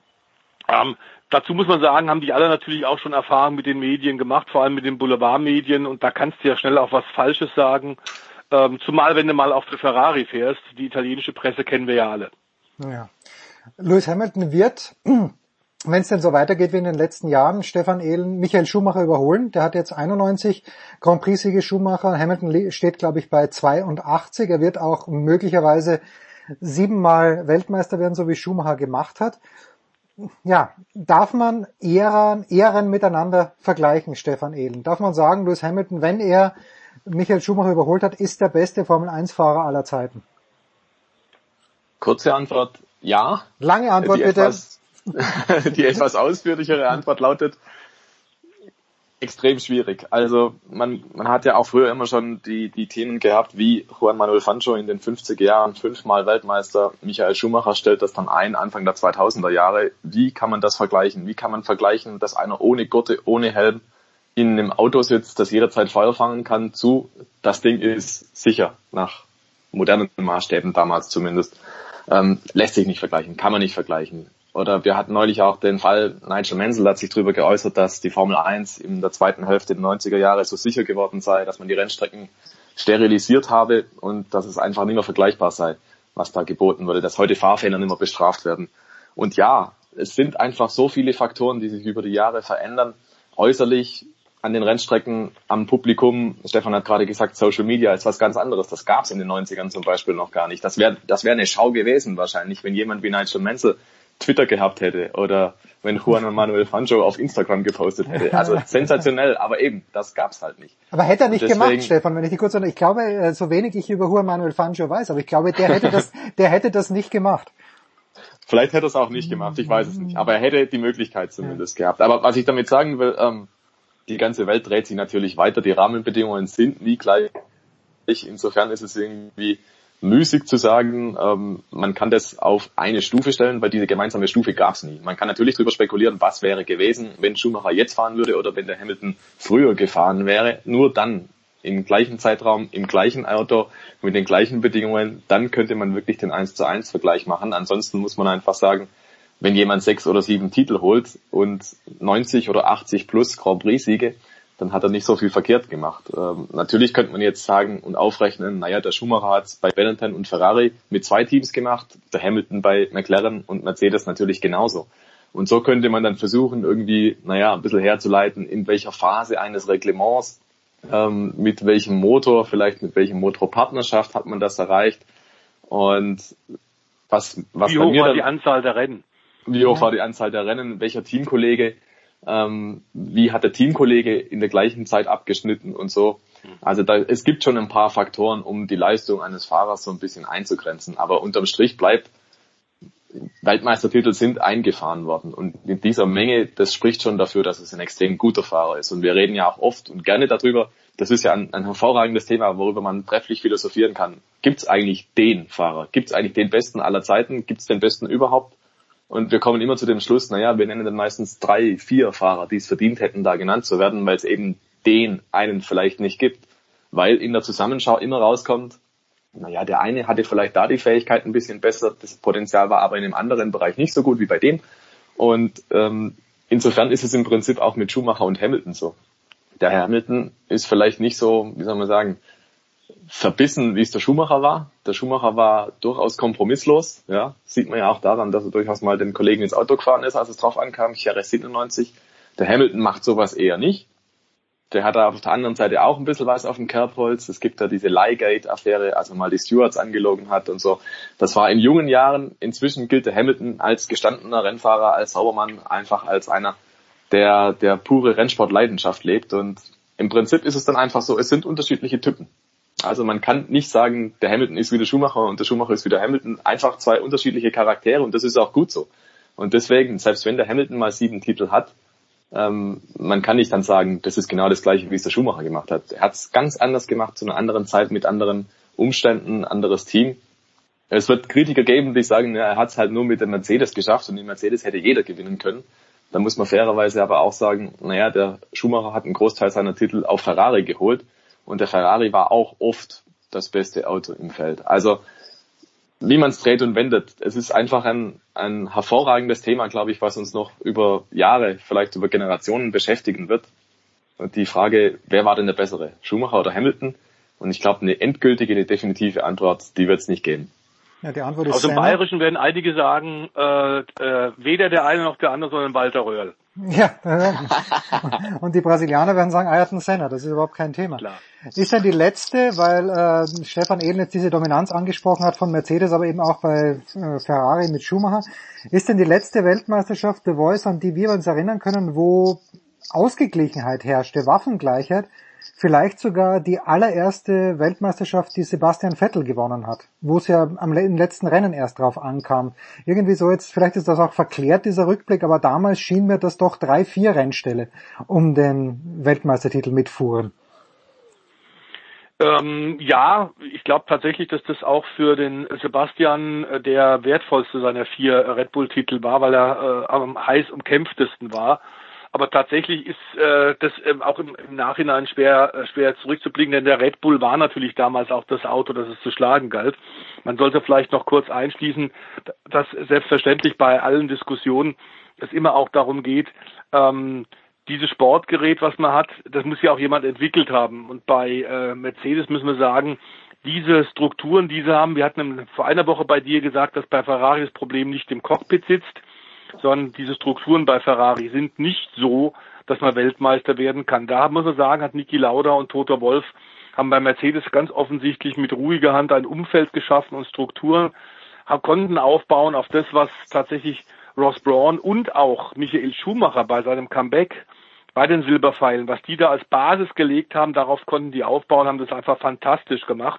Ähm, dazu muss man sagen, haben die alle natürlich auch schon Erfahrung mit den Medien gemacht, vor allem mit den Boulevardmedien. Und da kannst du ja schnell auch was Falsches sagen. Ähm, zumal, wenn du mal auf der Ferrari fährst. Die italienische Presse kennen wir ja alle. Ja. Lewis Hamilton wird... wenn es denn so weitergeht wie in den letzten Jahren, Stefan Ehlen, Michael Schumacher überholen. Der hat jetzt einundneunzig Grand Prix-Siege Schumacher. Hamilton steht, glaube ich, bei zweiundachtzig. Er wird auch möglicherweise siebenmal Weltmeister werden, so wie Schumacher gemacht hat. Ja, darf man Ehren, Ehren miteinander vergleichen, Stefan Ehlen? Darf man sagen, Lewis Hamilton, wenn er Michael Schumacher überholt hat, ist der beste Formel eins Fahrer aller Zeiten? Kurze Antwort, ja. Lange Antwort die bitte. Etwas Die etwas ausführlichere Antwort lautet, extrem schwierig. Also man, man hat ja auch früher immer schon die, die Themen gehabt, wie Juan Manuel Fangio in den fünfziger Jahren, fünfmal Weltmeister, Michael Schumacher stellt das dann ein, Anfang der zweitausender Jahre. Wie kann man das vergleichen? Wie kann man vergleichen, dass einer ohne Gurte, ohne Helm in einem Auto sitzt, das jederzeit Feuer fangen kann, zu, das Ding ist sicher, nach modernen Maßstäben damals zumindest, ähm, lässt sich nicht vergleichen, kann man nicht vergleichen. Oder wir hatten neulich auch den Fall, Nigel Mansell hat sich darüber geäußert, dass die Formel eins in der zweiten Hälfte der neunziger Jahre so sicher geworden sei, dass man die Rennstrecken sterilisiert habe und dass es einfach nicht mehr vergleichbar sei, was da geboten wurde, dass heute Fahrfehler nicht mehr bestraft werden. Und ja, es sind einfach so viele Faktoren, die sich über die Jahre verändern, äußerlich, an den Rennstrecken, am Publikum. Stefan hat gerade gesagt, Social Media ist was ganz anderes. Das gab es in den neunzigern zum Beispiel noch gar nicht. Das wäre das wäre eine Schau gewesen wahrscheinlich, wenn jemand wie Nigel Mansell Twitter gehabt hätte oder wenn Juan Manuel Fangio auf Instagram gepostet hätte. Also sensationell, aber eben, das gab's halt nicht. Aber hätte er nicht deswegen, gemacht, Stefan, wenn ich die kurz sagen, ich glaube, so wenig ich über Juan Manuel Fangio weiß, aber ich glaube, der hätte das, der hätte das nicht gemacht. Vielleicht hätte er es auch nicht gemacht, ich weiß es nicht. Aber er hätte die Möglichkeit zumindest ja. gehabt. Aber was ich damit sagen will, ähm, die ganze Welt dreht sich natürlich weiter, die Rahmenbedingungen sind nie gleich. Insofern ist es irgendwie müßig zu sagen, ähm, man kann das auf eine Stufe stellen, weil diese gemeinsame Stufe gab es nie. Man kann natürlich darüber spekulieren, was wäre gewesen, wenn Schumacher jetzt fahren würde oder wenn der Hamilton früher gefahren wäre. Nur dann, im gleichen Zeitraum, im gleichen Auto, mit den gleichen Bedingungen, dann könnte man wirklich den eins zu eins Vergleich machen. Ansonsten muss man einfach sagen, wenn jemand sechs oder sieben Titel holt und neunzig oder achtzig plus Grand Prix-Siege, dann hat er nicht so viel verkehrt gemacht. Ähm, natürlich könnte man jetzt sagen und aufrechnen, naja, der Schumacher hat es bei Benetton und Ferrari mit zwei Teams gemacht, der Hamilton bei McLaren und Mercedes natürlich genauso. Und so könnte man dann versuchen, irgendwie, naja, ein bisschen herzuleiten, in welcher Phase eines Reglements, ähm, mit welchem Motor, vielleicht mit welchem Motorpartnerschaft hat man das erreicht. Und was, was Wie bei hoch mir war dann, die Anzahl der Rennen? Wie hoch war die Anzahl der Rennen? Welcher Teamkollege? Ähm, wie hat der Teamkollege in der gleichen Zeit abgeschnitten und so. Also da, es gibt schon ein paar Faktoren, um die Leistung eines Fahrers so ein bisschen einzugrenzen. Aber unterm Strich bleibt, Weltmeistertitel sind eingefahren worden. Und in dieser Menge, das spricht schon dafür, dass es ein extrem guter Fahrer ist. Und wir reden ja auch oft und gerne darüber, das ist ja ein, ein hervorragendes Thema, worüber man trefflich philosophieren kann. Gibt es eigentlich den Fahrer? Gibt es eigentlich den Besten aller Zeiten? Gibt es den Besten überhaupt? Und wir kommen immer zu dem Schluss, naja, wir nennen dann meistens drei, vier Fahrer, die es verdient hätten, da genannt zu werden, weil es eben den einen vielleicht nicht gibt. Weil in der Zusammenschau immer rauskommt, naja, der eine hatte vielleicht da die Fähigkeit ein bisschen besser, das Potenzial war aber in einem anderen Bereich nicht so gut wie bei dem. Und ähm, insofern ist es im Prinzip auch mit Schumacher und Hamilton so. Der Hamilton ist vielleicht nicht so, wie soll man sagen, verbissen, wie es der Schumacher war. Der Schumacher war durchaus kompromisslos, ja, sieht man ja auch daran, dass er durchaus mal den Kollegen ins Auto gefahren ist, als es drauf ankam, Jerez siebenundneunzig. Der Hamilton macht sowas eher nicht. Der hat auf der anderen Seite auch ein bisschen was auf dem Kerbholz. Es gibt da diese Liegate-Affäre, also mal die Stewards angelogen hat und so. Das war in jungen Jahren. Inzwischen gilt der Hamilton als gestandener Rennfahrer, als Saubermann, einfach als einer, der, der pure Rennsportleidenschaft lebt. Und im Prinzip ist es dann einfach so, es sind unterschiedliche Typen. Also man kann nicht sagen, der Hamilton ist wie der Schumacher und der Schumacher ist wie der Hamilton. Einfach zwei unterschiedliche Charaktere und das ist auch gut so. Und deswegen, selbst wenn der Hamilton mal sieben Titel hat, ähm, man kann nicht dann sagen, das ist genau das Gleiche, wie es der Schumacher gemacht hat. Er hat es ganz anders gemacht, zu einer anderen Zeit, mit anderen Umständen, anderes Team. Es wird Kritiker geben, die sagen, ja, er hat es halt nur mit der Mercedes geschafft und die Mercedes hätte jeder gewinnen können. Da muss man fairerweise aber auch sagen, naja, der Schumacher hat einen Großteil seiner Titel auf Ferrari geholt. Und der Ferrari war auch oft das beste Auto im Feld. Also, wie man es dreht und wendet, es ist einfach ein, ein hervorragendes Thema, glaube ich, was uns noch über Jahre, vielleicht über Generationen beschäftigen wird. Und die Frage, wer war denn der Bessere, Schumacher oder Hamilton? Und ich glaube, eine endgültige, eine definitive Antwort, die wird es nicht geben. Ja, die Antwort ist Aus dem Senna. Bayerischen werden einige sagen, äh, äh, weder der eine noch der andere, sondern Walter Röhrl. Ja, und die Brasilianer werden sagen Ayrton Senna, das ist überhaupt kein Thema. Klar. Ist denn die letzte, weil äh, Stefan eben jetzt diese Dominanz angesprochen hat von Mercedes, aber eben auch bei äh, Ferrari mit Schumacher, ist denn die letzte Weltmeisterschaft The Voice, an die wir uns erinnern können, wo Ausgeglichenheit herrschte, Waffengleichheit, vielleicht sogar die allererste Weltmeisterschaft, die Sebastian Vettel gewonnen hat, wo es ja am im letzten Rennen erst drauf ankam. Irgendwie so jetzt, vielleicht ist das auch verklärt, dieser Rückblick, aber damals schien mir, dass doch drei, vier Rennställe um den Weltmeistertitel mitfuhren. Ähm, ja, ich glaube tatsächlich, dass das auch für den Sebastian äh, der wertvollste seiner vier Red Bull-Titel war, weil er äh, am heiß umkämpftesten war. Aber tatsächlich ist äh, das ähm, auch im, im Nachhinein schwer äh, schwer zurückzublicken, denn der Red Bull war natürlich damals auch das Auto, das es zu schlagen galt. Man sollte vielleicht noch kurz einschließen, dass selbstverständlich bei allen Diskussionen es immer auch darum geht, ähm, dieses Sportgerät, was man hat, das muss ja auch jemand entwickelt haben. Und bei äh, Mercedes müssen wir sagen, diese Strukturen, die sie haben, wir hatten vor einer Woche bei dir gesagt, dass bei Ferrari das Problem nicht im Cockpit sitzt, sondern diese Strukturen bei Ferrari sind nicht so, dass man Weltmeister werden kann. Da muss man sagen, hat Niki Lauda und Toto Wolff haben bei Mercedes ganz offensichtlich mit ruhiger Hand ein Umfeld geschaffen und Strukturen, haben, konnten aufbauen auf das, was tatsächlich Ross Brawn und auch Michael Schumacher bei seinem Comeback bei den Silberpfeilen, was die da als Basis gelegt haben, darauf konnten die aufbauen, haben das einfach fantastisch gemacht.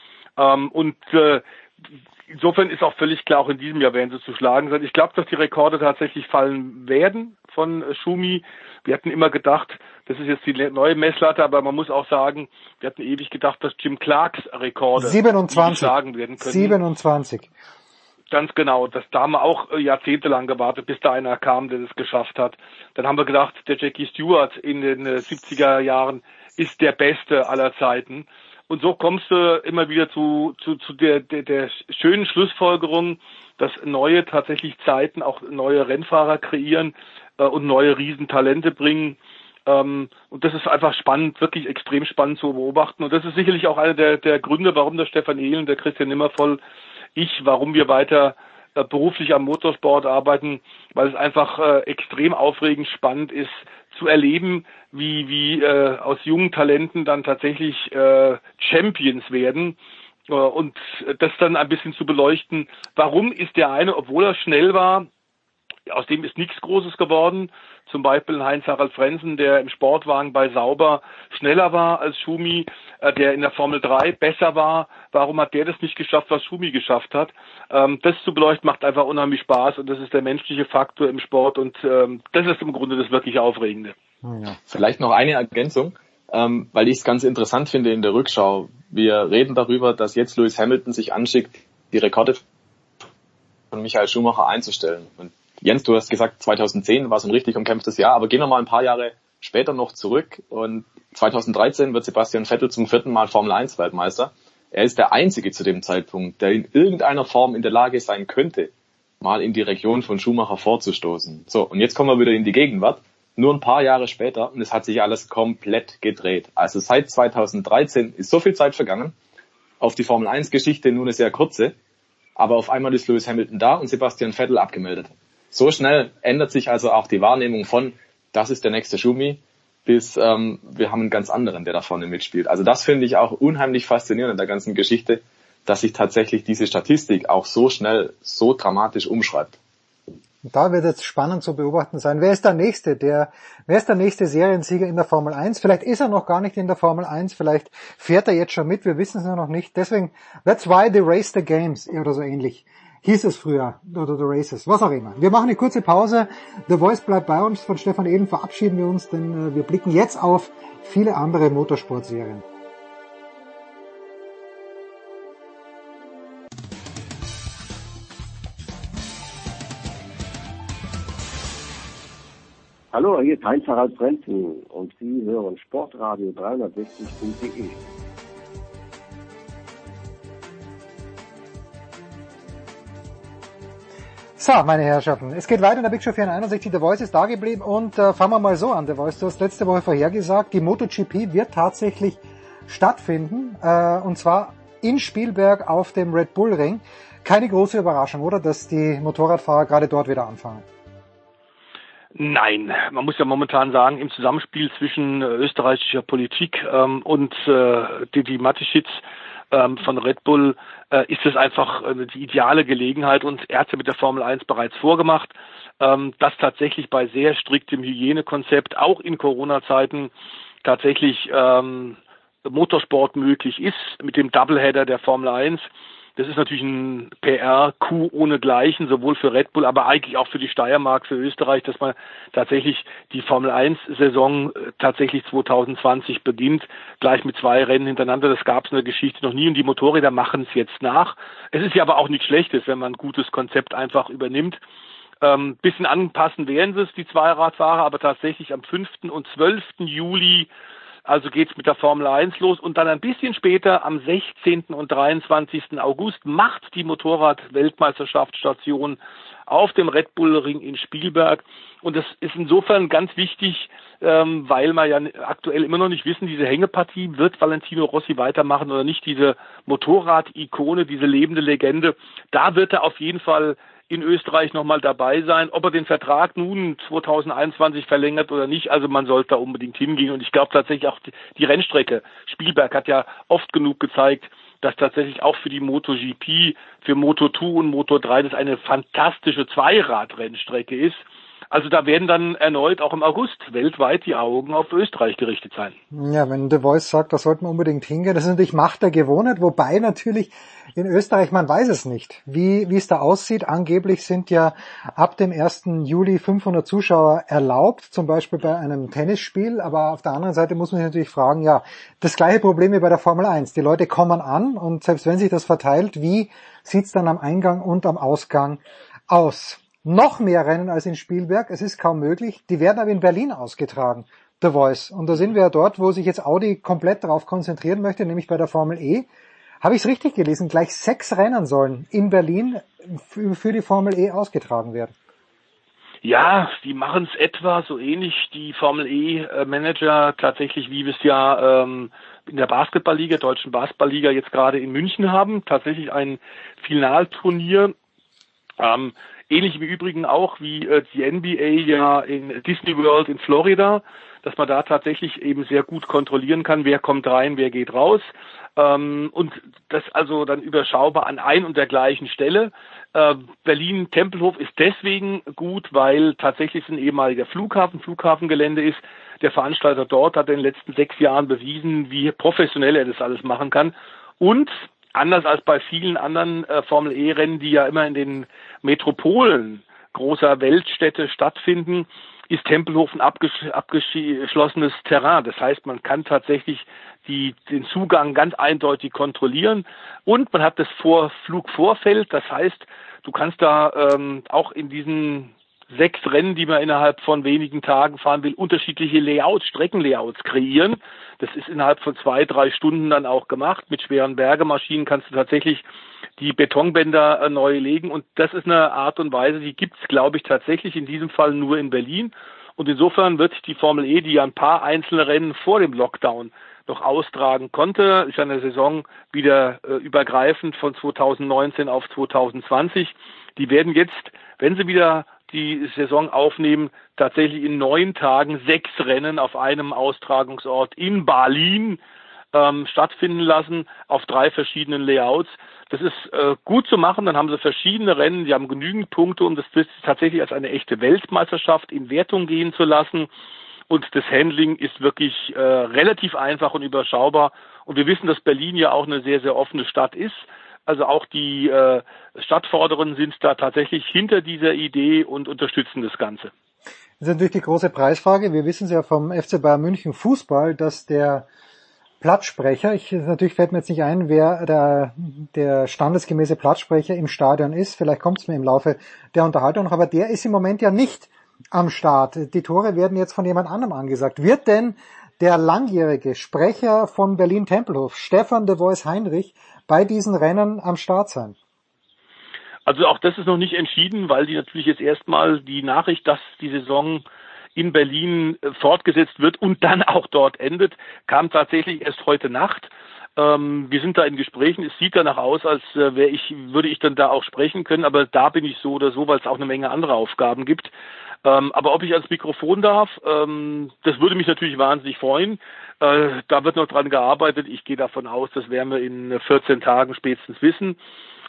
Ähm, und äh, insofern ist auch völlig klar, auch in diesem Jahr werden sie zu schlagen sein. Ich glaube, dass die Rekorde tatsächlich fallen werden von äh, Schumi. Wir hatten immer gedacht, das ist jetzt die neue Messlatte, aber man muss auch sagen, wir hatten ewig gedacht, dass Jim Clarks Rekorde siebenundzwanzig geschlagen werden können. siebenundzwanzig Ganz genau. Das, da haben wir auch jahrzehntelang gewartet, bis da einer kam, der das geschafft hat. Dann haben wir gedacht, der Jackie Stewart in den äh, siebziger Jahren ist der Beste aller Zeiten. Und so kommst du immer wieder zu, zu, zu der, der, der schönen Schlussfolgerung, dass neue tatsächlich Zeiten auch neue Rennfahrer kreieren äh, und neue Riesentalente bringen. Ähm, und das ist einfach spannend, wirklich extrem spannend zu beobachten. Und das ist sicherlich auch einer der, der Gründe, warum der Stefan Ehlen, der Christian Nimmervoll, ich, warum wir weiter äh, beruflich am Motorsport arbeiten, weil es einfach äh, extrem aufregend spannend ist, zu erleben, wie wie äh, aus jungen Talenten dann tatsächlich äh, Champions werden äh, und das dann ein bisschen zu beleuchten. Warum ist der eine, obwohl er schnell war, aus dem ist nichts Großes geworden? Zum Beispiel Heinz-Harald Frentzen, der im Sportwagen bei Sauber schneller war als Schumi, äh, der in der Formel drei besser war. Warum hat der das nicht geschafft, was Schumi geschafft hat? Ähm, das zu beleuchten macht einfach unheimlich Spaß und das ist der menschliche Faktor im Sport und ähm, das ist im Grunde das wirklich Aufregende. Ja. Vielleicht noch eine Ergänzung, ähm, weil ich es ganz interessant finde in der Rückschau. Wir reden darüber, dass jetzt Lewis Hamilton sich anschickt, die Rekorde von Michael Schumacher einzustellen. Und Jens, du hast gesagt, zweitausendzehn war so ein richtig umkämpftes Jahr, aber gehen wir mal ein paar Jahre später noch zurück und zweitausenddreizehn wird Sebastian Vettel zum vierten Mal Formel eins Weltmeister. Er ist der Einzige zu dem Zeitpunkt, der in irgendeiner Form in der Lage sein könnte, mal in die Region von Schumacher vorzustoßen. So, und jetzt kommen wir wieder in die Gegenwart, nur ein paar Jahre später und es hat sich alles komplett gedreht. Also seit zweitausenddreizehn ist so viel Zeit vergangen, auf die Formel eins Geschichte nur eine sehr kurze, aber auf einmal ist Lewis Hamilton da und Sebastian Vettel abgemeldet. So schnell ändert sich also auch die Wahrnehmung von, das ist der nächste Schumi, bis ähm, wir haben einen ganz anderen, der da vorne mitspielt. Also das finde ich auch unheimlich faszinierend in der ganzen Geschichte, dass sich tatsächlich diese Statistik auch so schnell, so dramatisch umschreibt. Da wird es spannend zu beobachten sein. Wer ist der nächste? Der, wer ist der nächste Seriensieger in der Formel eins? Vielleicht ist er noch gar nicht in der Formel eins, vielleicht fährt er jetzt schon mit, wir wissen es ja noch nicht. Deswegen, that's why they race the games, oder so ähnlich. Hieß es früher, oder The Races, was auch immer. Wir machen eine kurze Pause. The Voice bleibt bei uns. Von Stefan Ehlen verabschieden wir uns, denn äh, wir blicken jetzt auf viele andere Motorsportserien. Hallo, hier ist Heinz-Harald Frentzen und Sie hören Sportradio dreihundertsechzig punkt de. So, meine Herrschaften, es geht weiter in der Big Show vierhunderteinundsechzig. Der Voice ist da geblieben und äh, fangen wir mal so an. Der Voice, du hast letzte Woche vorhergesagt, die MotoGP wird tatsächlich stattfinden äh, und zwar in Spielberg auf dem Red Bull Ring. Keine große Überraschung, oder, dass die Motorradfahrer gerade dort wieder anfangen? Nein, man muss ja momentan sagen, im Zusammenspiel zwischen äh, österreichischer Politik ähm, und äh, Didi Mateschitz ähm, von Red Bull äh, ist es einfach äh, die ideale Gelegenheit und er hat ja mit der Formel eins bereits vorgemacht, ähm, dass tatsächlich bei sehr striktem Hygienekonzept auch in Corona-Zeiten tatsächlich ähm, Motorsport möglich ist mit dem Doubleheader der Formel eins. Das ist natürlich ein P R-Coup ohnegleichen, sowohl für Red Bull, aber eigentlich auch für die Steiermark, für Österreich, dass man tatsächlich die Formel eins-Saison tatsächlich zwanzig zwanzig beginnt, gleich mit zwei Rennen hintereinander. Das gab es in der Geschichte noch nie und die Motorräder machen es jetzt nach. Es ist ja aber auch nichts Schlechtes, wenn man ein gutes Konzept einfach übernimmt. Ähm, bisschen anpassen werden sie es, die Zweiradfahrer, aber tatsächlich am fünften und zwölften Juli, also geht's mit der Formel eins los und dann ein bisschen später am sechzehnten und dreiundzwanzigsten August macht die Motorrad-Weltmeisterschaft Station auf dem Red Bull Ring in Spielberg. Und das ist insofern ganz wichtig, ähm, weil wir ja aktuell immer noch nicht wissen, diese Hängepartie, wird Valentino Rossi weitermachen oder nicht, diese Motorrad-Ikone, diese lebende Legende, da wird er auf jeden Fall in Österreich nochmal dabei sein. Ob er den Vertrag nun zwanzig einundzwanzig verlängert oder nicht, also man sollte da unbedingt hingehen. Und ich glaube tatsächlich auch die, die Rennstrecke, Spielberg hat ja oft genug gezeigt, dass tatsächlich auch für die MotoGP, für Moto zwei und Moto drei das eine fantastische Zweirad-Rennstrecke ist. Also da werden dann erneut auch im August weltweit die Augen auf Österreich gerichtet sein. Ja, wenn The Voice sagt, da sollten wir unbedingt hingehen, das ist natürlich Macht der Gewohnheit, wobei natürlich in Österreich, man weiß es nicht, wie wie es da aussieht. Angeblich sind ja ab dem ersten Juli fünfhundert Zuschauer erlaubt, zum Beispiel bei einem Tennisspiel, aber auf der anderen Seite muss man sich natürlich fragen, ja, das gleiche Problem wie bei der Formel eins. Die Leute kommen an und selbst wenn sich das verteilt, wie sieht's dann am Eingang und am Ausgang aus? Noch mehr Rennen als in Spielberg, es ist kaum möglich. Die werden aber in Berlin ausgetragen, The Voice. Und da sind wir ja dort, wo sich jetzt Audi komplett darauf konzentrieren möchte, nämlich bei der Formel E. Habe ich es richtig gelesen? Gleich sechs Rennen sollen in Berlin für die Formel E ausgetragen werden. Ja, die machen es etwa so ähnlich, die Formel E-Manager tatsächlich, wie wir es ja ähm, in der Basketballliga, deutschen Basketballliga jetzt gerade in München haben. Tatsächlich ein Finalturnier. Ähm, Ähnlich im Übrigen auch wie äh, die N B A ja in Disney World in Florida, dass man da tatsächlich eben sehr gut kontrollieren kann, wer kommt rein, wer geht raus. Ähm, und das also dann überschaubar an ein und der gleichen Stelle. Äh, Berlin-Tempelhof ist deswegen gut, weil tatsächlich ein ehemaliger Flughafen, Flughafengelände ist. Der Veranstalter dort hat in den letzten sechs Jahren bewiesen, wie professionell er das alles machen kann. Und anders als bei vielen anderen äh, Formel-E-Rennen, die ja immer in den Metropolen großer Weltstädte stattfinden, ist Tempelhof ein abgesch- abgeschlossenes Terrain. Das heißt, man kann tatsächlich die, den Zugang ganz eindeutig kontrollieren und man hat das Vor- Flugvorfeld. Das heißt, du kannst da ähm, auch in diesen sechs Rennen, die man innerhalb von wenigen Tagen fahren will, unterschiedliche Layouts, Streckenlayouts kreieren. Das ist innerhalb von zwei, drei Stunden dann auch gemacht. Mit schweren Bergemaschinen kannst du tatsächlich die Betonbänder äh, neu legen. Und das ist eine Art und Weise, die gibt's, glaube ich, tatsächlich in diesem Fall nur in Berlin. Und insofern wird die Formel E, die ja ein paar einzelne Rennen vor dem Lockdown noch austragen konnte, ist eine Saison wieder äh, übergreifend von zwanzig neunzehn auf zwanzig zwanzig. Die werden jetzt, wenn sie wieder die Saison aufnehmen, tatsächlich in neun Tagen sechs Rennen auf einem Austragungsort in Berlin ähm, stattfinden lassen, auf drei verschiedenen Layouts. Das ist äh, gut zu machen, dann haben sie verschiedene Rennen, die haben genügend Punkte, um das tatsächlich als eine echte Weltmeisterschaft in Wertung gehen zu lassen. Und das Handling ist wirklich äh, relativ einfach und überschaubar. Und wir wissen, dass Berlin ja auch eine sehr, sehr offene Stadt ist. Also auch die äh, Stadtvorderen sind da tatsächlich hinter dieser Idee und unterstützen das Ganze. Das ist natürlich die große Preisfrage. Wir wissen es ja vom F C Bayern München Fußball, dass der Platzsprecher, ich, natürlich fällt mir jetzt nicht ein, wer der, der standesgemäße Platzsprecher im Stadion ist. Vielleicht kommt es mir im Laufe der Unterhaltung noch, aber der ist im Moment ja nicht am Start. Die Tore werden jetzt von jemand anderem angesagt. Wird denn der langjährige Sprecher von Berlin-Tempelhof, Stefan de Vois Heinrich, bei diesen Rennen am Start sein? Also auch das ist noch nicht entschieden, weil die natürlich jetzt erstmal die Nachricht, dass die Saison in Berlin fortgesetzt wird und dann auch dort endet, kam tatsächlich erst heute Nacht. Ähm, wir sind da in Gesprächen. Es sieht danach aus, als äh, wäre ich, würde ich dann da auch sprechen können, aber da bin ich so oder so, weil es auch eine Menge andere Aufgaben gibt. Ähm, aber ob ich ans Mikrofon darf, ähm, das würde mich natürlich wahnsinnig freuen. Äh, da wird noch dran gearbeitet. Ich gehe davon aus, das werden wir in vierzehn Tagen spätestens wissen.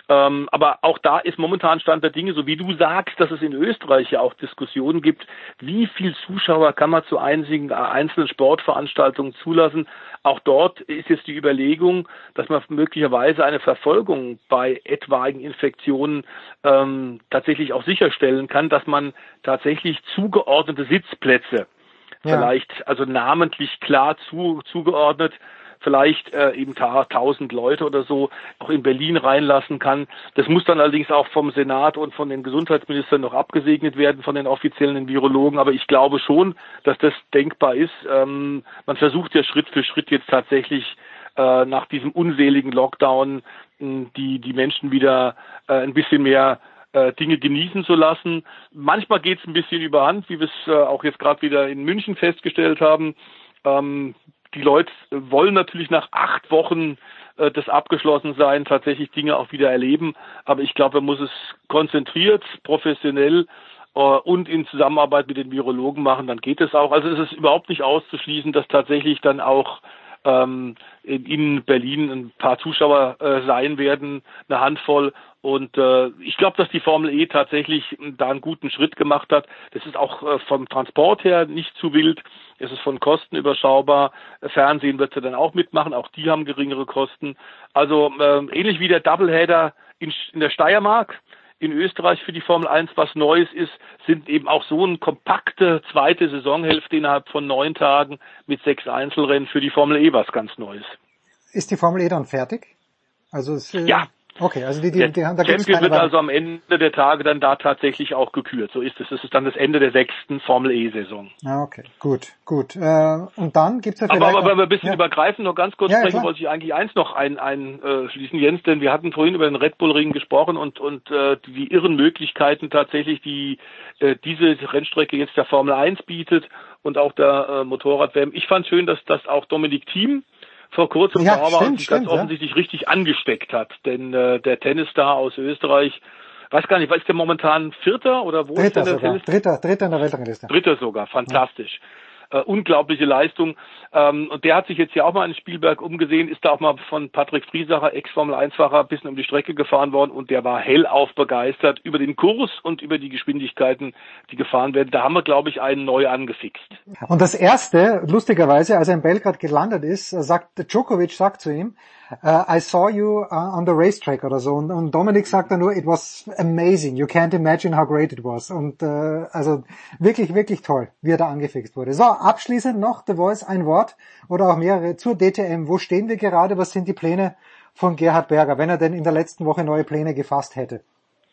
Ähm, aber auch da ist momentan Stand der Dinge, so wie du sagst, dass es in Österreich ja auch Diskussionen gibt, wie viel Zuschauer kann man zu einzigen, einzelnen Sportveranstaltungen zulassen. Auch dort ist jetzt die Überlegung, dass man möglicherweise eine Verfolgung bei etwaigen Infektionen ähm, tatsächlich auch sicherstellen kann, dass man tatsächlich zugeordnete Sitzplätze, ja. vielleicht also namentlich klar zu, zugeordnet, vielleicht äh, eben tausend Leute oder so auch in Berlin reinlassen kann. Das muss dann allerdings auch vom Senat und von den Gesundheitsministern noch abgesegnet werden, von den offiziellen Virologen. Aber ich glaube schon, dass das denkbar ist. Ähm, man versucht ja Schritt für Schritt jetzt tatsächlich äh, nach diesem unseligen Lockdown die die Menschen wieder äh, ein bisschen mehr äh, Dinge genießen zu lassen. Manchmal geht es ein bisschen überhand, wie wir es äh, auch jetzt gerade wieder in München festgestellt haben. Ähm, Die Leute wollen natürlich nach acht Wochen äh, des Abgeschlossensein tatsächlich Dinge auch wieder erleben. Aber ich glaube, man muss es konzentriert, professionell äh, und in Zusammenarbeit mit den Virologen machen. Dann geht es auch. Also es ist überhaupt nicht auszuschließen, dass tatsächlich dann auch ähm, in, in Berlin ein paar Zuschauer äh, sein werden, eine Handvoll. Und äh, ich glaube, dass die Formel E tatsächlich da einen guten Schritt gemacht hat. Das ist auch äh, vom Transport her nicht zu wild. Es ist von Kosten überschaubar. Fernsehen wird sie dann auch mitmachen. Auch die haben geringere Kosten. Also äh, ähnlich wie der Doubleheader in, in der Steiermark in Österreich für die Formel eins was Neues ist, sind eben auch so eine kompakte zweite Saisonhälfte innerhalb von neun Tagen mit sechs Einzelrennen für die Formel E was ganz Neues. Ist die Formel E dann fertig? Also es, äh ja. Okay, also die, die, die haben da gibt's Champion keine wird also am Ende der Tage dann da tatsächlich auch gekürt. So ist es. Das ist dann das Ende der sechsten Formel E-Saison. Ah, okay, gut, gut. Äh, und dann gibt's ja vielleicht... Aber, aber wenn wir ein bisschen ja. übergreifend noch ganz kurz ja, sprechen, ja, wollte ich eigentlich eins noch einschließen, ein, äh, Jens, denn wir hatten vorhin über den Red Bull Ring gesprochen und, und äh, die irren Möglichkeiten tatsächlich, die äh, diese Rennstrecke jetzt der Formel eins bietet und auch der äh, Motorrad-W M. Ich fand schön, dass das auch Dominik Thiem vor kurzem ja, da war stimmt, und sich stimmt, ganz offensichtlich ja. richtig angesteckt hat. Denn äh, der Tennisstar aus Österreich, weiß gar nicht, was ist der momentan Vierter oder wo Dritter ist der sogar. Tennis? Dritter, Dritter in der Weltrangliste. Dritter sogar, fantastisch. Ja. Äh, unglaubliche Leistung. Ähm, und der hat sich jetzt ja auch mal in Spielberg umgesehen, ist da auch mal von Patrick Friesacher, Ex-Formel eins Fahrer, ein bisschen um die Strecke gefahren worden und der war hellauf begeistert über den Kurs und über die Geschwindigkeiten, die gefahren werden. Da haben wir, glaube ich, einen neu angefixt. Und das Erste, lustigerweise, als er in Belgrad gelandet ist, sagt Djokovic sagt zu ihm, uh, I saw you uh, on the racetrack oder so. Und, und Dominik sagt dann nur, it was amazing. You can't imagine how great it was. Und uh, also wirklich, wirklich toll, wie er da angefixt wurde. So, abschließend noch, The Voice, ein Wort oder auch mehrere zur D T M. Wo stehen wir gerade? Was sind die Pläne von Gerhard Berger, wenn er denn in der letzten Woche neue Pläne gefasst hätte?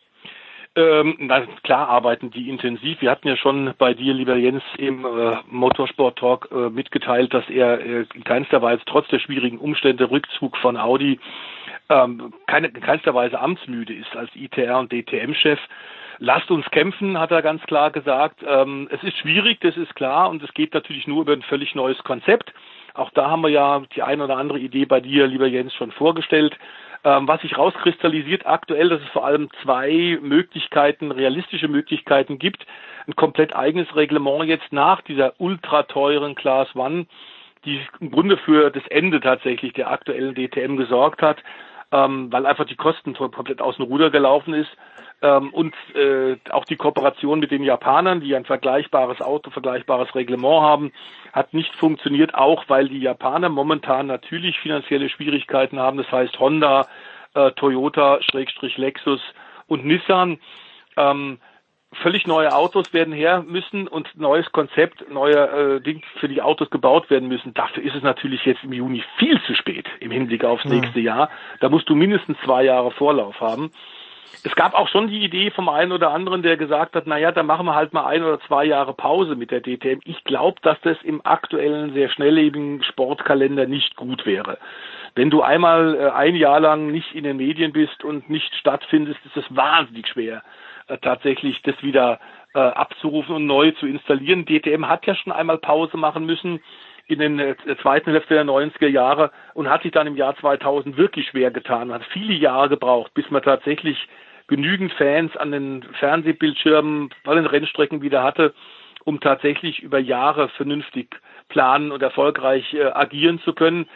Ähm, na, klar arbeiten die intensiv. Wir hatten ja schon bei dir, lieber Jens, im äh, Motorsport Talk äh, mitgeteilt, dass er äh, in keinster Weise, trotz der schwierigen Umstände, Rückzug von Audi, ähm, keine, in keinster Weise amtsmüde ist als I T R und D T M-Chef. Lasst uns kämpfen, hat er ganz klar gesagt. Ähm, es ist schwierig, das ist klar, und es geht natürlich nur über ein völlig neues Konzept. Auch da haben wir ja die eine oder andere Idee bei dir, lieber Jens, schon vorgestellt. Ähm, was sich rauskristallisiert aktuell, dass es vor allem zwei Möglichkeiten, realistische Möglichkeiten gibt. Ein komplett eigenes Reglement jetzt nach dieser ultra teuren Class One, die im Grunde für das Ende tatsächlich der aktuellen D T M gesorgt hat, ähm, weil einfach die Kosten komplett aus dem Ruder gelaufen ist. Ähm, und äh, auch die Kooperation mit den Japanern, die ein vergleichbares Auto, vergleichbares Reglement haben, hat nicht funktioniert, auch weil die Japaner momentan natürlich finanzielle Schwierigkeiten haben. Das heißt Honda, äh, Toyota, Schrägstrich Lexus und Nissan. Ähm, völlig neue Autos werden her müssen und neues Konzept, neue äh, Dinge für die Autos gebaut werden müssen. Dafür ist es natürlich jetzt im Juni viel zu spät im Hinblick aufs ja. nächste Jahr. Da musst du mindestens zwei Jahre Vorlauf haben. Es gab auch schon die Idee vom einen oder anderen, der gesagt hat, naja, da machen wir halt mal ein oder zwei Jahre Pause mit der D T M. Ich glaube, dass das im aktuellen, sehr schnelllebigen Sportkalender nicht gut wäre. Wenn du einmal äh, ein Jahr lang nicht in den Medien bist und nicht stattfindest, ist es wahnsinnig schwer, äh, tatsächlich das wieder äh, abzurufen und neu zu installieren. D T M hat ja schon einmal Pause machen müssen in den äh, zweiten Hälfte der neunziger Jahre und hat sich dann im Jahr zweitausend wirklich schwer getan. Man hat viele Jahre gebraucht, bis man tatsächlich genügend Fans an den Fernsehbildschirmen bei den Rennstrecken wieder hatte, um tatsächlich über Jahre vernünftig planen und erfolgreich äh, agieren zu können.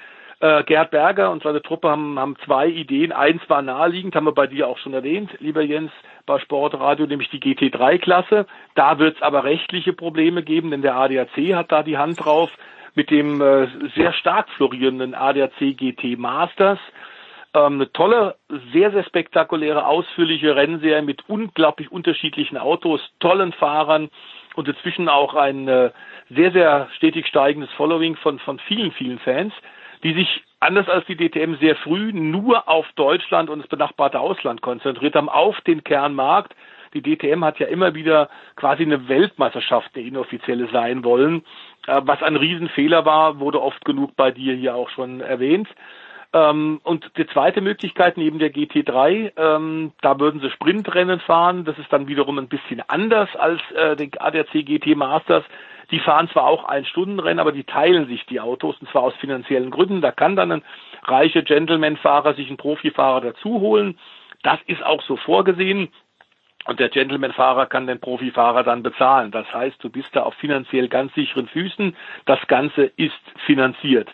Äh, Gerhard Berger und seine Truppe haben, haben zwei Ideen. Eins war naheliegend, haben wir bei dir auch schon erwähnt, lieber Jens, bei Sportradio, nämlich die G T drei Klasse. Da wird es aber rechtliche Probleme geben, denn der A D A C hat da die Hand drauf mit dem äh, sehr stark florierenden A D A C G T Masters. Ähm, eine tolle, sehr, sehr spektakuläre, ausführliche Rennserie mit unglaublich unterschiedlichen Autos, tollen Fahrern und inzwischen auch ein äh, sehr, sehr stetig steigendes Following von, von vielen, vielen Fans, die sich anders als die D T M sehr früh nur auf Deutschland und das benachbarte Ausland konzentriert haben, auf den Kernmarkt. Die D T M hat ja immer wieder quasi eine Weltmeisterschaft, eine inoffizielle sein wollen, äh, was ein Riesenfehler war, wurde oft genug bei dir hier auch schon erwähnt. Ähm, und die zweite Möglichkeit neben der G T drei, ähm, da würden sie Sprintrennen fahren. Das ist dann wiederum ein bisschen anders als äh, den A D A C G T Masters. Die fahren zwar auch Ein-Stunden-Rennen, aber die teilen sich die Autos, und zwar aus finanziellen Gründen. Da kann dann ein reicher Gentleman-Fahrer sich einen Profifahrer dazu holen. Das ist auch so vorgesehen. Und der Gentleman-Fahrer kann den Profifahrer dann bezahlen. Das heißt, du bist da auf finanziell ganz sicheren Füßen. Das Ganze ist finanziert.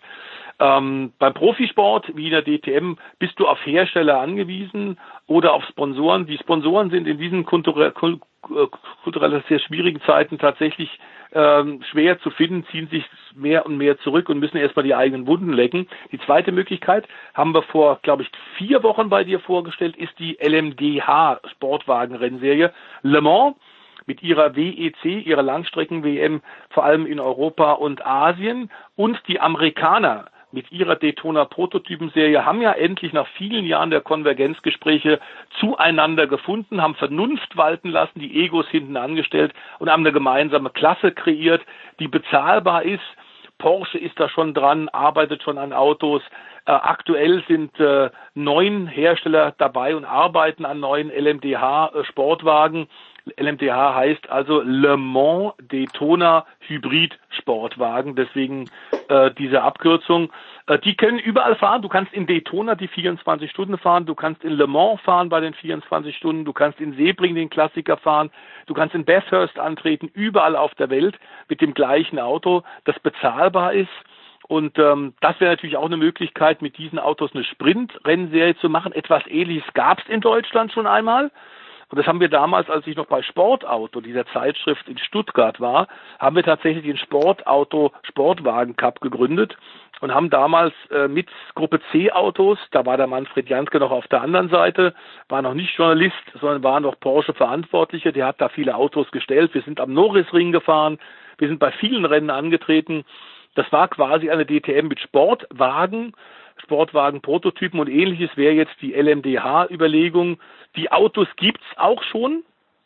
Ähm, beim Profisport, wie in der D T M, bist du auf Hersteller angewiesen oder auf Sponsoren. Die Sponsoren sind in diesen kulturell, kulturell sehr schwierigen Zeiten tatsächlich ähm, schwer zu finden, ziehen sich mehr und mehr zurück und müssen erstmal die eigenen Wunden lecken. Die zweite Möglichkeit haben wir vor, glaube ich, vier Wochen bei dir vorgestellt, ist die L M D H Sportwagen-Rennserie Le Mans mit ihrer W E C, ihrer Langstrecken-W M, vor allem in Europa und Asien, und die Amerikaner mit ihrer Daytona-Prototypen-Serie haben ja endlich nach vielen Jahren der Konvergenzgespräche zueinander gefunden, haben Vernunft walten lassen, die Egos hinten angestellt und haben eine gemeinsame Klasse kreiert, die bezahlbar ist. Porsche ist da schon dran, arbeitet schon an Autos. Äh, aktuell sind äh, neun Hersteller dabei und arbeiten an neuen L M D H-Sportwagen. L M D H heißt also Le Mans Daytona Hybrid Sportwagen, deswegen äh, diese Abkürzung. Äh, die können überall fahren. Du kannst in Daytona die vierundzwanzig Stunden fahren, du kannst in Le Mans fahren bei den vierundzwanzig Stunden, du kannst in Sebring den Klassiker fahren, du kannst in Bathurst antreten, überall auf der Welt mit dem gleichen Auto, das bezahlbar ist. Und ähm, das wäre natürlich auch eine Möglichkeit, mit diesen Autos eine Sprint-Rennserie zu machen. Etwas Ähnliches gab es in Deutschland schon einmal. Und das haben wir damals, als ich noch bei Sportauto, dieser Zeitschrift in Stuttgart war, haben wir tatsächlich den Sportauto Sportwagen Cup gegründet und haben damals äh, mit Gruppe C Autos, da war der Manfred Janske noch auf der anderen Seite, war noch nicht Journalist, sondern war noch Porsche Verantwortliche, der hat da viele Autos gestellt. Wir sind am Norrisring gefahren, wir sind bei vielen Rennen angetreten. Das war quasi eine D T M mit Sportwagen, Sportwagen-Prototypen und ähnliches wäre jetzt die L M D H-Überlegung. Die Autos gibt's auch schon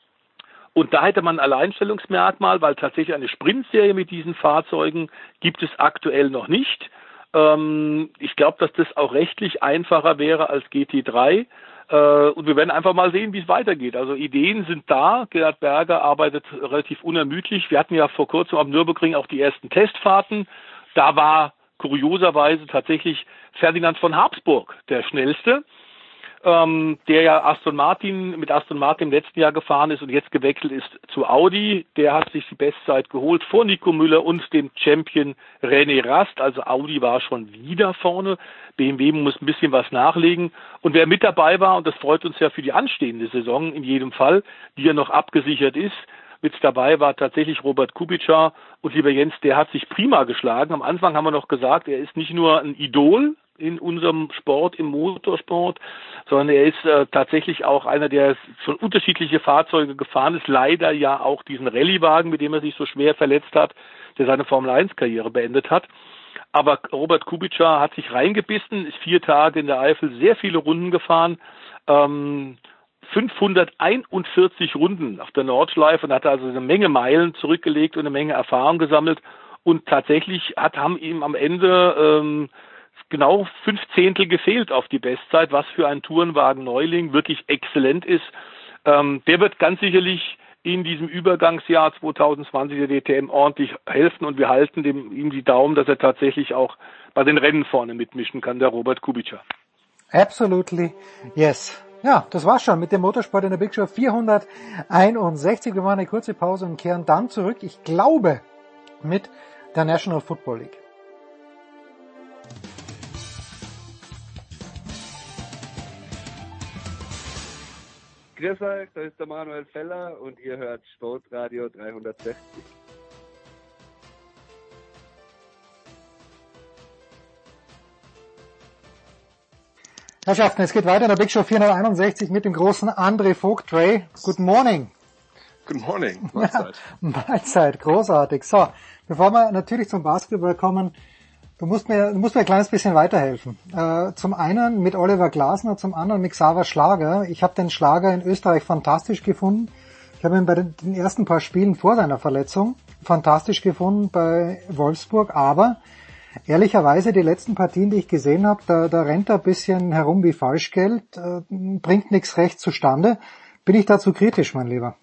und da hätte man ein Alleinstellungsmerkmal, weil tatsächlich eine Sprintserie mit diesen Fahrzeugen gibt es aktuell noch nicht. Ähm, ich glaube, dass das auch rechtlich einfacher wäre als G T drei. Äh, und wir werden einfach mal sehen, wie es weitergeht. Also Ideen sind da. Gerhard Berger arbeitet relativ unermüdlich. Wir hatten ja vor kurzem am Nürburgring auch die ersten Testfahrten. Da war kurioserweise tatsächlich Ferdinand von Habsburg der Schnellste, ähm, der ja Aston Martin mit Aston Martin im letzten Jahr gefahren ist und jetzt gewechselt ist zu Audi. Der hat sich die Bestzeit geholt vor Nico Müller und dem Champion René Rast. Also Audi war schon wieder vorne. B M W muss ein bisschen was nachlegen. Und wer mit dabei war, und das freut uns ja für die anstehende Saison in jedem Fall, die ja noch abgesichert ist, mit dabei war tatsächlich Robert Kubica. Und lieber Jens, der hat sich prima geschlagen. Am Anfang haben wir noch gesagt, er ist nicht nur ein Idol in unserem Sport, im Motorsport, sondern er ist äh, tatsächlich auch einer, der schon unterschiedliche Fahrzeuge gefahren ist. Leider ja auch diesen Rallyewagen, mit dem er sich so schwer verletzt hat, der seine Formel eins Karriere beendet hat. Aber Robert Kubica hat sich reingebissen, ist vier Tage in der Eifel sehr viele Runden gefahren, ähm, fünfhunderteinundvierzig Runden auf der Nordschleife und hat also eine Menge Meilen zurückgelegt und eine Menge Erfahrung gesammelt. Und tatsächlich hat, haben ihm am Ende ähm, genau fünf Zehntel gefehlt auf die Bestzeit, was für einen Tourenwagen-Neuling wirklich exzellent ist. Ähm, der wird ganz sicherlich in diesem Übergangsjahr zwanzig zwanzig der D T M ordentlich helfen und wir halten dem, ihm die Daumen, dass er tatsächlich auch bei den Rennen vorne mitmischen kann, der Robert Kubica. Absolutely, yes. Ja, das war's schon mit dem Motorsport in der Big Show vierhunderteinundsechzig. Wir machen eine kurze Pause und kehren dann zurück, ich glaube, mit der National Football League. grüß euch, da ist der Manuel Feller und ihr hört Sportradio dreihundertsechzig. Herrschaften, es geht weiter in der Big Show vierhunderteinundsechzig mit dem großen André Vogt. Trey, good morning. Good morning. Mahlzeit. Ja, Mahlzeit, großartig. So, bevor wir natürlich zum Basketball kommen, du musst mir, du musst mir ein kleines bisschen weiterhelfen. Äh, zum einen mit Oliver Glasner, zum anderen mit Xaver Schlager. Ich habe den Schlager in Österreich fantastisch gefunden. Ich habe ihn bei den, den ersten paar Spielen vor seiner Verletzung fantastisch gefunden bei Wolfsburg, aber ehrlicherweise, die letzten Partien, die ich gesehen habe, da, da rennt er ein bisschen herum wie Falschgeld, äh, bringt nichts recht zustande. Bin ich dazu kritisch, mein Lieber?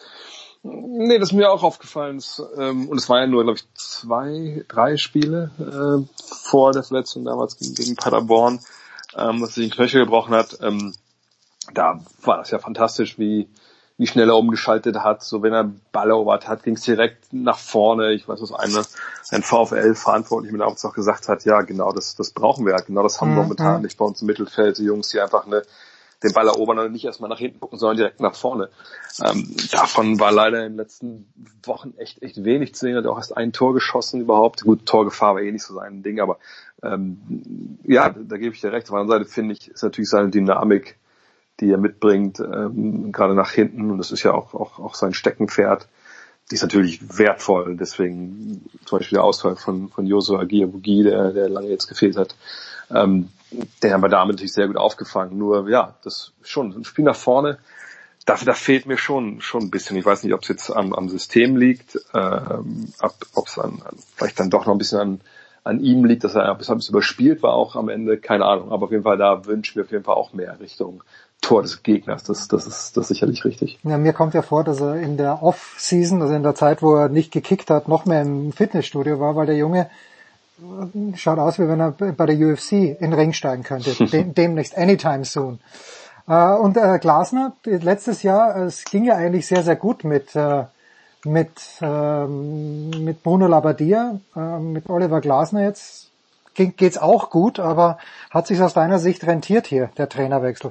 Nee, das ist mir auch aufgefallen. Das, ähm, und es waren ja nur, glaube ich, zwei, drei Spiele äh, vor der Verletzung damals gegen, gegen Paderborn, ähm, dass sich den Knöchel gebrochen hat. Ähm, da war das ja fantastisch, wie wie schnell er umgeschaltet hat. So, wenn er Ball erobert hat, ging es direkt nach vorne. Ich weiß, was eine, ein VfL-Verantwortlich mit damals auch gesagt hat, ja, genau das das brauchen wir. Genau das haben wir Mhm. momentan nicht bei uns im Mittelfeld. Die Jungs, die einfach eine, den Ball erobern und nicht erstmal nach hinten gucken, sondern direkt nach vorne. Ähm, davon war leider in den letzten Wochen echt echt wenig zu sehen. Er hat auch erst ein Tor geschossen überhaupt. Gut, Torgefahr war eh nicht so sein Ding, aber ähm, ja, da gebe ich dir recht. Auf der anderen Seite finde ich, ist natürlich seine Dynamik, die er mitbringt, ähm, gerade nach hinten, und das ist ja auch, auch, auch sein Steckenpferd, die ist natürlich wertvoll. Deswegen zum Beispiel der Ausfall von, von Joshua Aguiar-Bougie, der, der lange jetzt gefehlt hat, ähm, den haben wir damit natürlich sehr gut aufgefangen. Nur, ja, das schon, ein Spiel nach vorne, da, da fehlt mir schon, schon ein bisschen. Ich weiß nicht, ob es jetzt am, am System liegt, ähm, ob es an, an, vielleicht dann doch noch ein bisschen an, an ihm liegt, dass er ein bisschen überspielt war auch am Ende, keine Ahnung. Aber auf jeden Fall, da wünschen wir auf jeden Fall auch mehr Richtung Tor des Gegners. Das, das ist, das ist sicherlich richtig. Ja, mir kommt ja vor, dass er in der Off-Season, also in der Zeit, wo er nicht gekickt hat, noch mehr im Fitnessstudio war, weil der Junge schaut aus, wie wenn er bei der U F C in den Ring steigen könnte. Dem, demnächst, anytime soon. Äh, und äh, Glasner, letztes Jahr, es ging ja eigentlich sehr, sehr gut mit äh, mit ähm, mit Bruno Labbadia, äh, mit Oliver Glasner jetzt ging, geht's auch gut, aber hat sich aus deiner Sicht rentiert hier, der Trainerwechsel?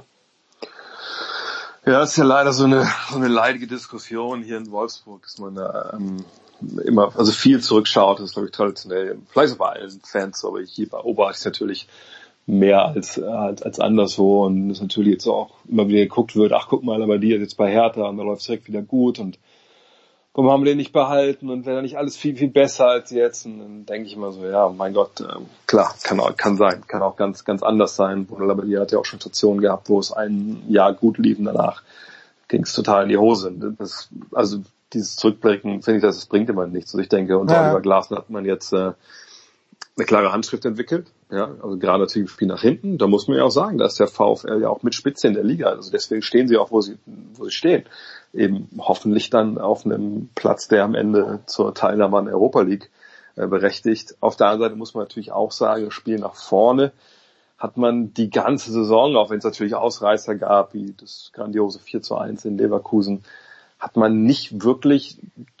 Ja, das ist ja leider so eine, so eine leidige Diskussion hier in Wolfsburg, dass man da ähm, immer, also viel zurückschaut. Das ist, glaube ich, traditionell, vielleicht auch bei allen Fans, aber hier bei Oberhaupt ist natürlich mehr als, als, als anderswo, und es natürlich jetzt auch immer wieder geguckt wird, ach, guck mal, aber die ist jetzt bei Hertha und da läuft es direkt wieder gut, und warum haben wir den nicht behalten und wäre nicht alles viel, viel besser als jetzt? Und dann denke ich immer so, ja, mein Gott, ähm, klar, kann auch, kann sein, kann auch ganz, ganz anders sein. Bruno Labbadia hat ja auch schon Stationen gehabt, wo es ein Jahr gut lief und danach ging es total in die Hose. Das, also dieses Zurückblicken, finde ich, das, das bringt immer nichts. Also ich denke, unter Ja. Oliver Glasner hat man jetzt äh, eine klare Handschrift entwickelt, ja, also gerade natürlich Spiel nach hinten. Da muss man ja auch sagen, da ist der VfL ja auch mit Spitze in der Liga. Also deswegen stehen sie auch, wo sie, wo sie stehen. Eben hoffentlich dann auf einem Platz, der am Ende zur Teilnahme an der Europa League äh, berechtigt. Auf der anderen Seite muss man natürlich auch sagen, das Spiel nach vorne hat man die ganze Saison, auch wenn es natürlich Ausreißer gab, wie das grandiose vier zu eins in Leverkusen, hat man nicht wirklich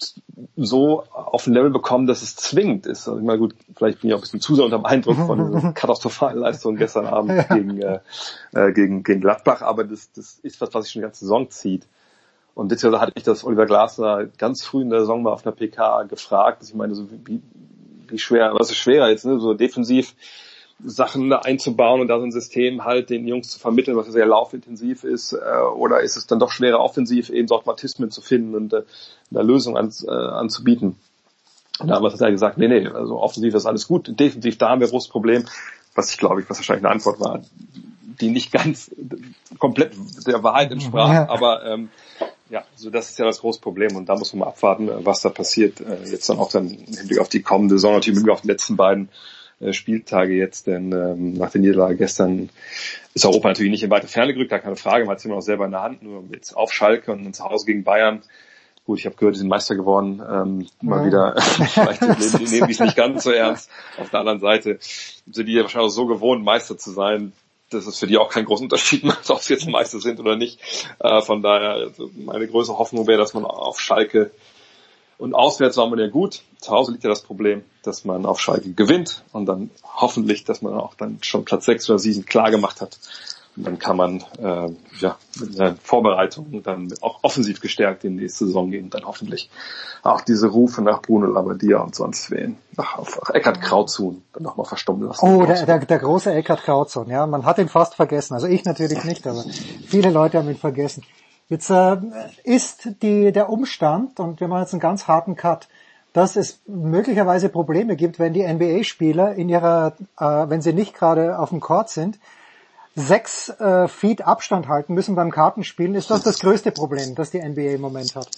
so auf ein Level bekommen, dass es zwingend ist. Also ich meine, gut, vielleicht bin ich auch ein bisschen zu sehr unter dem Eindruck von der katastrophalen Leistung gestern Abend Ja. gegen, äh, gegen, gegen Gladbach, aber das, das ist was, was sich schon die ganze Saison zieht. Und beziehungsweise hatte ich das Oliver Glasner ganz früh in der Saison mal auf einer P K gefragt, dass ich meine, so wie, wie schwer, was ist schwerer jetzt, ne, so defensiv Sachen einzubauen und da so ein System halt den Jungs zu vermitteln, was sehr laufintensiv ist, äh, oder ist es dann doch schwerer offensiv eben so Automatismen zu finden und äh, eine Lösung an, äh, anzubieten. Und da haben wir tatsächlich gesagt, nee, nee, also offensiv ist alles gut, defensiv, da haben wir ein großes Problem, was ich glaube ich, was wahrscheinlich eine Antwort war, die nicht ganz komplett der Wahrheit entsprach, Ja. aber ähm, ja, so das ist ja das große Problem, und da muss man mal abwarten, was da passiert. Äh, jetzt dann auch dann im Hinblick auf die kommende Saison, natürlich im Hinblick auf die letzten beiden äh, Spieltage jetzt, denn ähm, nach der Niederlage gestern ist Europa natürlich nicht in weite Ferne gerückt, da keine Frage, man hat es immer noch selber in der Hand, nur jetzt auf Schalke und zu Hause gegen Bayern. Gut, ich habe gehört, die sind Meister geworden, ähm, mal Ja. wieder, vielleicht nehmen die nehmen die es nicht ganz so ernst. Auf der anderen Seite sind die ja wahrscheinlich auch so gewohnt, Meister zu sein, dass es für die auch keinen großen Unterschied macht, ob sie jetzt Meister sind oder nicht. Äh, von daher, also meine größte Hoffnung wäre, dass man auf Schalke, und auswärts war man ja gut, zu Hause liegt ja das Problem, dass man auf Schalke gewinnt und dann hoffentlich, dass man auch dann schon Platz sechs oder sieben klar gemacht hat. dann kann man äh, ja mit einer Vorbereitung dann auch offensiv gestärkt in die nächste Saison gehen und dann hoffentlich auch diese Rufe nach Bruno Labbadia und sonst wen, nach auf Eckhard Krautsohn dann nochmal verstummen lassen. Oh, der, der, der große Eckhard Krautsohn, ja, man hat ihn fast vergessen. Also ich natürlich nicht, aber viele Leute haben ihn vergessen. Jetzt äh, ist die der Umstand, und wir machen jetzt einen ganz harten Cut, dass es möglicherweise Probleme gibt, wenn die N B A-Spieler in ihrer, äh, wenn sie nicht gerade auf dem Court sind, sechs äh, Feet Abstand halten müssen beim Kartenspielen. Ist das das größte Problem, das die N B A im Moment hat?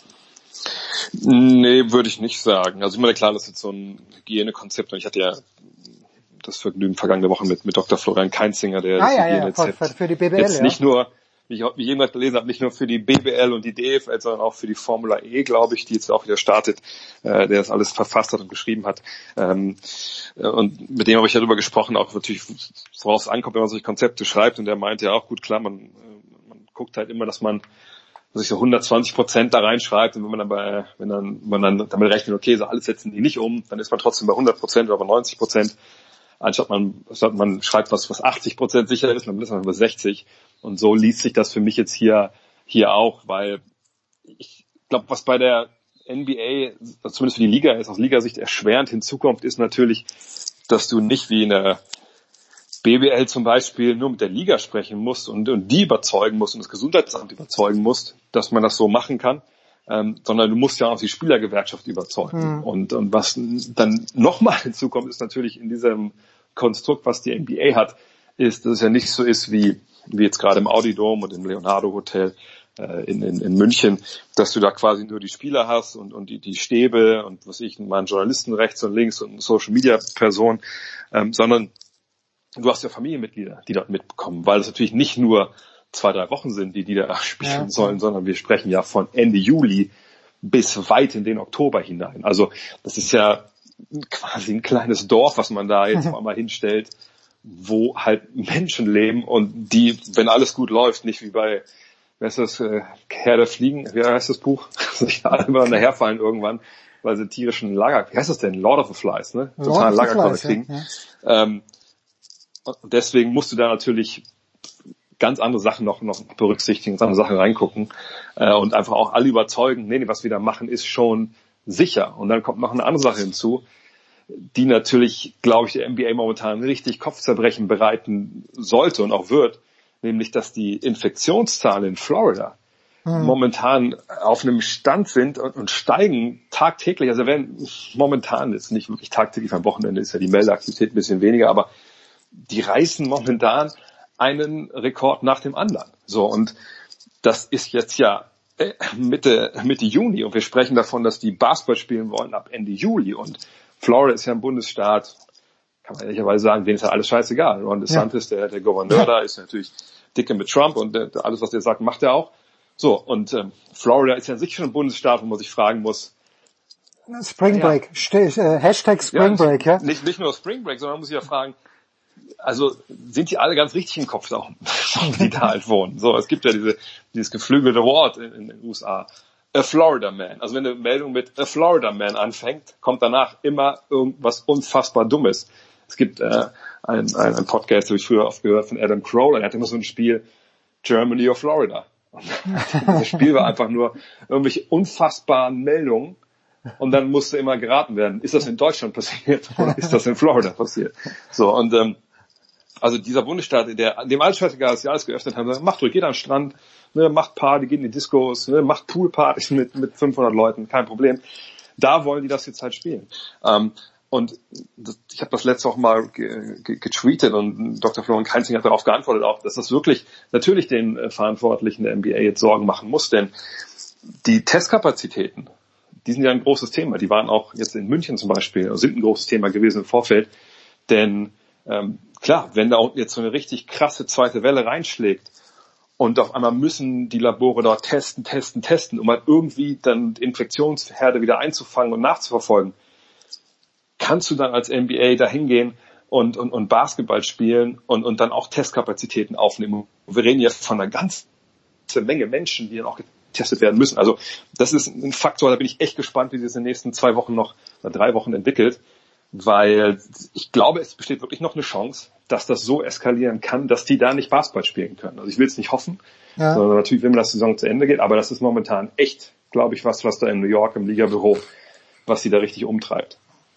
Nee, würde ich nicht sagen. Also ich meine, klar, das ist jetzt so ein Hygienekonzept und ich hatte ja das Vergnügen vergangene Woche mit, mit Doktor Florian Keinzinger, der ah, das ja, Hygienekonzept ja, für, für die B B L, jetzt ja. nicht nur, wie ich wie jemand gelesen habe, nicht nur für die B B L und die D F L, sondern auch für die Formula E, glaube ich, die jetzt auch wieder startet, äh, der das alles verfasst hat und geschrieben hat. Ähm, äh, und mit dem habe ich darüber gesprochen, auch natürlich, worauf es ankommt, wenn man solche Konzepte schreibt. Und der meinte ja auch, gut, klar, man, äh, man guckt halt immer, dass man sich so hundertzwanzig Prozent da reinschreibt. Und wenn man dann bei, wenn dann, man dann damit rechnet, okay, so alles setzen die nicht um, dann ist man trotzdem bei hundert Prozent oder bei neunzig Prozent. Anstatt man, anstatt man schreibt was, was achtzig Prozent sicher ist, dann ist man über sechzig. Und so liest sich das für mich jetzt hier, hier auch, weil ich glaube, was bei der N B A, zumindest für die Liga ist, aus Ligasicht erschwerend hinzukommt, ist natürlich, dass du nicht wie in der B B L zum Beispiel nur mit der Liga sprechen musst und, und die überzeugen musst und das Gesundheitsamt überzeugen musst, dass man das so machen kann. Ähm, sondern du musst ja auch die Spielergewerkschaft überzeugen. Mhm. Und, und was dann nochmal hinzukommt, ist natürlich in diesem Konstrukt, was die N B A hat, ist, dass es ja nicht so ist wie, wie jetzt gerade im Audi Dome und im Leonardo Hotel äh, in, in, in München, dass du da quasi nur die Spieler hast und, und die, die Stäbe und was ich, mal einen Journalisten rechts und links und eine Social Media Person, ähm, sondern du hast ja Familienmitglieder, die dort mitbekommen, weil es natürlich nicht nur zwei, drei Wochen sind, die die da spielen ja. sollen, sondern wir sprechen ja von Ende Juli bis weit in den Oktober hinein. Also das ist ja quasi ein kleines Dorf, was man da jetzt mal hinstellt, wo halt Menschen leben und die, wenn alles gut läuft, nicht wie bei, wer ist das, äh, Herr der Fliegen, wie heißt das Buch? Sich alle immer daherfallen irgendwann, weil sie tierischen Lager, wie heißt das denn? Lord of the Flies, ne? Totalen Lagerkoller kriegen. Ja, ja. Ähm, und deswegen musst du da natürlich ganz andere Sachen noch, noch berücksichtigen, ganz andere Sachen reingucken äh, und einfach auch alle überzeugen, nee, nee, was wir da machen, ist schon sicher. Und dann kommt noch eine andere Sache hinzu, die natürlich, glaube ich, der N B A momentan richtig Kopfzerbrechen bereiten sollte und auch wird, nämlich, dass die Infektionszahlen in Florida mhm. momentan auf einem Stand sind und, und steigen tagtäglich. Also wenn momentan ist nicht wirklich tagtäglich, am Wochenende ist ja die Meldeaktivität ein bisschen weniger, aber die reißen momentan einen Rekord nach dem anderen. So, und das ist jetzt ja Mitte, Mitte Juni und wir sprechen davon, dass die Basketball spielen wollen ab Ende Juli und Florida ist ja ein Bundesstaat, kann man ehrlicherweise sagen, denen ist ja alles scheißegal. Ron DeSantis, ja. der, der Gouverneur ja. da, ist natürlich dicke mit Trump und der, alles, was der sagt, macht er auch. So, und ähm, Florida ist ja sicher schon ein Bundesstaat, wo man sich fragen muss, Spring Break, ja, St- äh, Hashtag Spring ja, Break, ja? Nicht, nicht nur Spring Break, sondern man muss sich ja fragen, also sind die alle ganz richtig im Kopf da, die da halt wohnen. So, es gibt ja diese, dieses geflügelte Wort in, in den U S A. A Florida Man. Also wenn eine Meldung mit A Florida Man anfängt, kommt danach immer irgendwas unfassbar Dummes. Es gibt äh, einen ein Podcast, den ich früher oft gehört, von Adam Crowell, er hat immer so ein Spiel Germany or Florida. Und das Spiel war einfach nur irgendwelche unfassbaren Meldungen und dann musste immer geraten werden, ist das in Deutschland passiert oder ist das in Florida passiert? So, und ähm, also dieser Bundesstaat, der dem alles scheißegal ist, die alles geöffnet haben, sagt, macht ruhig, geht an den Strand, ne, macht Party, geht in die Discos, ne, macht Poolpartys mit mit fünfhundert Leuten, kein Problem. Da wollen die das jetzt halt spielen. Ähm, und das, ich habe das letzte Woche mal ge, ge, getweetet und Doktor Florian Keinzinger hat darauf geantwortet auch, dass das wirklich natürlich den äh, Verantwortlichen der N B A jetzt Sorgen machen muss, denn die Testkapazitäten, die sind ja ein großes Thema. Die waren auch jetzt in München zum Beispiel, sind ein großes Thema gewesen im Vorfeld, denn ähm, klar, wenn da jetzt so eine richtig krasse zweite Welle reinschlägt und auf einmal müssen die Labore dort testen, testen, testen, um halt irgendwie dann Infektionsherde wieder einzufangen und nachzuverfolgen, kannst du dann als N B A da hingehen und, und, und Basketball spielen und, und dann auch Testkapazitäten aufnehmen. Und wir reden ja von einer ganzen Menge Menschen, die dann auch getestet werden müssen. Also das ist ein Faktor, da bin ich echt gespannt, wie sich das in den nächsten zwei Wochen noch oder drei Wochen entwickelt. Weil ich glaube, es besteht wirklich noch eine Chance, dass das so eskalieren kann, dass die da nicht Basketball spielen können. Also ich will es nicht hoffen, ja. sondern natürlich will man, dass die Saison zu Ende geht, aber das ist momentan echt, glaube ich, was, was da in New York im Ligabüro, was sie da richtig umtreibt.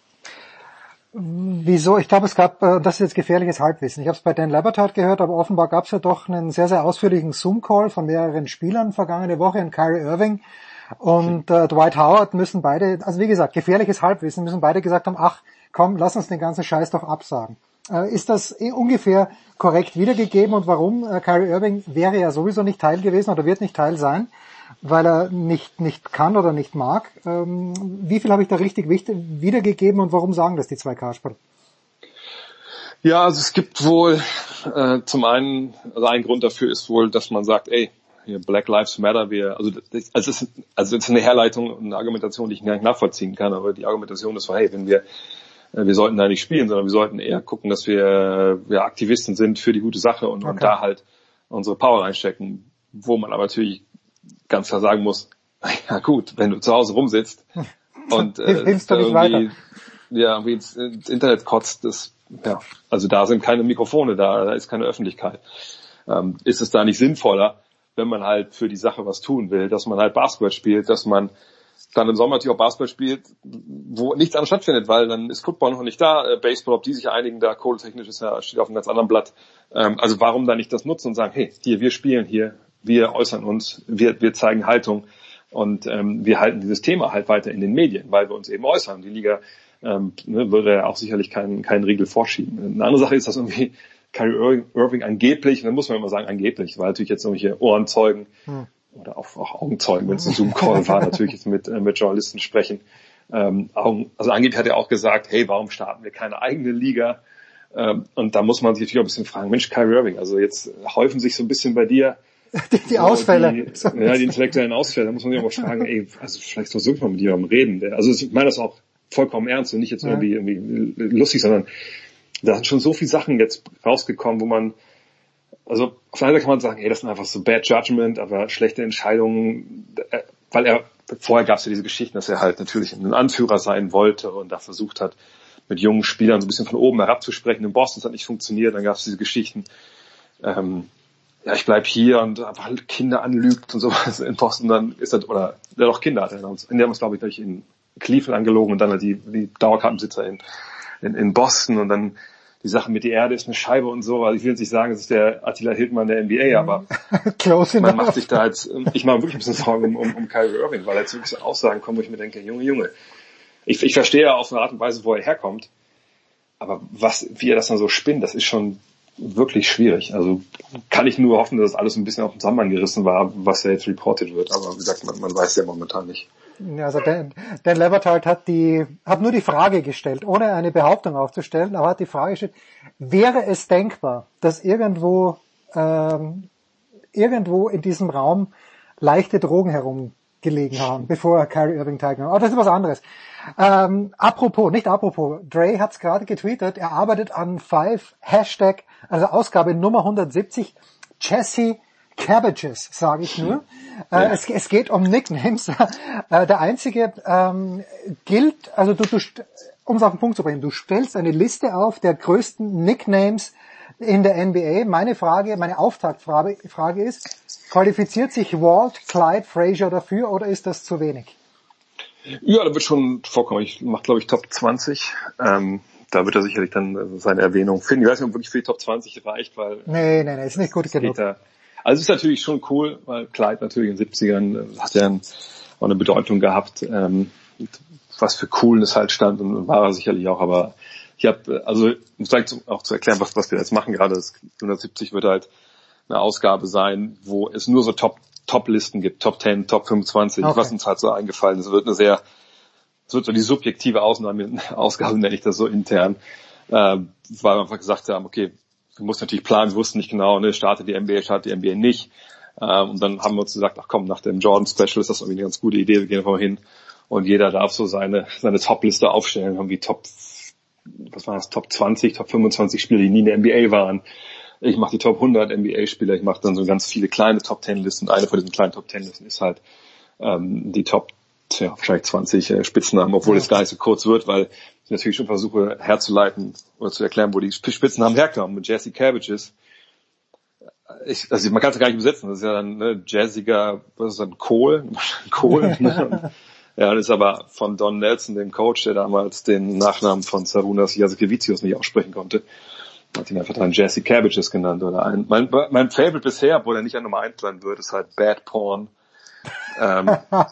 Wieso? Ich glaube, es gab, das ist jetzt gefährliches Halbwissen. Ich habe es bei Dan Lebertard gehört, aber offenbar gab es ja doch einen sehr, sehr ausführlichen Zoom-Call von mehreren Spielern vergangene Woche und Kyrie Irving und äh, Dwight Howard müssen beide, also wie gesagt, gefährliches Halbwissen, müssen beide gesagt haben, ach komm, lass uns den ganzen Scheiß doch absagen. Äh, ist das eh ungefähr korrekt wiedergegeben und warum? Äh, Kyrie Irving wäre ja sowieso nicht Teil gewesen oder wird nicht Teil sein, weil er nicht nicht kann oder nicht mag. Ähm, wie viel habe ich da richtig wiedergegeben und warum sagen das die zwei Kasperl? Ja, also es gibt wohl äh, zum einen, also ein Grund dafür ist wohl, dass man sagt, ey, hier Black Lives Matter, wir, also das, also es ist, also es ist eine Herleitung und eine Argumentation, die ich gar nicht nachvollziehen kann, aber die Argumentation ist so, hey, wenn wir wir sollten da nicht spielen, sondern wir sollten eher gucken, dass wir, wir Aktivisten sind für die gute Sache und, okay. und da halt unsere Power reinstecken, wo man aber natürlich ganz klar sagen muss, ja gut, wenn du zu Hause rumsitzt und äh, hilfst du nicht weiter. Ja, irgendwie ins, ins Internet kotzt, das, ja, also da sind keine Mikrofone da, da ist keine Öffentlichkeit. Ähm, ist es da nicht sinnvoller, wenn man halt für die Sache was tun will, dass man halt Basketball spielt, dass man dann im Sommer natürlich auch Basketball spielt, wo nichts anderes stattfindet, weil dann ist Football noch nicht da, äh, Baseball, ob die sich einigen, da kohletechnisch ist ja, steht auf einem ganz anderen Blatt. Ähm, also warum dann nicht das nutzen und sagen, hey, hier, wir spielen hier, wir äußern uns, wir, wir zeigen Haltung und ähm, wir halten dieses Thema halt weiter in den Medien, weil wir uns eben äußern. Die Liga ähm, ne, würde ja auch sicherlich keinen keinen Riegel vorschieben. Eine andere Sache ist, dass irgendwie Kyrie Irving angeblich, und dann muss man immer sagen angeblich, weil natürlich jetzt irgendwelche Ohrenzeugen hm. oder auch, auch Augenzeugen, wenn es ein Zoom-Call war, natürlich jetzt mit, äh, mit Journalisten sprechen. Ähm, Augen, also angeblich hat er auch gesagt, hey, warum starten wir keine eigene Liga? Ähm, und da muss man sich natürlich auch ein bisschen fragen, Mensch, Kyrie Irving, also jetzt häufen sich so ein bisschen bei dir die, die Ausfälle. Die, ja, die intellektuellen Ausfälle. Da muss man sich auch mal fragen, ey, also vielleicht soll ich mal mit jemandem reden. Also ich meine das auch vollkommen ernst und nicht jetzt irgendwie, irgendwie lustig, sondern da sind schon so viele Sachen jetzt rausgekommen, wo man, also auf der einen Seite kann man sagen, ey, das sind einfach so Bad Judgment, aber schlechte Entscheidungen, weil er, vorher gab es ja diese Geschichten, dass er halt natürlich ein Anführer sein wollte und da versucht hat, mit jungen Spielern so ein bisschen von oben herab zu sprechen. In Boston hat nicht funktioniert, dann gab es diese Geschichten, ähm, ja, ich bleib hier und einfach Kinder anlügt und sowas in Boston, dann ist er, oder der doch Kinder hat er, in der haben es glaube ich in Cleveland angelogen und dann halt die, die Dauerkartenbesitzer in, in, in Boston und dann die Sache mit der Erde ist eine Scheibe und so, also ich will jetzt nicht sagen, es ist der Attila Hildmann der N B A, aber Close man enough. macht sich da jetzt, ich mache wirklich ein bisschen Sorgen um, um, um Kyrie Irving, weil er jetzt wirklich so Aussagen kommen, wo ich mir denke, Junge, Junge, ich, ich verstehe ja auf eine Art und Weise, wo er herkommt, aber was, wie er das dann so spinnt, das ist schon wirklich schwierig. Also kann ich nur hoffen, dass das alles ein bisschen auf den Zusammenhang gerissen war, was ja jetzt reported wird, aber wie gesagt, man, man weiß ja momentan nicht. Ja, also Dan, Dan Lebertard hat die, hat nur die Frage gestellt, ohne eine Behauptung aufzustellen, aber hat die Frage gestellt, wäre es denkbar, dass irgendwo, ähm, irgendwo in diesem Raum leichte Drogen herumgelegen haben, bevor Kyrie Irving teilgenommen hat. Aber das ist was anderes. Ähm, apropos, nicht apropos, Dre hat's gerade getweetet, er arbeitet an Five, Hashtag, also Ausgabe Nummer hundertsiebzig, Jesse Cabbages, sage ich nur. Ja. Äh, es, es geht um Nicknames. äh, der einzige ähm, gilt, also du, du um es auf den Punkt zu bringen, du stellst eine Liste auf der größten Nicknames in der N B A. Meine Frage, meine Auftaktfrage Frage ist, qualifiziert sich Walt, Clyde, Frazier dafür oder ist das zu wenig? Ja, da wird schon vorkommen. Ich mache, glaube ich, Top zwanzig. Ähm, da wird er sicherlich dann seine Erwähnung finden. Ich weiß nicht, ob wirklich für die Top zwanzig reicht, weil... Nee, nee, nee, ist nicht gut genug. Da, also es ist natürlich schon cool, weil Clyde natürlich in den siebzigern hat ja auch eine Bedeutung gehabt, ähm, was für Coolness halt stand und war er sicherlich auch, aber ich habe, also um vielleicht auch zu erklären, was, was wir jetzt machen, gerade das hundertsiebzig wird halt eine Ausgabe sein, wo es nur so Top Top-Listen gibt, Top zehn, Top fünfundzwanzig, okay. Was uns halt so eingefallen ist. Es wird eine sehr, es wird so die subjektive Ausnahme, Ausgabe, nenne ich das so intern, äh, weil wir einfach gesagt haben, okay, wir mussten natürlich planen, wir wussten nicht genau, ne, startet die N B A, startet die N B A nicht. Ähm, und dann haben wir uns gesagt, ach komm, nach dem Jordan Special ist das irgendwie eine ganz gute Idee, wir gehen einfach mal hin und jeder darf so seine seine Top-Liste aufstellen, haben wie Top, was war das, Top zwanzig, Top fünfundzwanzig Spieler, die nie in der N B A waren. Ich mache die Top hundert N B A-Spieler, ich mache dann so ganz viele kleine Top zehn Listen. Eine von diesen kleinen Top zehn Listen ist halt ähm, die Top tja, wahrscheinlich zwanzig äh, Spitznamen, obwohl es gar nicht so kurz wird, weil ich natürlich schon versuche herzuleiten oder zu erklären, wo die Spitznamen herkommen. Mit Jesse Cabbages. Ich, also man kann es gar nicht übersetzen. Das ist ja dann ne, jazziger, was ist das, Kohl? Kohl. Ne? Ja, das ist aber von Don Nelson, dem Coach, der damals den Nachnamen von Sarunas Jasikevicius nicht aussprechen konnte. Hat ihn einfach dann Jesse Cabbages genannt. Oder ein, mein, mein Favorite bisher, obwohl er nicht an Nummer eins sein wird, ist halt Bad Porn. ähm,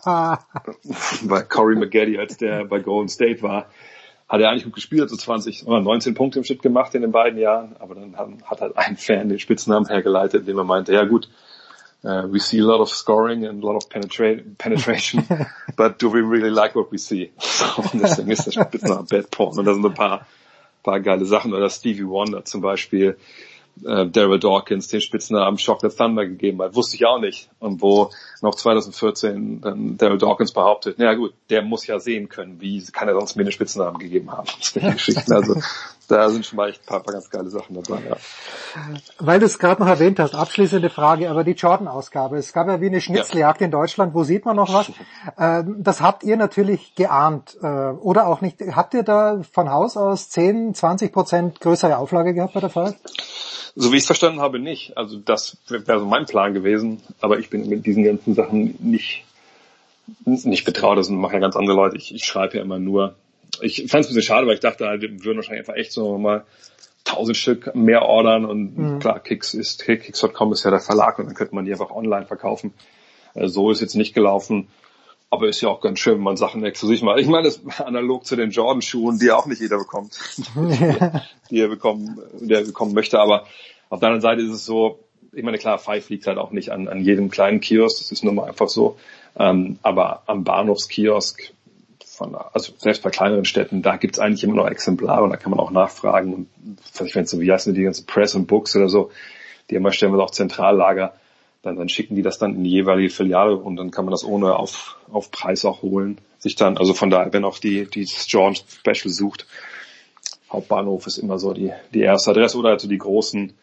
bei Corey McGaddy, als der bei Golden State war, hat er eigentlich gut gespielt, so zwanzig oder neunzehn Punkte im Schnitt gemacht in den beiden Jahren, aber dann hat halt ein Fan den Spitznamen hergeleitet, indem er meinte, ja gut, uh, we see a lot of scoring and a lot of penetra- penetration, but do we really like what we see? So, und deswegen ist der Spitzname Bad Porn. Und da sind ein paar, paar geile Sachen. Oder Stevie Wonder zum Beispiel, äh, Daryl Dawkins den Spitznamen Shock the Thunder gegeben hat. Wusste ich auch nicht. Und wo noch zwanzig vierzehn dann Daryl Dawkins behauptet, naja gut, der muss ja sehen können, wie kann er sonst mir den Spitznamen gegeben haben. Solche Geschichten. Also da sind schon mal echt ein paar, paar ganz geile Sachen dabei, ja. Weil du es gerade noch erwähnt hast, abschließende Frage, aber die Jordan-Ausgabe. Es gab ja wie eine Schnitzeljagd ja. in Deutschland, wo sieht man noch was? Das habt ihr natürlich geahnt. Oder auch nicht. Habt ihr da von Haus aus zehn, zwanzig Prozent größere Auflage gehabt bei der Fahrt? So wie ich es verstanden habe, nicht. Also das wäre so mein Plan gewesen, aber ich bin mit diesen ganzen Sachen nicht nicht betraut. Das machen ja ganz andere Leute. Ich, ich schreibe ja immer nur. Ich fand es ein bisschen schade, weil ich dachte, wir würden wahrscheinlich einfach echt so mal tausend Stück mehr ordern und mhm. klar, Kicks ist, Kicks Punkt com ist ja der Verlag und dann könnte man die einfach online verkaufen. So ist jetzt nicht gelaufen. Aber ist ja auch ganz schön, wenn man Sachen exklusiv macht. Ich meine, das ist analog zu den Jordan-Schuhen, die ja auch nicht jeder bekommt, ja. die er bekommen, der er bekommen möchte. Aber auf der anderen Seite ist es so, ich meine, klar, Five liegt halt auch nicht an, an jedem kleinen Kiosk, das ist nun mal einfach so. Ähm, aber am Bahnhofskiosk, von, also selbst bei kleineren Städten, da gibt's eigentlich immer noch Exemplare und da kann man auch nachfragen. Und vielleicht, wenn es so, wie heißen die ganzen Press und Books oder so, die immer stellen wir auch Zentrallager. Dann, dann schicken die das dann in die jeweilige Filiale und dann kann man das ohne auf, auf Preis auch holen. Sich dann, also von daher, wenn auch die, die Jordan Special sucht, Hauptbahnhof ist immer so die, die erste Adresse oder also die großen,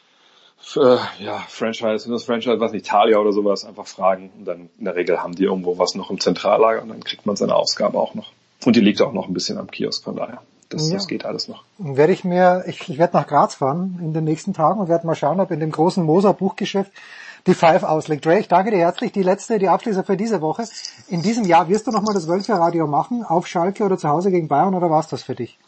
äh, ja, Franchise, das Franchise, was nicht, Italia oder sowas, einfach fragen und dann in der Regel haben die irgendwo was noch im Zentrallager und dann kriegt man seine Ausgabe auch noch. Und die liegt auch noch ein bisschen am Kiosk, von daher. Das, ja. das geht alles noch. Werde ich mir, ich, ich werde nach Graz fahren in den nächsten Tagen und werde mal schauen, ob in dem großen Moser Buchgeschäft die Five auslegt. Ray, ich danke dir herzlich. Die letzte, die Abschließer für diese Woche. In diesem Jahr wirst du nochmal das Wölfe-Radio machen, auf Schalke oder zu Hause gegen Bayern, oder war es das für dich?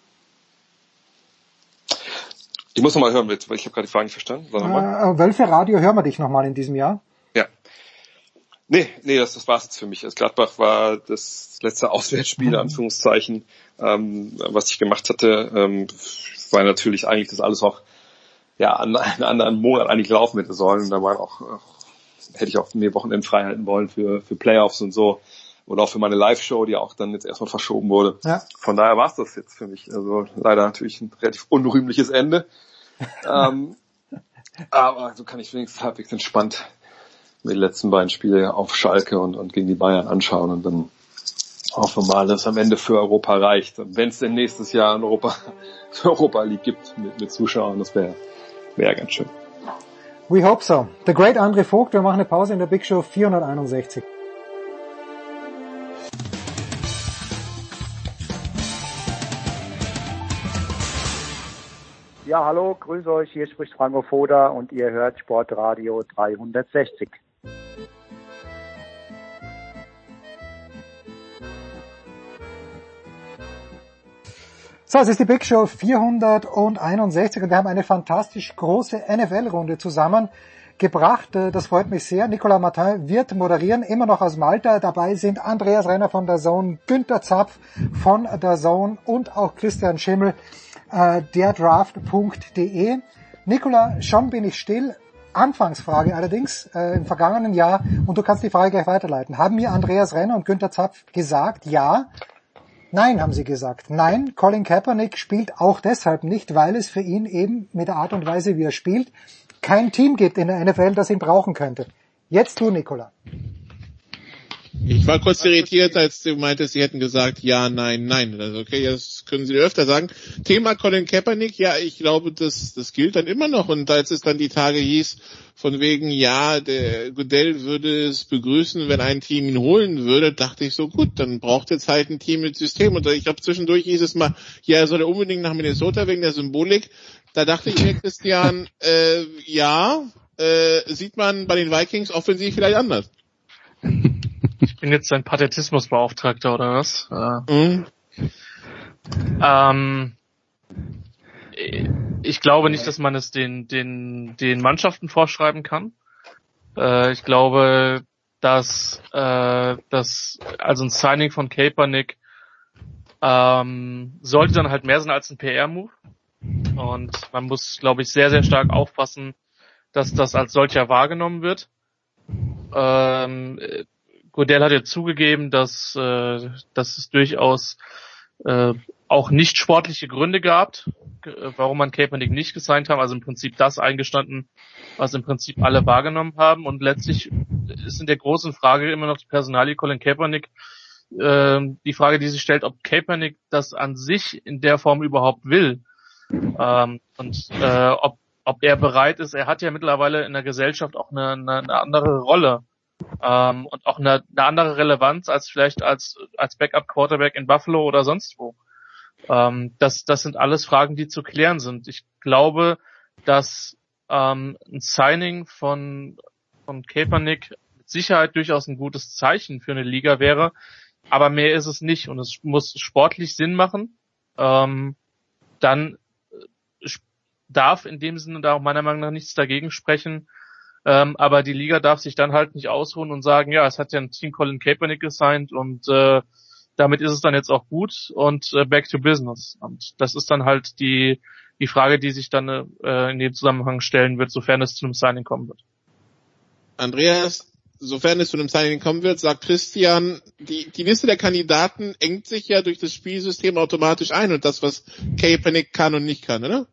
Ich muss nochmal hören, weil ich habe gerade die Frage nicht verstanden. Äh, Wölfe-Radio, hören wir dich nochmal in diesem Jahr? Ja. Nee, nee, das, das war's jetzt für mich. Das Gladbach war das letzte Auswärtsspiel, mhm. Anführungszeichen, ähm, was ich gemacht hatte, ähm, weil natürlich eigentlich das alles auch ja, an einen anderen Monat eigentlich laufen hätte sollen. Und da waren auch, auch, hätte ich auch mir Wochenende frei halten wollen für, für Playoffs und so. Oder auch für meine Live-Show, die auch dann jetzt erstmal verschoben wurde. Ja. Von daher war es das jetzt für mich. Also leider natürlich ein relativ unrühmliches Ende. ähm, aber so kann ich wenigstens halbwegs entspannt mir die letzten beiden Spiele auf Schalke und, und gegen die Bayern anschauen und dann hoffen wir mal, dass es am Ende für Europa reicht. Wenn es denn nächstes Jahr in Europa, Europa League gibt mit, mit Zuschauern, das wäre Wäre ganz schön. We hope so. The Great André Vogt, wir machen eine Pause in der Big Show vierhunderteinundsechzig. Ja, hallo, grüße euch, hier spricht Franco Foda und ihr hört Sportradio dreihundertsechzig. So, es ist die Big Show vierhunderteinundsechzig und wir haben eine fantastisch große N F L-Runde zusammengebracht. Das freut mich sehr. Nicolas Martin wird moderieren, immer noch aus Malta. Dabei sind Andreas Renner von der Zone, Günther Zapf von der Zone und auch Christian Schimmel, äh, der Draft Punkt de. Nicolas, schon bin ich still. Anfangsfrage allerdings äh, im vergangenen Jahr, und du kannst die Frage gleich weiterleiten. Haben mir Andreas Renner und Günther Zapf gesagt, ja, nein, haben sie gesagt. Nein, Colin Kaepernick spielt auch deshalb nicht, weil es für ihn eben mit der Art und Weise, wie er spielt, kein Team gibt in der N F L, das ihn brauchen könnte. Jetzt du, Nicola. Ich war kurz irritiert, als du meintest, sie hätten gesagt, ja, nein, nein. Also okay, das können Sie öfter sagen. Thema Colin Kaepernick, ja, ich glaube, das, das gilt dann immer noch. Und als es dann die Tage hieß, von wegen, ja, der Goodell würde es begrüßen, wenn ein Team ihn holen würde, dachte ich so, gut, dann braucht jetzt halt ein Team mit System. Und ich glaube, zwischendurch hieß es mal, ja, er soll unbedingt nach Minnesota wegen der Symbolik. Da dachte ich mir, Christian, äh, ja, äh, sieht man bei den Vikings offensiv vielleicht anders. Ich bin jetzt ein Patriotismusbeauftragter, oder was? Äh, mhm. ähm, ich glaube nicht, dass man es den, den, den Mannschaften vorschreiben kann. Äh, ich glaube, dass, äh, dass, also ein Signing von Kaepernick, ähm, sollte dann halt mehr sein als ein P R-Move. Und man muss, glaube ich, sehr, sehr stark aufpassen, dass das als solcher wahrgenommen wird. Ähm, Goodell hat ja zugegeben, dass, äh, dass es durchaus äh, auch nicht sportliche Gründe gab, warum man Kaepernick nicht gesigned hat. Also im Prinzip das eingestanden, was im Prinzip alle wahrgenommen haben. Und letztlich ist in der großen Frage immer noch die Personalie Colin Kaepernick. Äh, die Frage, die sich stellt, ob Kaepernick das an sich in der Form überhaupt will. Ähm, und äh, ob, ob er bereit ist. Er hat ja mittlerweile in der Gesellschaft auch eine, eine, eine andere Rolle. Ähm, und auch eine, eine andere Relevanz als vielleicht als als Backup-Quarterback in Buffalo oder sonst wo. Ähm, das das sind alles Fragen, die zu klären sind. Ich glaube, dass ähm, ein Signing von von Kaepernick mit Sicherheit durchaus ein gutes Zeichen für eine Liga wäre, aber mehr ist es nicht und es muss sportlich Sinn machen. Ähm, dann darf in dem Sinne da auch meiner Meinung nach nichts dagegen sprechen. Ähm, aber die Liga darf sich dann halt nicht ausruhen und sagen, ja, es hat ja ein Team Colin Kaepernick gesigned und äh, damit ist es dann jetzt auch gut und äh, back to business. Und das ist dann halt die die Frage, die sich dann äh, in dem Zusammenhang stellen wird, sofern es zu einem Signing kommen wird. Andreas, sofern es zu einem Signing kommen wird, sagt Christian, die die Liste der Kandidaten engt sich ja durch das Spielsystem automatisch ein und das, was Kaepernick kann und nicht kann, oder?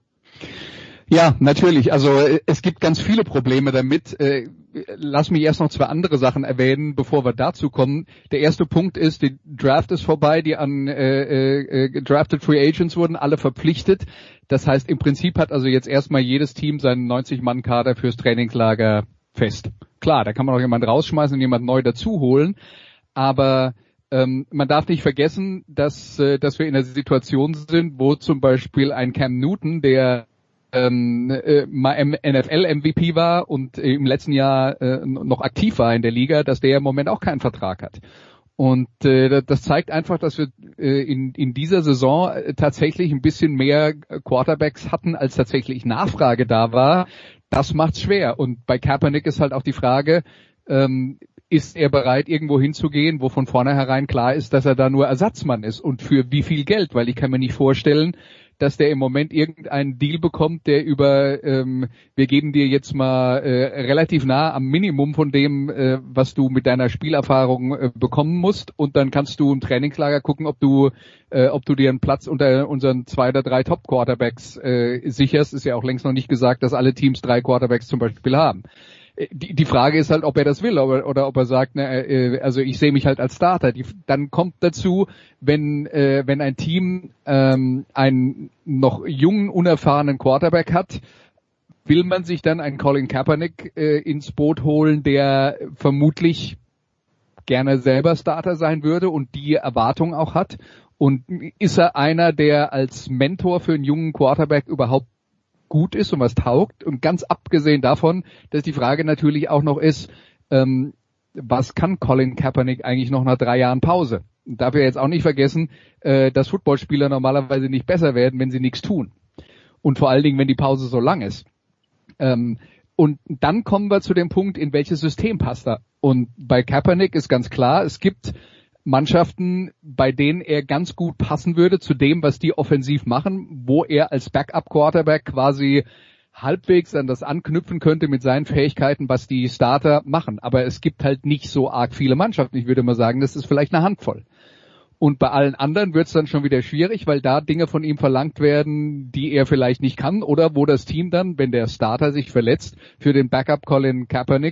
Ja, natürlich. Also es gibt ganz viele Probleme damit. Äh, lass mich erst noch zwei andere Sachen erwähnen, bevor wir dazu kommen. Der erste Punkt ist, die Draft ist vorbei, die an äh, äh, drafted Free Agents wurden alle verpflichtet. Das heißt, im Prinzip hat also jetzt erstmal jedes Team seinen neunzig-Mann-Kader fürs Trainingslager fest. Klar, da kann man auch jemand rausschmeißen und jemand neu dazu holen, aber ähm, man darf nicht vergessen, dass, äh, dass wir in einer Situation sind, wo zum Beispiel ein Cam Newton, der ähm, äh, mal N F L-M V P war und äh, im letzten Jahr äh, noch aktiv war in der Liga, dass der im Moment auch keinen Vertrag hat. Und äh, das zeigt einfach, dass wir äh, in, in dieser Saison äh, tatsächlich ein bisschen mehr Quarterbacks hatten, als tatsächlich Nachfrage da war. Das macht's schwer. Und bei Kaepernick ist halt auch die Frage, ähm, ist er bereit, irgendwo hinzugehen, wo von vornherein klar ist, dass er da nur Ersatzmann ist und für wie viel Geld? Weil ich kann mir nicht vorstellen, dass der im Moment irgendeinen Deal bekommt, der über, ähm, wir geben dir jetzt mal äh, relativ nah am Minimum von dem, äh, was du mit deiner Spielerfahrung äh, bekommen musst, und dann kannst du im Trainingslager gucken, ob du äh, ob du dir einen Platz unter unseren zwei oder drei Top-Quarterbacks äh, sicherst. Ist ja auch längst noch nicht gesagt, dass alle Teams drei Quarterbacks zum Beispiel haben. Die, die Frage ist halt, ob er das will oder, oder ob er sagt, ne, äh, also ich sehe mich halt als Starter. Die, dann kommt dazu, wenn äh, wenn ein Team ähm, einen noch jungen, unerfahrenen Quarterback hat, will man sich dann einen Colin Kaepernick äh, ins Boot holen, der vermutlich gerne selber Starter sein würde und die Erwartung auch hat. Und ist er einer, der als Mentor für einen jungen Quarterback überhaupt gut ist und was taugt? Und ganz abgesehen davon, dass die Frage natürlich auch noch ist, ähm, was kann Colin Kaepernick eigentlich noch nach drei Jahren Pause? Und darf er jetzt auch nicht vergessen, äh, dass Footballspieler normalerweise nicht besser werden, wenn sie nichts tun. Und vor allen Dingen, wenn die Pause so lang ist. Ähm, und dann kommen wir zu dem Punkt, in welches System passt er? Und bei Kaepernick ist ganz klar, es gibt Mannschaften, bei denen er ganz gut passen würde zu dem, was die offensiv machen, wo er als Backup-Quarterback quasi halbwegs an das anknüpfen könnte mit seinen Fähigkeiten, was die Starter machen. Aber es gibt halt nicht so arg viele Mannschaften. Ich würde mal sagen, das ist vielleicht eine Handvoll. Und bei allen anderen wird es dann schon wieder schwierig, weil da Dinge von ihm verlangt werden, die er vielleicht nicht kann, oder wo das Team dann, wenn der Starter sich verletzt, für den Backup Colin Kaepernick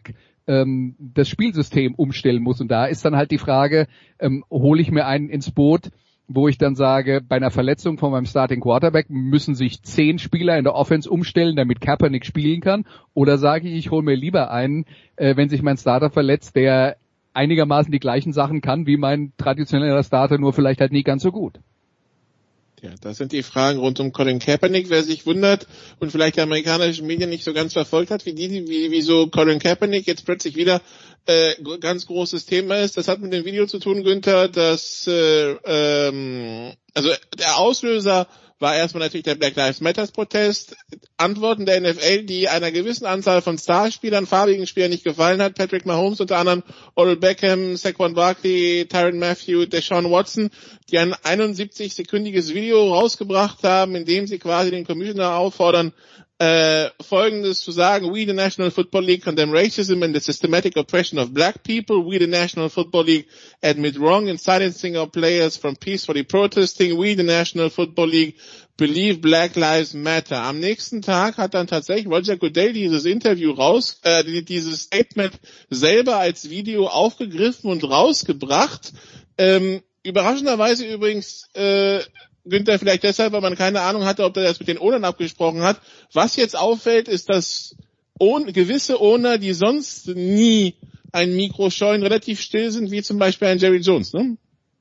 ähm, das Spielsystem umstellen muss. Und da ist dann halt die Frage, ähm, hole ich mir einen ins Boot, wo ich dann sage, bei einer Verletzung von meinem Starting Quarterback müssen sich zehn Spieler in der Offense umstellen, damit Kaepernick spielen kann, oder sage ich, ich hole mir lieber einen, äh, wenn sich mein Starter verletzt, der einigermaßen die gleichen Sachen kann wie mein traditioneller Starter, nur vielleicht halt nie ganz so gut. Ja, das sind die Fragen rund um Colin Kaepernick. Wer sich wundert und vielleicht die amerikanischen Medien nicht so ganz verfolgt hat, wie die, wie, wieso Colin Kaepernick jetzt plötzlich wieder äh, ganz großes Thema ist, das hat mit dem Video zu tun, Günther, dass äh, ähm, also der Auslöser war erstmal natürlich der Black Lives Matter Protest. Antworten der N F L, die einer gewissen Anzahl von Starspielern, farbigen Spielern nicht gefallen hat. Patrick Mahomes unter anderem, Odell Beckham, Saquon Barkley, Tyrann Mathieu, Deshaun Watson, die ein einundsiebzig-sekündiges Video rausgebracht haben, in dem sie quasi den Commissioner auffordern, äh, Folgendes zu sagen: We, the National Football League, condemn racism and the systematic oppression of black people. We, the National Football League, admit wrong in silencing our players from peacefully protesting. We, the National Football League, believe Black Lives Matter. Am nächsten Tag hat dann tatsächlich Roger Goodell dieses Interview raus, äh, dieses Statement selber als Video aufgegriffen und rausgebracht. Ähm, überraschenderweise übrigens, äh, Günther, vielleicht deshalb, weil man keine Ahnung hatte, ob er das mit den Ownern abgesprochen hat. Was jetzt auffällt, ist, dass ohne, gewisse Owner, die sonst nie ein Mikro scheuen, relativ still sind, wie zum Beispiel ein Jerry Jones, ne?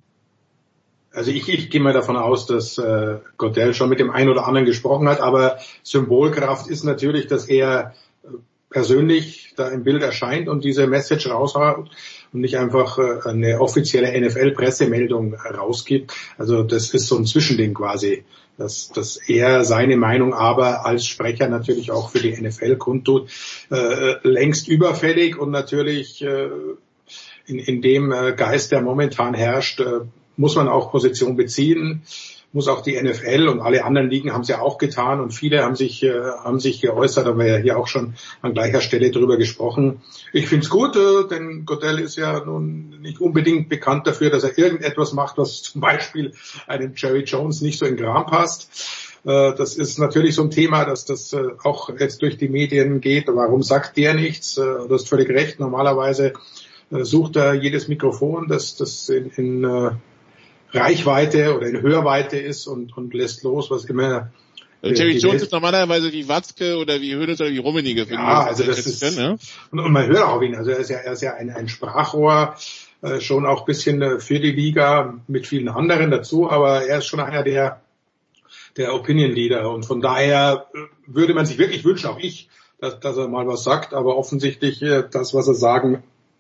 Also ich, ich gehe mal davon aus, dass äh, Goodell schon mit dem einen oder anderen gesprochen hat, aber Symbolkraft ist natürlich, dass er persönlich da im Bild erscheint und diese Message raushaut und nicht einfach äh, eine offizielle N F L-Pressemeldung rausgibt. Also das ist so ein Zwischending quasi, dass, dass er seine Meinung aber als Sprecher natürlich auch für die N F L kundtut. Äh, längst überfällig und natürlich äh, in, in dem äh, Geist, der momentan herrscht, äh, muss man auch Position beziehen, muss auch die N F L und alle anderen Ligen haben es ja auch getan und viele haben sich äh, haben sich geäußert, haben wir ja hier auch schon an gleicher Stelle drüber gesprochen. Ich finde es gut, äh, denn Goodell ist ja nun nicht unbedingt bekannt dafür, dass er irgendetwas macht, was zum Beispiel einem Jerry Jones nicht so in den Kram passt. Äh, das ist natürlich so ein Thema, dass das äh, auch jetzt durch die Medien geht. Warum sagt der nichts? Äh, du hast völlig recht, normalerweise äh, sucht er jedes Mikrofon, das, das in, in äh, Reichweite oder in Hörweite ist und, und lässt los, was immer. Äh, Jerry Jones ist normalerweise wie Watzke oder wie Hönes oder wie Rummenigge. Ja, also das ist, können, ja? und, und man hört auch ihn, also er ist ja, er ist ja ein, ein Sprachrohr, äh, schon auch ein bisschen äh, für die Liga mit vielen anderen dazu, aber er ist schon einer der, der Opinion Leader und von daher äh, würde man sich wirklich wünschen, auch ich, dass, dass er mal was sagt, aber offensichtlich äh, das, was er sagen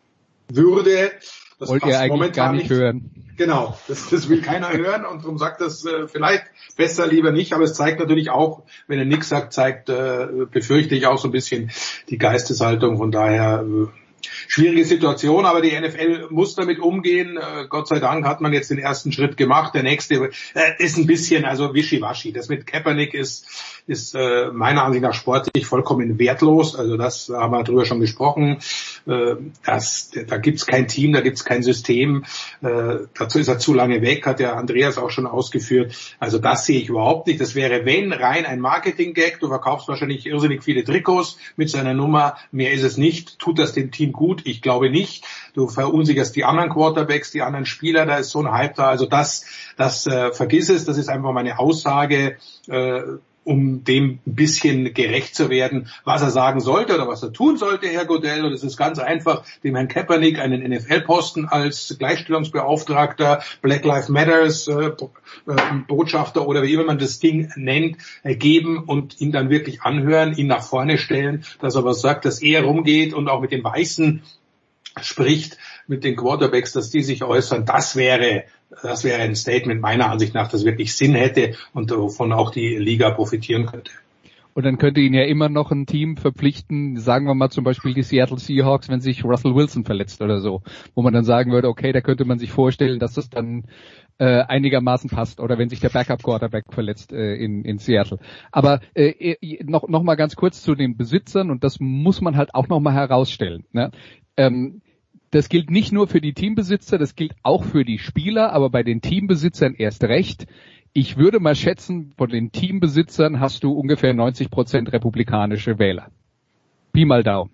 würde, das wollt ihr eigentlich gar nicht, nicht hören. Genau, das, das will keiner hören und darum sagt das äh, vielleicht besser lieber nicht, aber es zeigt natürlich auch, wenn er nichts sagt, zeigt, äh, befürchte ich auch so ein bisschen die Geisteshaltung, von daher äh, schwierige Situation, aber die N F L muss damit umgehen. Äh, Gott sei Dank hat man jetzt den ersten Schritt gemacht. Der nächste äh, ist ein bisschen, also wischiwaschi. Das mit Kaepernick ist, ist äh, meiner Ansicht nach sportlich vollkommen wertlos. Also das haben wir drüber schon gesprochen. Äh, das, da gibt's kein Team, da gibt's kein System. Äh, dazu ist er zu lange weg, hat der Andreas auch schon ausgeführt. Also das sehe ich überhaupt nicht. Das wäre, wenn, rein ein Marketing-Gag. Du verkaufst wahrscheinlich irrsinnig viele Trikots mit seiner Nummer. Mehr ist es nicht. Tut das dem Team gut? Ich glaube nicht. Du verunsicherst die anderen Quarterbacks, die anderen Spieler, da ist so ein Hype da. Also das, das äh, vergiss es, das ist einfach meine Aussage, äh, um dem ein bisschen gerecht zu werden, was er sagen sollte oder was er tun sollte, Herr Goodell. Und es ist ganz einfach, dem Herrn Kaepernick einen N F L-Posten als Gleichstellungsbeauftragter, Black Lives Matters äh, Botschafter oder wie immer man das Ding nennt, äh, geben und ihn dann wirklich anhören, ihn nach vorne stellen, dass er was sagt, dass er rumgeht und auch mit den Weißen spricht, mit den Quarterbacks, dass die sich äußern. Das wäre Das wäre ein Statement meiner Ansicht nach, das wirklich Sinn hätte und wovon auch die Liga profitieren könnte. Und dann könnte ihn ja immer noch ein Team verpflichten, sagen wir mal zum Beispiel die Seattle Seahawks, wenn sich Russell Wilson verletzt oder so, wo man dann sagen würde, okay, da könnte man sich vorstellen, dass das dann äh, einigermaßen passt, oder wenn sich der Backup-Quarterback verletzt äh, in, in Seattle. Aber äh, noch, noch mal ganz kurz zu den Besitzern, und das muss man halt auch noch mal herausstellen, ne? Ähm, Das gilt nicht nur für die Teambesitzer, das gilt auch für die Spieler, aber bei den Teambesitzern erst recht. Ich würde mal schätzen, von den Teambesitzern hast du ungefähr neunzig Prozent republikanische Wähler. Pi mal Daumen.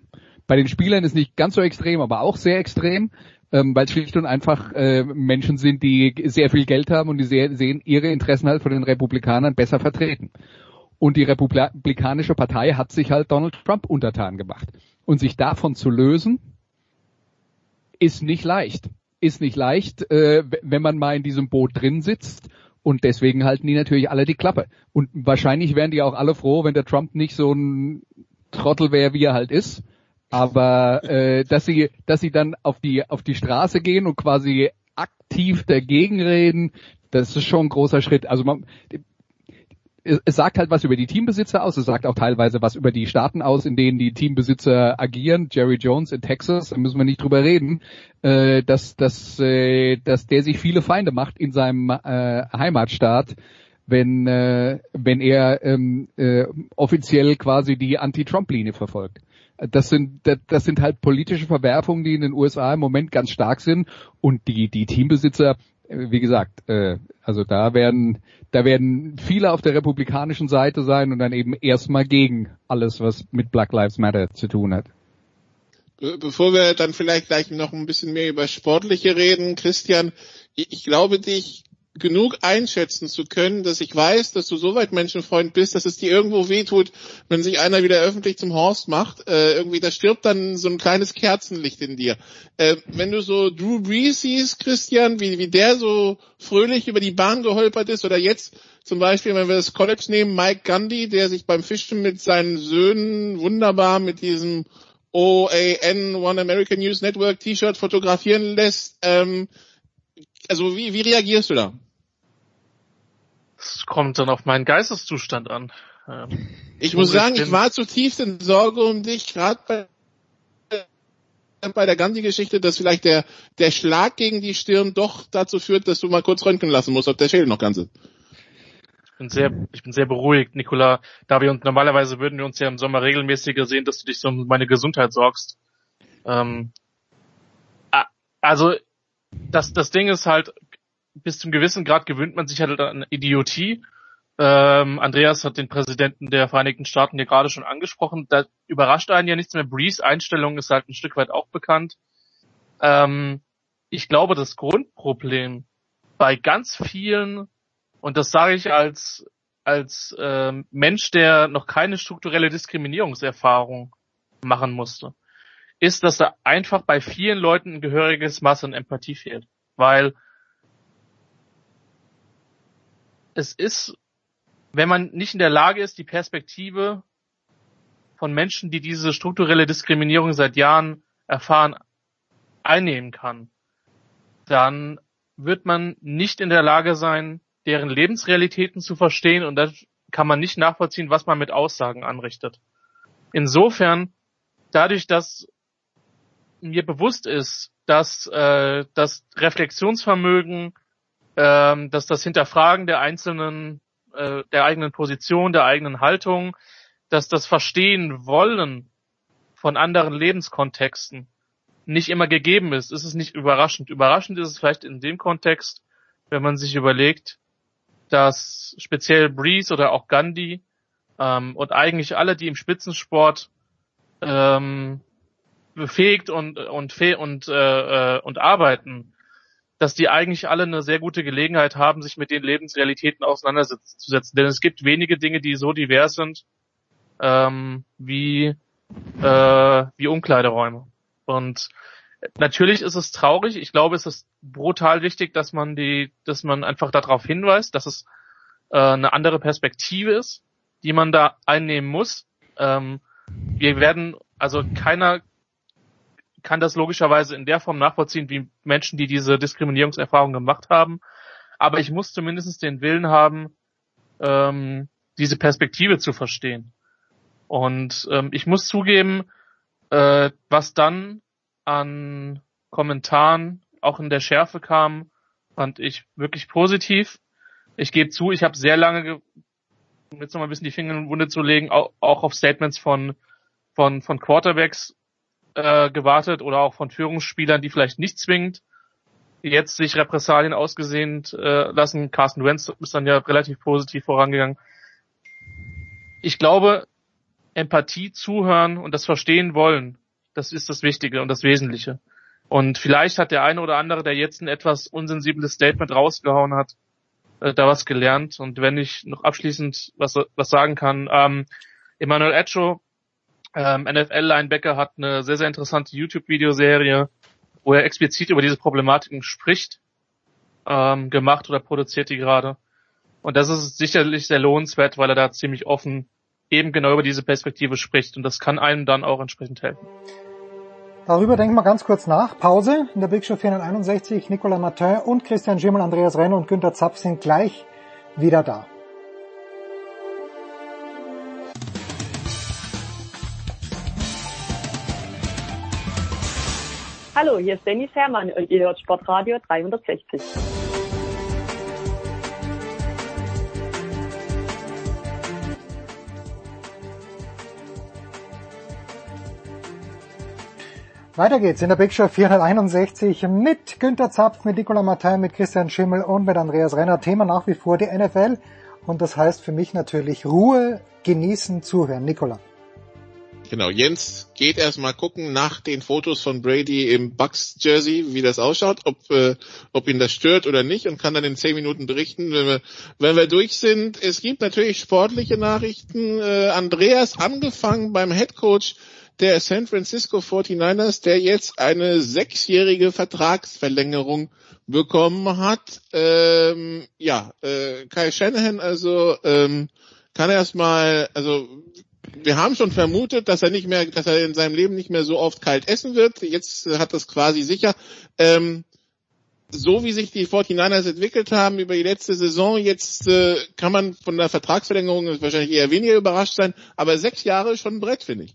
Bei den Spielern ist nicht ganz so extrem, aber auch sehr extrem, ähm, weil es schlicht und einfach äh, Menschen sind, die sehr viel Geld haben und die sehr, sehen ihre Interessen halt von den Republikanern besser vertreten. Und die Republikanische Partei hat sich halt Donald Trump untertan gemacht. Und sich davon zu lösen, ist nicht leicht. Ist nicht leicht, äh, wenn man mal in diesem Boot drin sitzt. Und deswegen halten die natürlich alle die Klappe. Und wahrscheinlich wären die auch alle froh, wenn der Trump nicht so ein Trottel wäre, wie er halt ist. Aber äh, dass sie, dass sie dann auf die auf die Straße gehen und quasi aktiv dagegen reden, das ist schon ein großer Schritt. Also man, es sagt halt was über die Teambesitzer aus, es sagt auch teilweise was über die Staaten aus, in denen die Teambesitzer agieren. Jerry Jones in Texas, da müssen wir nicht drüber reden, äh, dass, dass, äh, dass der sich viele Feinde macht in seinem äh, Heimatstaat, wenn, äh, wenn er ähm, äh, offiziell quasi die Anti-Trump-Linie verfolgt. Das sind, das, das sind halt politische Verwerfungen, die in den U S A im Moment ganz stark sind, und die, die Teambesitzer, wie gesagt, äh, also da werden, da werden viele auf der republikanischen Seite sein und dann eben erstmal gegen alles, was mit Black Lives Matter zu tun hat. Bevor wir dann vielleicht gleich noch ein bisschen mehr über Sportliche reden, Christian, ich glaube, dich genug einschätzen zu können, dass ich weiß, dass du so weit Menschenfreund bist, dass es dir irgendwo wehtut, wenn sich einer wieder öffentlich zum Horst macht. Äh, irgendwie, da stirbt dann so ein kleines Kerzenlicht in dir. Äh, wenn du so Drew Brees siehst, Christian, wie, wie der so fröhlich über die Bahn geholpert ist, oder jetzt zum Beispiel, wenn wir das College nehmen, Mike Gundy, der sich beim Fischen mit seinen Söhnen wunderbar mit diesem O A N, One American News Network T-Shirt fotografieren lässt. Ähm, Also wie, wie reagierst du da? Es kommt dann auf meinen Geisteszustand an. Ähm, ich muss sagen, ich war zutiefst in Sorge um dich, gerade bei, bei der Gandhi-Geschichte, dass vielleicht der, der Schlag gegen die Stirn doch dazu führt, dass du mal kurz röntgen lassen musst, ob der Schädel noch ganz ist. Ich bin sehr, ich bin sehr beruhigt, Nicola. Da wir uns, normalerweise würden wir uns ja im Sommer regelmäßiger sehen, dass du dich so um meine Gesundheit sorgst. Ähm, also, Das, das Ding ist halt, bis zum gewissen Grad gewöhnt man sich halt an Idiotie. Ähm, Andreas hat den Präsidenten der Vereinigten Staaten ja gerade schon angesprochen. Da überrascht einen ja nichts mehr. Brees Einstellung ist halt ein Stück weit auch bekannt. Ähm, ich glaube, das Grundproblem bei ganz vielen, und das sage ich als als ähm, Mensch, der noch keine strukturelle Diskriminierungserfahrung machen musste, ist, dass da einfach bei vielen Leuten ein gehöriges Maß an Empathie fehlt. Weil es ist, wenn man nicht in der Lage ist, die Perspektive von Menschen, die diese strukturelle Diskriminierung seit Jahren erfahren, einnehmen kann, dann wird man nicht in der Lage sein, deren Lebensrealitäten zu verstehen, und dann kann man nicht nachvollziehen, was man mit Aussagen anrichtet. Insofern, dadurch, dass mir bewusst ist, dass äh, das Reflexionsvermögen, äh, dass das Hinterfragen der einzelnen, äh, der eigenen Position, der eigenen Haltung, dass das Verstehen wollen von anderen Lebenskontexten nicht immer gegeben ist, ist es nicht überraschend. Überraschend ist es vielleicht in dem Kontext, wenn man sich überlegt, dass speziell Brees oder auch Gandhi ähm, und eigentlich alle, die im Spitzensport ähm, befähigt und und und äh, und arbeiten, dass die eigentlich alle eine sehr gute Gelegenheit haben, sich mit den Lebensrealitäten auseinanderzusetzen. Denn es gibt wenige Dinge, die so divers sind ähm, wie äh, wie Umkleideräume. Und natürlich ist es traurig. Ich glaube, es ist brutal wichtig, dass man die, dass man einfach darauf hinweist, dass es äh, eine andere Perspektive ist, die man da einnehmen muss. Ähm, wir werden, also keiner kann das logischerweise in der Form nachvollziehen, wie Menschen, die diese Diskriminierungserfahrung gemacht haben. Aber ich muss zumindest den Willen haben, ähm, diese Perspektive zu verstehen. Und ähm, ich muss zugeben, äh, was dann an Kommentaren auch in der Schärfe kam, fand ich wirklich positiv. Ich gebe zu, ich habe sehr lange, ge- um jetzt noch mal ein bisschen die Finger in die Wunde zu legen, auch, auch auf Statements von von von Quarterbacks äh, gewartet oder auch von Führungsspielern, die vielleicht nicht zwingend jetzt sich Repressalien ausgesehnt äh, lassen. Carson Wentz ist dann ja relativ positiv vorangegangen. Ich glaube, Empathie, zuhören und das verstehen wollen Das ist das Wichtige und das Wesentliche. Und vielleicht hat der eine oder andere, der jetzt ein etwas unsensibles Statement rausgehauen hat, äh, da was gelernt. Und wenn ich noch abschließend was, was sagen kann, ähm, Emmanuel Acho, ähm, N F L-Linebacker, hat eine sehr, sehr interessante YouTube-Videoserie, wo er explizit über diese Problematiken spricht, ähm, gemacht oder produziert die gerade. Und das ist sicherlich sehr lohnenswert, weil er da ziemlich offen eben genau über diese Perspektive spricht. Und das kann einem dann auch entsprechend helfen. Darüber denken wir ganz kurz nach. Pause in der Big Show vierhunderteinundsechzig. Nicolas Martin und Christian Schimmel, Andreas Renner und Günther Zapf sind gleich wieder da. Hallo, hier ist Dennis Herrmann und ihr hört Sportradio dreihundertsechzig. Weiter geht's in der Big Show vierhunderteinundsechzig mit Günther Zapf, mit Nicolas Martin, mit Christian Schimmel und mit Andreas Renner. Thema nach wie vor die N F L und das heißt für mich natürlich Ruhe, genießen, zuhören. Nicolas. Genau, Jens geht erstmal gucken nach den Fotos von Brady im Bucks-Jersey, wie das ausschaut, ob äh, ob ihn das stört oder nicht und kann dann in zehn Minuten berichten, wenn wir wenn wir durch sind. Es gibt natürlich sportliche Nachrichten. Äh, Andreas, angefangen beim Headcoach der San Francisco forty-niners, der jetzt eine sechsjährige Vertragsverlängerung bekommen hat. Ähm, ja, äh, Kyle Shanahan also ähm, kann erstmal, also wir haben schon vermutet, dass er nicht mehr, dass er in seinem Leben nicht mehr so oft kalt essen wird. Jetzt äh, hat das quasi sicher. Ähm, so wie sich die forty-niners entwickelt haben über die letzte Saison, jetzt äh, kann man von der Vertragsverlängerung wahrscheinlich eher weniger überrascht sein, aber sechs Jahre ist schon ein Brett, finde ich.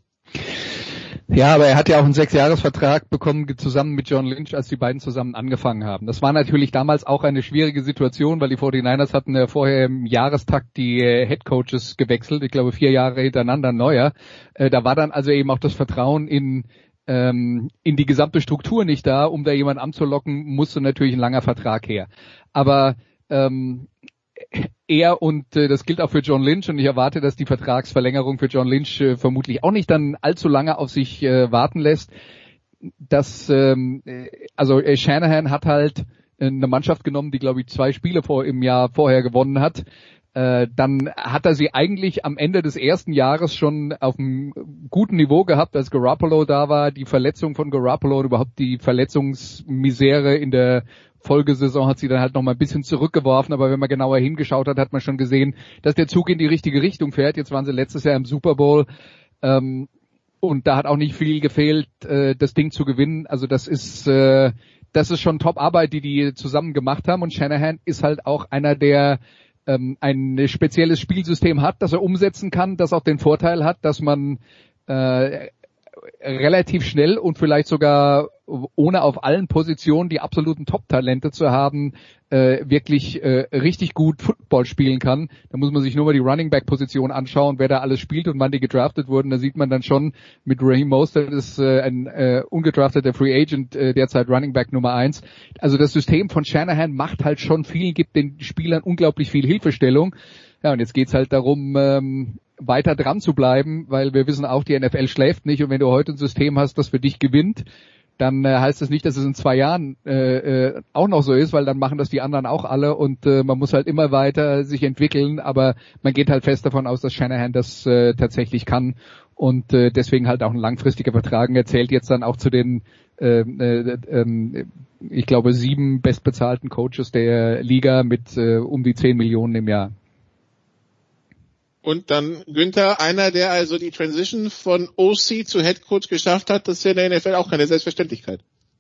Ja, aber er hat ja auch einen Sechsjahresvertrag bekommen, zusammen mit John Lynch, als die beiden zusammen angefangen haben. Das war natürlich damals auch eine schwierige Situation, weil die forty-niners hatten ja vorher im Jahrestakt die äh, Headcoaches gewechselt, ich glaube vier Jahre hintereinander neuer. Äh, da war dann also eben auch das Vertrauen in ähm, in die gesamte Struktur nicht da, um da jemanden anzulocken, musste natürlich ein langer Vertrag her. Aber ähm, er und äh, das gilt auch für John Lynch und ich erwarte, dass die Vertragsverlängerung für John Lynch äh, vermutlich auch nicht dann allzu lange auf sich äh, warten lässt. Das, ähm, also äh, Shanahan hat halt äh, eine Mannschaft genommen, die glaube ich zwei Spiele vor im Jahr vorher gewonnen hat. Äh, dann hat er sie eigentlich am Ende des ersten Jahres schon auf einem guten Niveau gehabt, als Garoppolo da war. Die Verletzung von Garoppolo und überhaupt die Verletzungsmisere in der Folgesaison hat sie dann halt noch mal ein bisschen zurückgeworfen, aber wenn man genauer hingeschaut hat, hat man schon gesehen, dass der Zug in die richtige Richtung fährt. Jetzt waren sie letztes Jahr im Super Bowl ähm, und da hat auch nicht viel gefehlt, äh, das Ding zu gewinnen. Also das ist äh, das ist schon Top-Arbeit, die die zusammen gemacht haben und Shanahan ist halt auch einer, der ähm, ein spezielles Spielsystem hat, das er umsetzen kann, das auch den Vorteil hat, dass man äh, relativ schnell und vielleicht sogar ohne auf allen Positionen die absoluten Top-Talente zu haben, äh, wirklich äh, richtig gut Football spielen kann. Da muss man sich nur mal die Running-Back-Position anschauen, wer da alles spielt und wann die gedraftet wurden. Da sieht man dann schon, mit Raheem Mostert ist äh, ein äh, ungedrafteter Free Agent, äh, derzeit Running-Back Nummer eins. Also das System von Shanahan macht halt schon viel, gibt den Spielern unglaublich viel Hilfestellung. Ja, und jetzt geht's halt darum, ähm, weiter dran zu bleiben, weil wir wissen auch, die N F L schläft nicht und wenn du heute ein System hast, das für dich gewinnt, dann äh, heißt das nicht, dass es in zwei Jahren äh, äh, auch noch so ist, weil dann machen das die anderen auch alle und äh, man muss halt immer weiter sich entwickeln, aber man geht halt fest davon aus, dass Shanahan das äh, tatsächlich kann und äh, deswegen halt auch ein langfristiger Vertrag. Er zählt jetzt dann auch zu den äh, äh, äh, ich glaube sieben bestbezahlten Coaches der Liga mit äh, um die zehn Millionen im Jahr. Und dann Günther, einer, der also die Transition von O C zu Head Coach geschafft hat, das ist ja in der N F L auch keine Selbstverständlichkeit.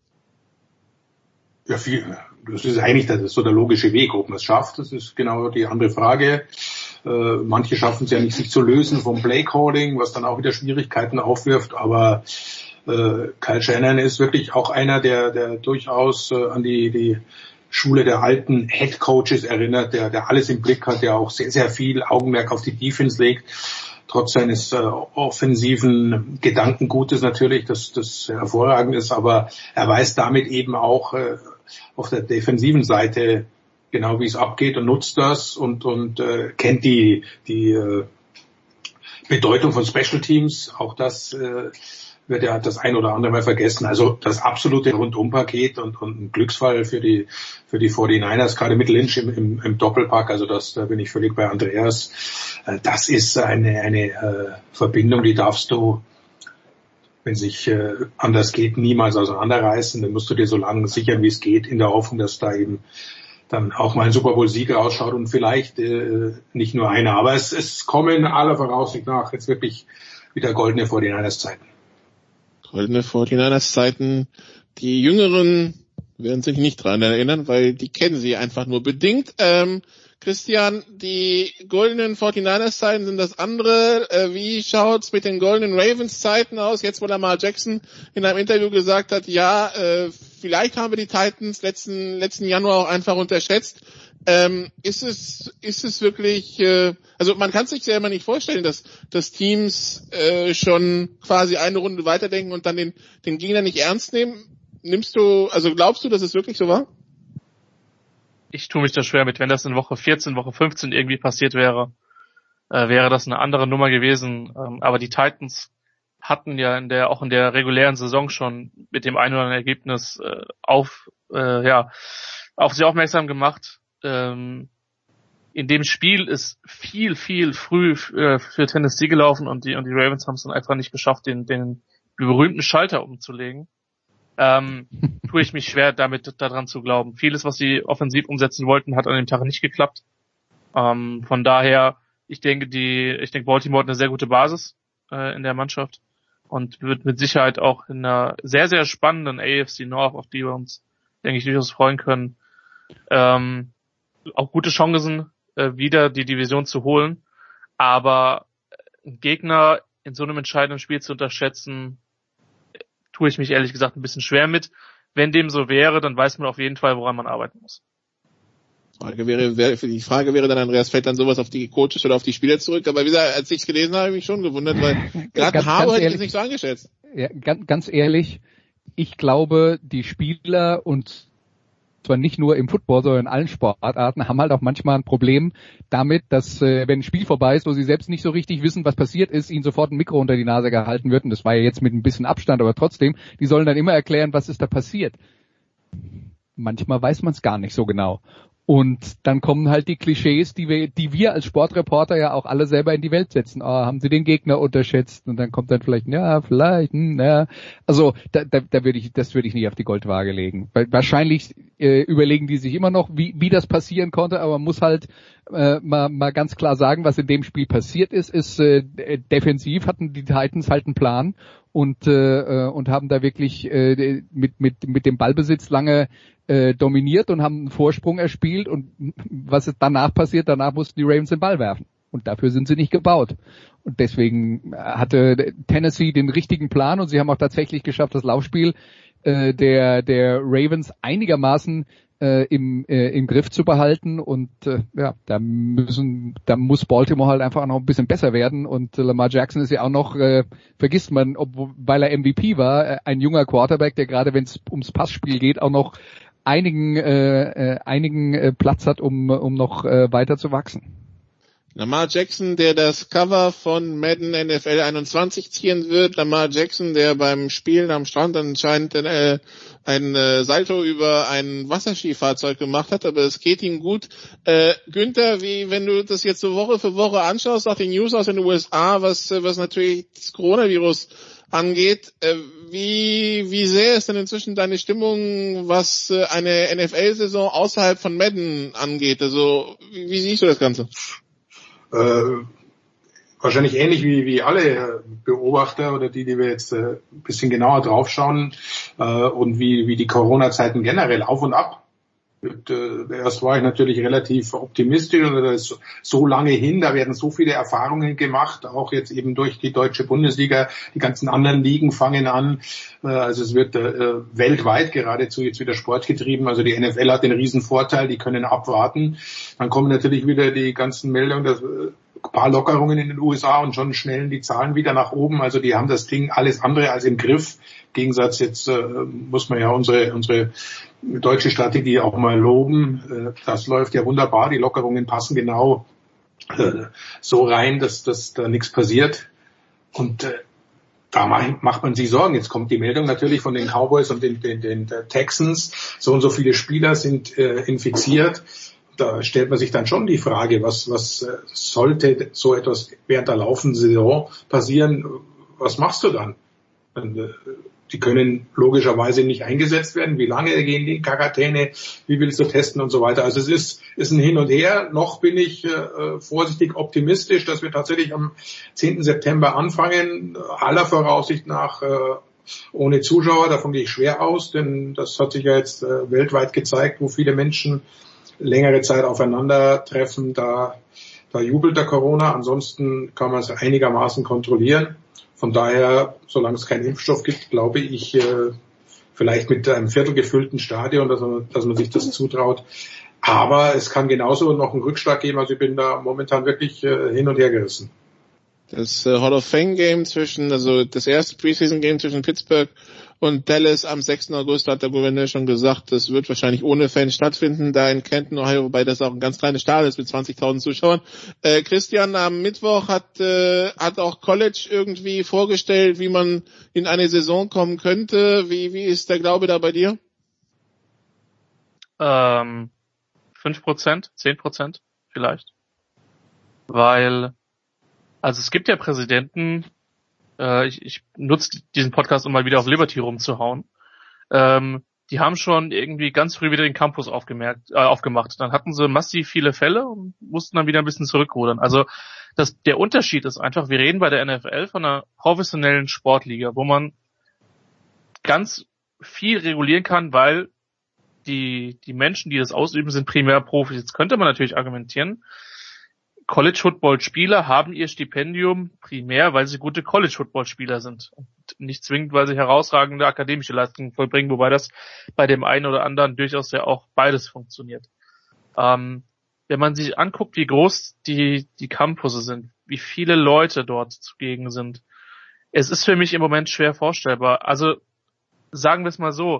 Ja, viel, das ist eigentlich das ist so der logische Weg, ob man es schafft, das ist genau die andere Frage. Äh, manche schaffen es ja nicht, sich zu lösen vom Playcalling, was dann auch wieder Schwierigkeiten aufwirft, aber äh, Kyle Shanahan ist wirklich auch einer, der, der durchaus äh, an die, die Schule der alten Head Coaches erinnert, der, der alles im Blick hat, der auch sehr, sehr viel Augenmerk auf die Defense legt, trotz seines äh, offensiven Gedankengutes natürlich, dass das hervorragend ist, aber er weiß damit eben auch äh, auf der defensiven Seite genau, wie es abgeht und nutzt das und, und äh, kennt die, die äh, Bedeutung von Special Teams, auch das äh, wird ja das ein oder andere Mal vergessen. Also das absolute Rundumpaket und, und ein Glücksfall für die für die forty-niners, gerade mit Lynch im, im, im Doppelpack. Also das, da bin ich völlig bei Andreas. Das ist eine eine äh, Verbindung, die darfst du, wenn sich äh, anders geht, niemals auseinanderreißen. Dann musst du dir so lange sichern, wie es geht, in der Hoffnung, dass da eben dann auch mal ein Super Bowl-Sieg rausschaut und vielleicht äh, nicht nur einer. Aber es, es kommen aller Voraussicht nach jetzt wirklich wieder goldene forty-niners-Zeiten. Goldene forty-niners-Zeiten. Die Jüngeren werden sich nicht dran erinnern, weil die kennen sie einfach nur bedingt. Ähm, Christian, die goldenen forty-niners-Zeiten sind das andere. Äh, wie schaut's mit den goldenen Ravens-Zeiten aus? Jetzt, wo Lamar Jackson in einem Interview gesagt hat, ja, äh, vielleicht haben wir die Titans letzten letzten Januar auch einfach unterschätzt. Ähm, ist es ist es wirklich, äh, also man kann sich ja immer nicht vorstellen, dass dass Teams äh, schon quasi eine Runde weiterdenken und dann den den Gegner nicht ernst nehmen. Nimmst du, also glaubst du, dass es wirklich so war? Ich tue mich da schwer mit, wenn das in Woche vierzehn, Woche fünfzehn irgendwie passiert wäre, äh, wäre das eine andere Nummer gewesen. Ähm, aber die Titans hatten ja in der auch in der regulären Saison schon mit dem einen oder anderen Ergebnis äh, auf äh, ja auf sie aufmerksam gemacht. Ähm, in dem Spiel ist viel viel früh äh, für Tennessee gelaufen und die und die Ravens haben es dann einfach nicht geschafft, den den berühmten Schalter umzulegen. Ähm, tue ich mich schwer, damit daran zu glauben. Vieles, was sie offensiv umsetzen wollten, hat an dem Tag nicht geklappt. Ähm, von daher, ich denke, die, ich denke, Baltimore hat eine sehr gute Basis äh, in der Mannschaft und wird mit Sicherheit auch in einer sehr, sehr spannenden A F C North, auf die wir uns, denke ich, durchaus freuen können, ähm, auch gute Chancen, äh, wieder die Division zu holen. Aber einen Gegner in so einem entscheidenden Spiel zu unterschätzen, tue ich mich ehrlich gesagt ein bisschen schwer mit. Wenn dem so wäre, dann weiß man auf jeden Fall, woran man arbeiten muss. Frage wäre, wäre, die Frage wäre dann, Andreas, fällt dann sowas auf die Coaches oder auf die Spieler zurück? Aber wie gesagt, als ich es gelesen habe, habe ich mich schon gewundert, weil gerade Harbour hätte ich das nicht so eingeschätzt. Ja, ganz, ganz ehrlich, ich glaube, die Spieler und zwar nicht nur im Football, sondern in allen Sportarten, haben halt auch manchmal ein Problem damit, dass äh, wenn ein Spiel vorbei ist, wo sie selbst nicht so richtig wissen, was passiert ist, ihnen sofort ein Mikro unter die Nase gehalten wird. Und das war ja jetzt mit ein bisschen Abstand, aber trotzdem, die sollen dann immer erklären, was ist da passiert. Manchmal weiß man es gar nicht so genau. Und dann kommen halt die Klischees, die wir, die wir als Sportreporter ja auch alle selber in die Welt setzen. Oh, haben sie den Gegner unterschätzt? Und dann kommt dann vielleicht, ja, vielleicht, hm, ja. Also da, da, da würde ich, das würde ich nicht auf die Goldwaage legen. Weil wahrscheinlich äh, überlegen die sich immer noch, wie, wie das passieren konnte, aber man muss halt äh, mal, mal ganz klar sagen, was in dem Spiel passiert ist, ist äh, defensiv hatten die Titans halt einen Plan und äh, und haben da wirklich äh, mit mit mit dem Ballbesitz lange äh, dominiert und haben einen Vorsprung erspielt und was ist danach passiert, danach mussten die Ravens den Ball werfen und dafür sind sie nicht gebaut und deswegen hatte Tennessee den richtigen Plan und sie haben auch tatsächlich geschafft, das Laufspiel äh, der der Ravens einigermaßen äh, im äh, im Griff zu behalten und äh, ja, da müssen da muss Baltimore halt einfach noch ein bisschen besser werden und äh, Lamar Jackson ist ja auch noch äh, vergisst man, ob, weil er M V P war, äh, ein junger Quarterback, der gerade wenn es ums Passspiel geht, auch noch einigen äh, äh, einigen äh, Platz hat, um um noch äh, weiter zu wachsen. Lamar Jackson, der das Cover von Madden N F L einundzwanzig ziehen wird. Lamar Jackson, der beim Spielen am Strand anscheinend äh, ein äh, Salto über ein Wasserskifahrzeug gemacht hat, aber es geht ihm gut. Äh, Günther, wie wenn du das jetzt so Woche für Woche anschaust, nach den News aus den U S A, was was natürlich das Coronavirus angeht, äh, wie wie sehr ist denn inzwischen deine Stimmung, was äh, eine N F L-Saison außerhalb von Madden angeht? Also wie, wie siehst du das Ganze? Äh, wahrscheinlich ähnlich wie, wie alle Beobachter oder die, die wir jetzt äh, ein bisschen genauer draufschauen äh, und wie, wie die Corona-Zeiten generell auf und ab. Und, äh, erst war ich natürlich relativ optimistisch, oder das ist so lange hin, da werden so viele Erfahrungen gemacht, auch jetzt eben durch die deutsche Bundesliga, die ganzen anderen Ligen fangen an, äh, also es wird äh, weltweit geradezu jetzt wieder Sport getrieben, also die N F L hat den riesen Vorteil, die können abwarten, dann kommen natürlich wieder die ganzen Meldungen, dass äh, ein paar Lockerungen in den U S A und schon schnellen die Zahlen wieder nach oben, also die haben das Ding alles andere als im Griff. Im Gegensatz jetzt äh, muss man ja unsere unsere deutsche Strategie auch mal loben. Äh, das läuft ja wunderbar, die Lockerungen passen genau äh, so rein, dass, dass da nichts passiert. Und äh, da macht man sich Sorgen. Jetzt kommt die Meldung natürlich von den Cowboys und den, den, den Texans. So und so viele Spieler sind äh, infiziert. Da stellt man sich dann schon die Frage, was, was äh, sollte so etwas während der laufenden Saison passieren? Was machst du dann? Und, äh, die können logischerweise nicht eingesetzt werden. Wie lange gehen die in Quarantäne? Wie willst du testen und so weiter? Also es ist, ist ein Hin und Her. Noch bin ich äh, vorsichtig optimistisch, dass wir tatsächlich am zehnten September anfangen. Aller Voraussicht nach äh, ohne Zuschauer. Davon gehe ich schwer aus, denn das hat sich ja jetzt äh, weltweit gezeigt, wo viele Menschen längere Zeit aufeinandertreffen. Da, da jubelt der Corona. Ansonsten kann man es einigermaßen kontrollieren. Von daher, solange es keinen Impfstoff gibt, glaube ich, äh, vielleicht mit einem viertel gefüllten Stadion, dass man, dass man sich das zutraut. Aber es kann genauso noch einen Rückschlag geben. Also ich bin da momentan wirklich äh, hin und her gerissen. Das äh, Hall of Fame Game zwischen, also das erste Preseason Game zwischen Pittsburgh und Dallas am sechsten August hat der Gouverneur schon gesagt, das wird wahrscheinlich ohne Fans stattfinden, da in Canton, Ohio, wobei das auch ein ganz kleines Stadion ist mit zwanzigtausend Zuschauern. Äh, Christian, am Mittwoch hat äh, hat auch College irgendwie vorgestellt, wie man in eine Saison kommen könnte. Wie wie ist der Glaube da bei dir? Ähm, fünf Prozent, zehn Prozent vielleicht. Weil, also es gibt ja Präsidenten, äh, ich, ich nutze diesen Podcast, um mal wieder auf Liberty rumzuhauen, ähm, die haben schon irgendwie ganz früh wieder den Campus aufgemerkt, äh, aufgemacht. Dann hatten sie massiv viele Fälle und mussten dann wieder ein bisschen zurückrudern. Also das, der Unterschied ist einfach, wir reden bei der N F L von einer professionellen Sportliga, wo man ganz viel regulieren kann, weil die, die Menschen, die das ausüben, sind primär Profis. Jetzt könnte man natürlich argumentieren, College-Football-Spieler haben ihr Stipendium primär, weil sie gute College-Football-Spieler sind und nicht zwingend, weil sie herausragende akademische Leistungen vollbringen, wobei das bei dem einen oder anderen durchaus ja auch beides funktioniert. Ähm, wenn man sich anguckt, wie groß die, die Campusse sind, wie viele Leute dort zugegen sind, es ist für mich im Moment schwer vorstellbar. Also sagen wir es mal so,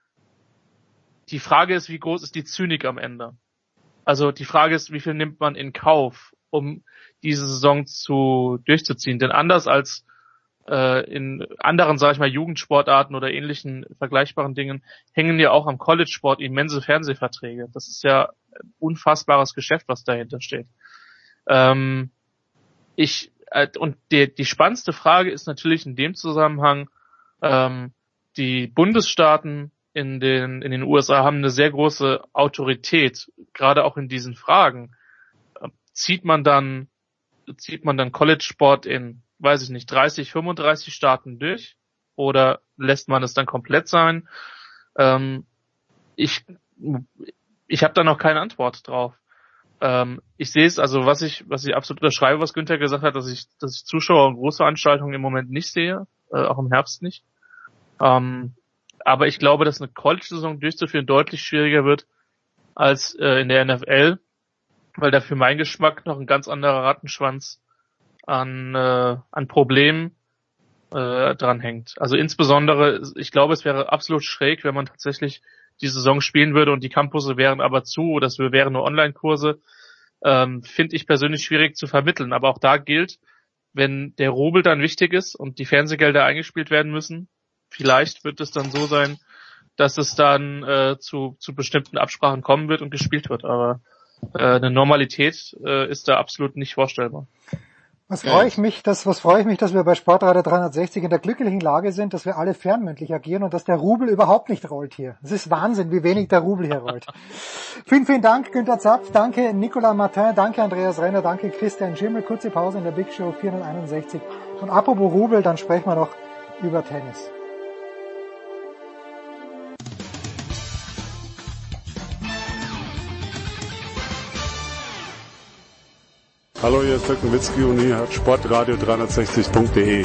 die Frage ist, wie groß ist die Zynik am Ende? Also die Frage ist, wie viel nimmt man in Kauf, um diese Saison zu durchzuziehen? Denn anders als äh, in anderen, sage ich mal, Jugendsportarten oder ähnlichen vergleichbaren Dingen, hängen ja auch am College-Sport immense Fernsehverträge. Das ist ja ein unfassbares Geschäft, was dahinter steht. Ähm, ich äh, und die, die spannendste Frage ist natürlich in dem Zusammenhang, ähm, die Bundesstaaten in den in den U S A haben eine sehr große Autorität, gerade auch in diesen Fragen. Zieht man dann zieht man dann College-Sport in, weiß ich nicht, dreißig, fünfunddreißig Staaten durch oder lässt man es dann komplett sein? Ähm, ich ich habe da noch keine Antwort drauf. Ähm, ich sehe es, also was ich was ich absolut unterschreibe, was Günther gesagt hat, dass ich dass ich Zuschauer und Großveranstaltungen im Moment nicht sehe, äh, auch im Herbst nicht. Ähm, Aber ich glaube, dass eine College-Saison durchzuführen deutlich schwieriger wird als äh, in der N F L, weil da für meinen Geschmack noch ein ganz anderer Rattenschwanz an äh, an Problemen äh, dran hängt. Also insbesondere, ich glaube, es wäre absolut schräg, wenn man tatsächlich die Saison spielen würde und die Campusse wären aber zu oder es wären nur Online-Kurse. Ähm, finde ich persönlich schwierig zu vermitteln. Aber auch da gilt, wenn der Rubel dann wichtig ist und die Fernsehgelder eingespielt werden müssen, vielleicht wird es dann so sein, dass es dann äh, zu, zu bestimmten Absprachen kommen wird und gespielt wird. Aber äh, eine Normalität äh, ist da absolut nicht vorstellbar. Was freue ich mich, dass, was freue ich mich, dass wir bei Sportradio dreihundertsechzig in der glücklichen Lage sind, dass wir alle fernmündlich agieren und dass der Rubel überhaupt nicht rollt hier. Es ist Wahnsinn, wie wenig der Rubel hier rollt. Vielen, vielen Dank, Günther Zapf. Danke, Nicolas Martin. Danke, Andreas Renner. Danke, Christian Schimmel. Kurze Pause in der Big Show vierhunderteinundsechzig. Und apropos Rubel, dann sprechen wir noch über Tennis. Hallo, hier ist Dirk Nowitzki und ihr hört Sportradio dreihundertsechzig punkt de.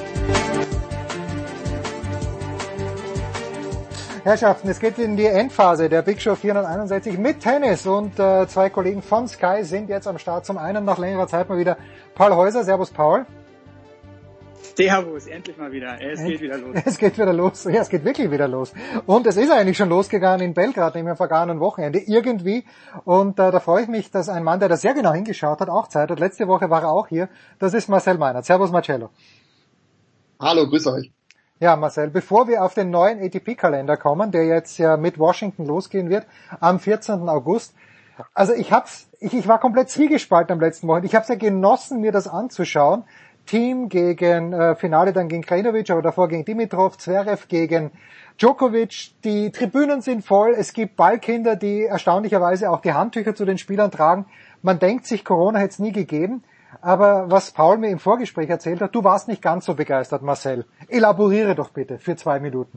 Herrschaften, es geht in die Endphase der Big Show vierhunderteinundsechzig mit Tennis und äh, zwei Kollegen von Sky sind jetzt am Start. Zum einen nach längerer Zeit mal wieder Paul Häuser. Servus, Paul. Servus, endlich mal wieder. Es End- geht wieder los. Es geht wieder los. Ja, es geht wirklich wieder los. Und es ist eigentlich schon losgegangen in Belgrad im vergangenen Wochenende. Irgendwie. Und äh, da freue ich mich, dass ein Mann, der da sehr genau hingeschaut hat, auch Zeit hat. Letzte Woche war er auch hier. Das ist Marcel Meinert. Servus, Marcello. Hallo, grüß euch. Ja, Marcel, bevor wir auf den neuen A T P-Kalender kommen, der jetzt ja mit Washington losgehen wird, am vierzehnten August. Also ich hab's, ich, ich war komplett zwiegespalten am letzten Wochenende. Ich hab's ja genossen, mir das anzuschauen. Team gegen äh, Finale dann gegen Krajinovic, aber davor gegen Dimitrov, Zverev gegen Djokovic. Die Tribünen sind voll. Es gibt Ballkinder, die erstaunlicherweise auch die Handtücher zu den Spielern tragen. Man denkt sich, Corona hätte es nie gegeben. Aber was Paul mir im Vorgespräch erzählt hat, du warst nicht ganz so begeistert, Marcel. Elaboriere doch bitte für zwei Minuten.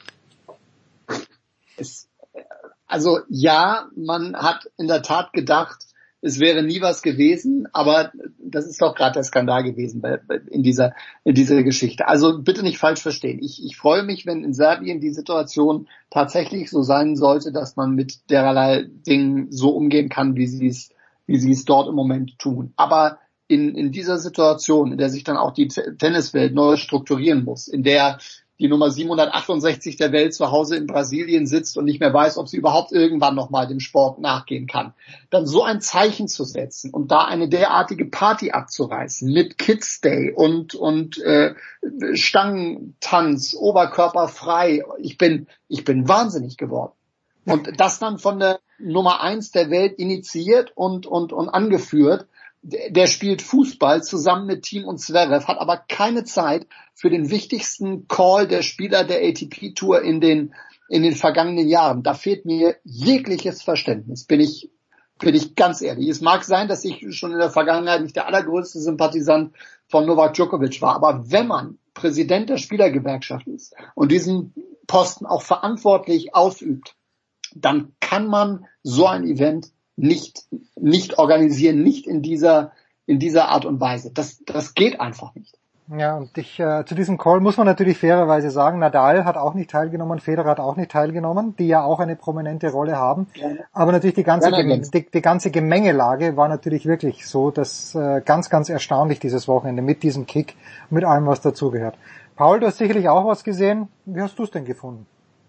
Es, also ja, man hat in der Tat gedacht, es wäre nie was gewesen, aber das ist doch gerade der Skandal gewesen bei, bei, in dieser in dieser Geschichte. Also bitte nicht falsch verstehen. Ich, ich freue mich, wenn in Serbien die Situation tatsächlich so sein sollte, dass man mit derlei Dingen so umgehen kann, wie sie es wie sie es dort im Moment tun. Aber in in dieser Situation, in der sich dann auch die Tenniswelt neu strukturieren muss, in der die Nummer siebenhundertachtundsechzig der Welt zu Hause in Brasilien sitzt und nicht mehr weiß, ob sie überhaupt irgendwann nochmal dem Sport nachgehen kann, dann so ein Zeichen zu setzen und da eine derartige Party abzureißen mit Kids Day und und äh, Stangentanz, oberkörperfrei, ich bin ich bin wahnsinnig geworden. Und das dann von der Nummer eins der Welt initiiert und und und angeführt. Der spielt Fußball zusammen mit Thiem und Zverev, hat aber keine Zeit für den wichtigsten Call der Spieler der A T P Tour in den in den vergangenen Jahren. Da fehlt mir jegliches Verständnis, bin ich bin ich ganz ehrlich. Es mag sein, dass ich schon in der Vergangenheit nicht der allergrößte Sympathisant von Novak Djokovic war, aber wenn man Präsident der Spielergewerkschaft ist und diesen Posten auch verantwortlich ausübt, dann kann man so ein Event nicht nicht organisieren, nicht in dieser in dieser Art und Weise. Das das geht einfach nicht. Ja, und ich äh, zu diesem Call muss man natürlich fairerweise sagen, Nadal hat auch nicht teilgenommen, Federer hat auch nicht teilgenommen, die ja auch eine prominente Rolle haben. Ja. Aber natürlich die ganze ja, die, die ganze Gemengelage war natürlich wirklich so, dass äh, ganz ganz erstaunlich dieses Wochenende mit diesem Kick, mit allem was dazugehört. Paul, du hast sicherlich auch was gesehen. Wie hast du es denn gefunden?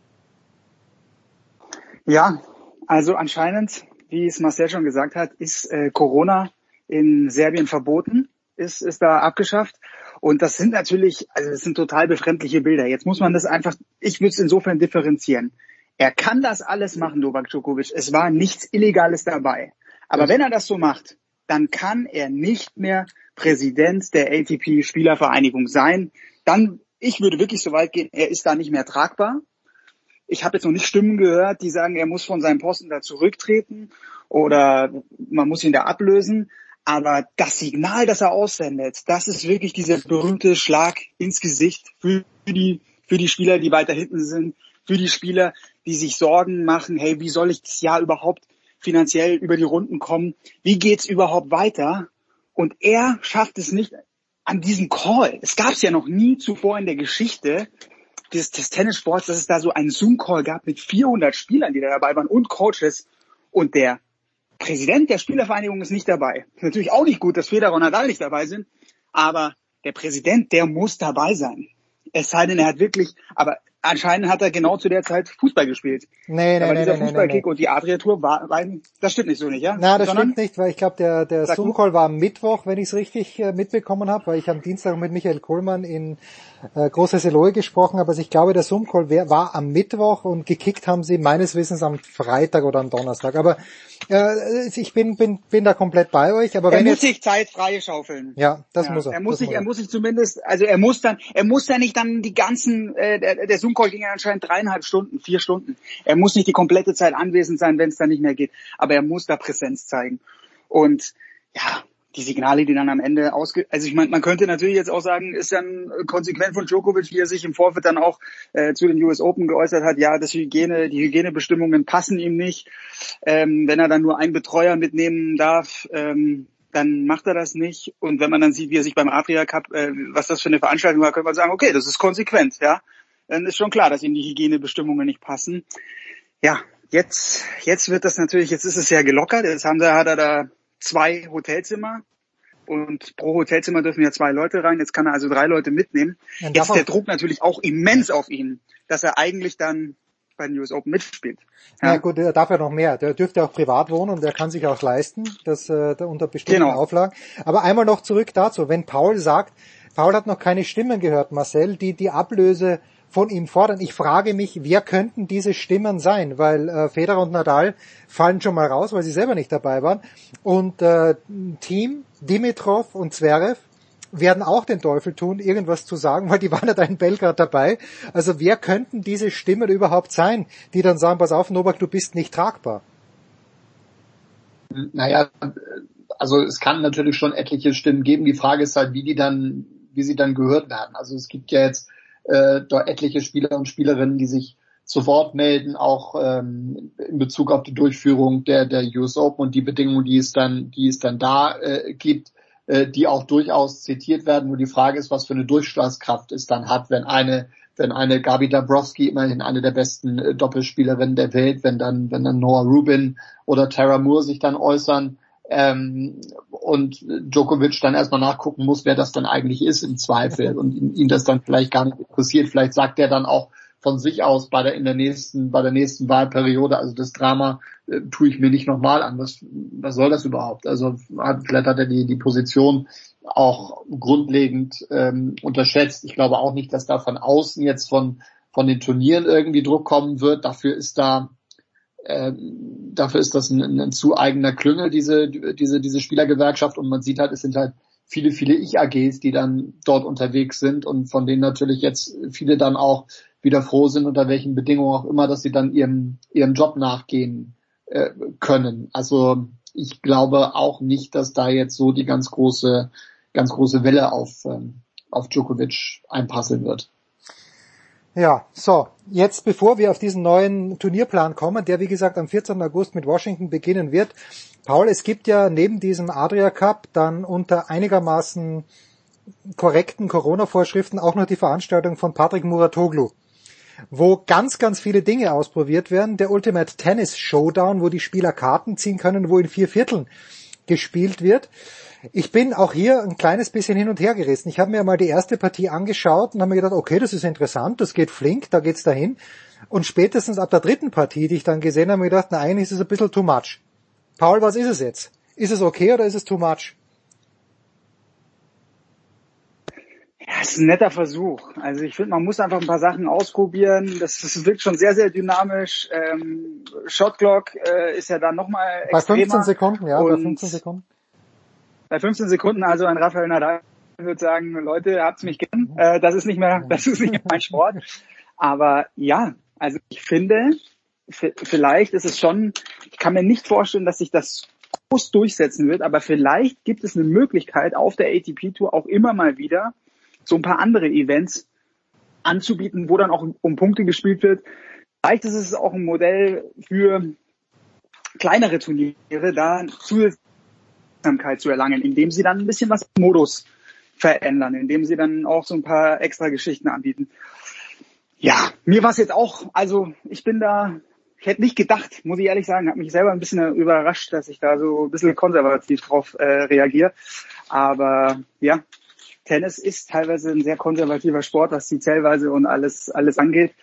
Ja, also anscheinend, wie es Marcel schon gesagt hat, ist äh, Corona in Serbien verboten, ist ist da abgeschafft. Und das sind natürlich, also das sind total befremdliche Bilder. Jetzt muss man das einfach, ich würde es insofern differenzieren. Er kann das alles machen, Novak Djokovic. Es war nichts Illegales dabei. Aber wenn er das so macht, dann kann er nicht mehr Präsident der A T P-Spielervereinigung sein. Dann, ich würde wirklich so weit gehen, er ist da nicht mehr tragbar. Ich habe jetzt noch nicht Stimmen gehört, die sagen, er muss von seinem Posten da zurücktreten oder man muss ihn da ablösen. Aber das Signal, das er aussendet, das ist wirklich dieser berühmte Schlag ins Gesicht für die, für die Spieler, die weiter hinten sind, für die Spieler, die sich Sorgen machen, hey, wie soll ich das Jahr überhaupt finanziell über die Runden kommen? Wie geht's überhaupt weiter? Und er schafft es nicht an diesem Call. Es gab es ja noch nie zuvor in der Geschichte des, des Tennissports, dass es da so einen Zoom-Call gab mit vierhundert Spielern, die da dabei waren und Coaches. Und der Präsident der Spielervereinigung ist nicht dabei. Natürlich auch nicht gut, dass Federer und Nadal nicht dabei sind, aber der Präsident, der muss dabei sein. Es sei denn, er hat wirklich, aber anscheinend hat er genau zu der Zeit Fußball gespielt. Nee, nee, aber nee, dieser nee, Fußballkick nee, nee. und die Adria-Tour war, war, das stimmt nicht so nicht, ja? Na, das Sondern, stimmt nicht, weil ich glaube, der, der Zoom-Call war am Mittwoch, wenn ich es richtig äh, mitbekommen habe, weil ich am Dienstag mit Michael Kohlmann in äh, Groß-Hesselohe gesprochen habe. Also ich glaube, der Zoom-Call war am Mittwoch und gekickt haben sie meines Wissens am Freitag oder am Donnerstag. Aber äh, ich bin, bin, bin da komplett bei euch. Aber er wenn muss jetzt, sich Zeit frei schaufeln. Ja, das ja, muss er. Er muss das sich, muss er muss sich zumindest, also er muss dann, er muss ja nicht dann die ganzen, äh, der, der Zoom-Call ging ja anscheinend dreieinhalb Stunden, vier Stunden. Er muss nicht die komplette Zeit anwesend sein, wenn es dann nicht mehr geht. Aber er muss da Präsenz zeigen. Und ja, die Signale, die dann am Ende ausge... Also ich meine, man könnte natürlich jetzt auch sagen, ist dann konsequent von Djokovic, wie er sich im Vorfeld dann auch äh, zu den U S Open geäußert hat, ja, das Hygiene, die Hygienebestimmungen passen ihm nicht. Ähm, wenn er dann nur einen Betreuer mitnehmen darf, ähm, dann macht er das nicht. Und wenn man dann sieht, wie er sich beim Adria Cup, äh, was das für eine Veranstaltung war, könnte man sagen, okay, das ist konsequent, ja. Dann ist schon klar, dass ihm die Hygienebestimmungen nicht passen. Ja, jetzt, jetzt wird das natürlich, jetzt ist es ja gelockert. Jetzt haben sie, hat er da zwei Hotelzimmer und pro Hotelzimmer dürfen ja zwei Leute rein. Jetzt kann er also drei Leute mitnehmen. Jetzt ist der Druck natürlich auch immens auf ihn, dass er eigentlich dann bei den U S Open mitspielt. Ja, ja gut, der darf ja noch mehr. Der dürfte auch privat wohnen und der kann sich auch leisten, das äh, unter bestimmten genau. Auflagen. Aber einmal noch zurück dazu, wenn Paul sagt, Paul hat noch keine Stimmen gehört, Marcel, die die Ablöse von ihm fordern. Ich frage mich, wer könnten diese Stimmen sein? Weil äh, Federer und Nadal fallen schon mal raus, weil sie selber nicht dabei waren. Und äh, Team, Dimitrov und Zverev werden auch den Teufel tun, irgendwas zu sagen, weil die waren ja da in Belgrad dabei. Also wer könnten diese Stimmen überhaupt sein, die dann sagen, pass auf, Novak, du bist nicht tragbar? Naja, also es kann natürlich schon etliche Stimmen geben. Die Frage ist halt, wie die dann, wie sie dann gehört werden. Also es gibt ja jetzt äh, da etliche Spieler und Spielerinnen, die sich zu Wort melden, auch ähm, in Bezug auf die Durchführung der der U S Open und die Bedingungen, die es dann, die es dann da äh, gibt, äh, die auch durchaus zitiert werden. Nur die Frage ist, was für eine Durchschlagskraft es dann hat, wenn eine wenn eine Gabi Dabrowski, immerhin eine der besten äh, Doppelspielerinnen der Welt, wenn dann wenn dann Noah Rubin oder Tara Moore sich dann äußern. Ähm, und Djokovic dann erstmal nachgucken muss, wer das dann eigentlich ist im Zweifel und ihn, ihn das dann vielleicht gar nicht interessiert. Vielleicht sagt er dann auch von sich aus bei der in der nächsten bei der nächsten Wahlperiode, also das Drama äh, tue ich mir nicht nochmal an. Was was soll das überhaupt? Also hat, vielleicht hat er die die Position auch grundlegend ähm, unterschätzt. Ich glaube auch nicht, dass da von außen jetzt von von den Turnieren irgendwie Druck kommen wird. Dafür ist da Ähm, dafür ist das ein, ein zu eigener Klüngel, diese, diese, diese Spielergewerkschaft, und man sieht halt, es sind halt viele, viele Ich-A Gs, die dann dort unterwegs sind und von denen natürlich jetzt viele dann auch wieder froh sind, unter welchen Bedingungen auch immer, dass sie dann ihrem, ihrem Job nachgehen äh, können. Also ich glaube auch nicht, dass da jetzt so die ganz große, ganz große Welle auf, ähm, auf Djokovic einprasseln wird. Ja, so, jetzt bevor wir auf diesen neuen Turnierplan kommen, der wie gesagt am vierzehnten August mit Washington beginnen wird. Paul, es gibt ja neben diesem Adria Cup dann unter einigermaßen korrekten Corona-Vorschriften auch noch die Veranstaltung von Patrick Muratoglu, wo ganz, ganz viele Dinge ausprobiert werden. Der Ultimate Tennis Showdown, wo die Spieler Karten ziehen können, wo in vier Vierteln gespielt wird. Ich bin auch hier ein kleines bisschen hin und her gerissen. Ich habe mir mal die erste Partie angeschaut und habe mir gedacht, okay, das ist interessant, das geht flink, da geht's dahin. Und spätestens ab der dritten Partie, die ich dann gesehen habe, habe ich gedacht, na, eigentlich ist es ein bisschen too much. Paul, was ist es jetzt? Ist es okay oder ist es too much? Ja, es ist ein netter Versuch. Also ich finde, man muss einfach ein paar Sachen ausprobieren. Das, das wirkt schon sehr, sehr dynamisch. Ähm, Shotclock äh, ist ja dann nochmal extremer. Bei fünfzehn Sekunden, ja, bei fünfzehn Sekunden. Bei fünfzehn Sekunden, also ein Rafael Nadal würde sagen, Leute, habt's mich gern. Äh, das ist nicht mehr, das ist nicht mehr mein Sport. Aber ja, also ich finde, f- vielleicht ist es schon, ich kann mir nicht vorstellen, dass sich das groß durchsetzen wird, aber vielleicht gibt es eine Möglichkeit, auf der A T P Tour auch immer mal wieder so ein paar andere Events anzubieten, wo dann auch um Punkte gespielt wird. Vielleicht ist es auch ein Modell für kleinere Turniere, da zusätzlich zu erlangen, indem sie dann ein bisschen was im Modus verändern, indem sie dann auch so ein paar extra Geschichten anbieten. Ja, mir war es jetzt auch, also ich bin da, ich hätte nicht gedacht, muss ich ehrlich sagen, habe mich selber ein bisschen überrascht, dass ich da so ein bisschen konservativ drauf äh, reagiere. Aber ja, Tennis ist teilweise ein sehr konservativer Sport, was die Zählweise und alles alles angeht.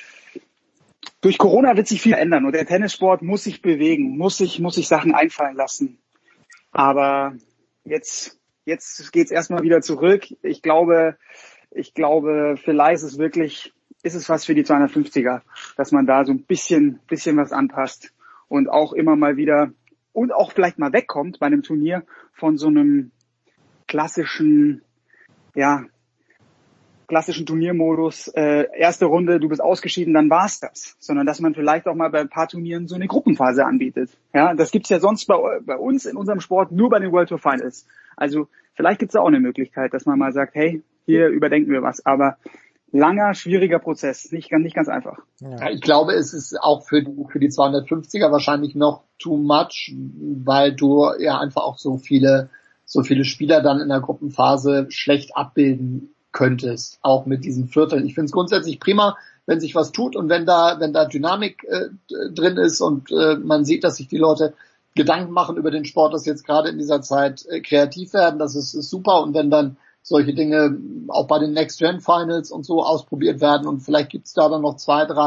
Durch Corona wird sich viel ändern und der Tennissport muss sich bewegen, muss sich muss sich Sachen einfallen lassen. Aber jetzt, jetzt geht's erstmal wieder zurück. Ich glaube, ich glaube, vielleicht ist es wirklich, ist es was für die zweihundertfünfziger, dass man da so ein bisschen, bisschen was anpasst und auch immer mal wieder und auch vielleicht mal wegkommt bei einem Turnier von so einem klassischen, ja, klassischen Turniermodus, äh, erste Runde, du bist ausgeschieden, dann war's das. Sondern dass man vielleicht auch mal bei ein paar Turnieren so eine Gruppenphase anbietet. Ja, das gibt's ja sonst bei, bei uns in unserem Sport nur bei den World Tour Finals. Also vielleicht gibt's da auch eine Möglichkeit, dass man mal sagt, hey, hier überdenken wir was. Aber langer, schwieriger Prozess, nicht, nicht ganz einfach. Ja, ich glaube, es ist auch für die, für die zweihundertfünfziger wahrscheinlich noch too much, weil du ja einfach auch so viele, so viele Spieler dann in der Gruppenphase schlecht abbilden könntest, auch mit diesen Vierteln. Ich finde es grundsätzlich prima, wenn sich was tut und wenn da, wenn da Dynamik äh, drin ist und äh, man sieht, dass sich die Leute Gedanken machen über den Sport, dass jetzt gerade in dieser Zeit äh, kreativ werden, das ist, ist super. Und wenn dann solche Dinge auch bei den Next-Gen-Finals und so ausprobiert werden und vielleicht gibt's da dann noch zwei, drei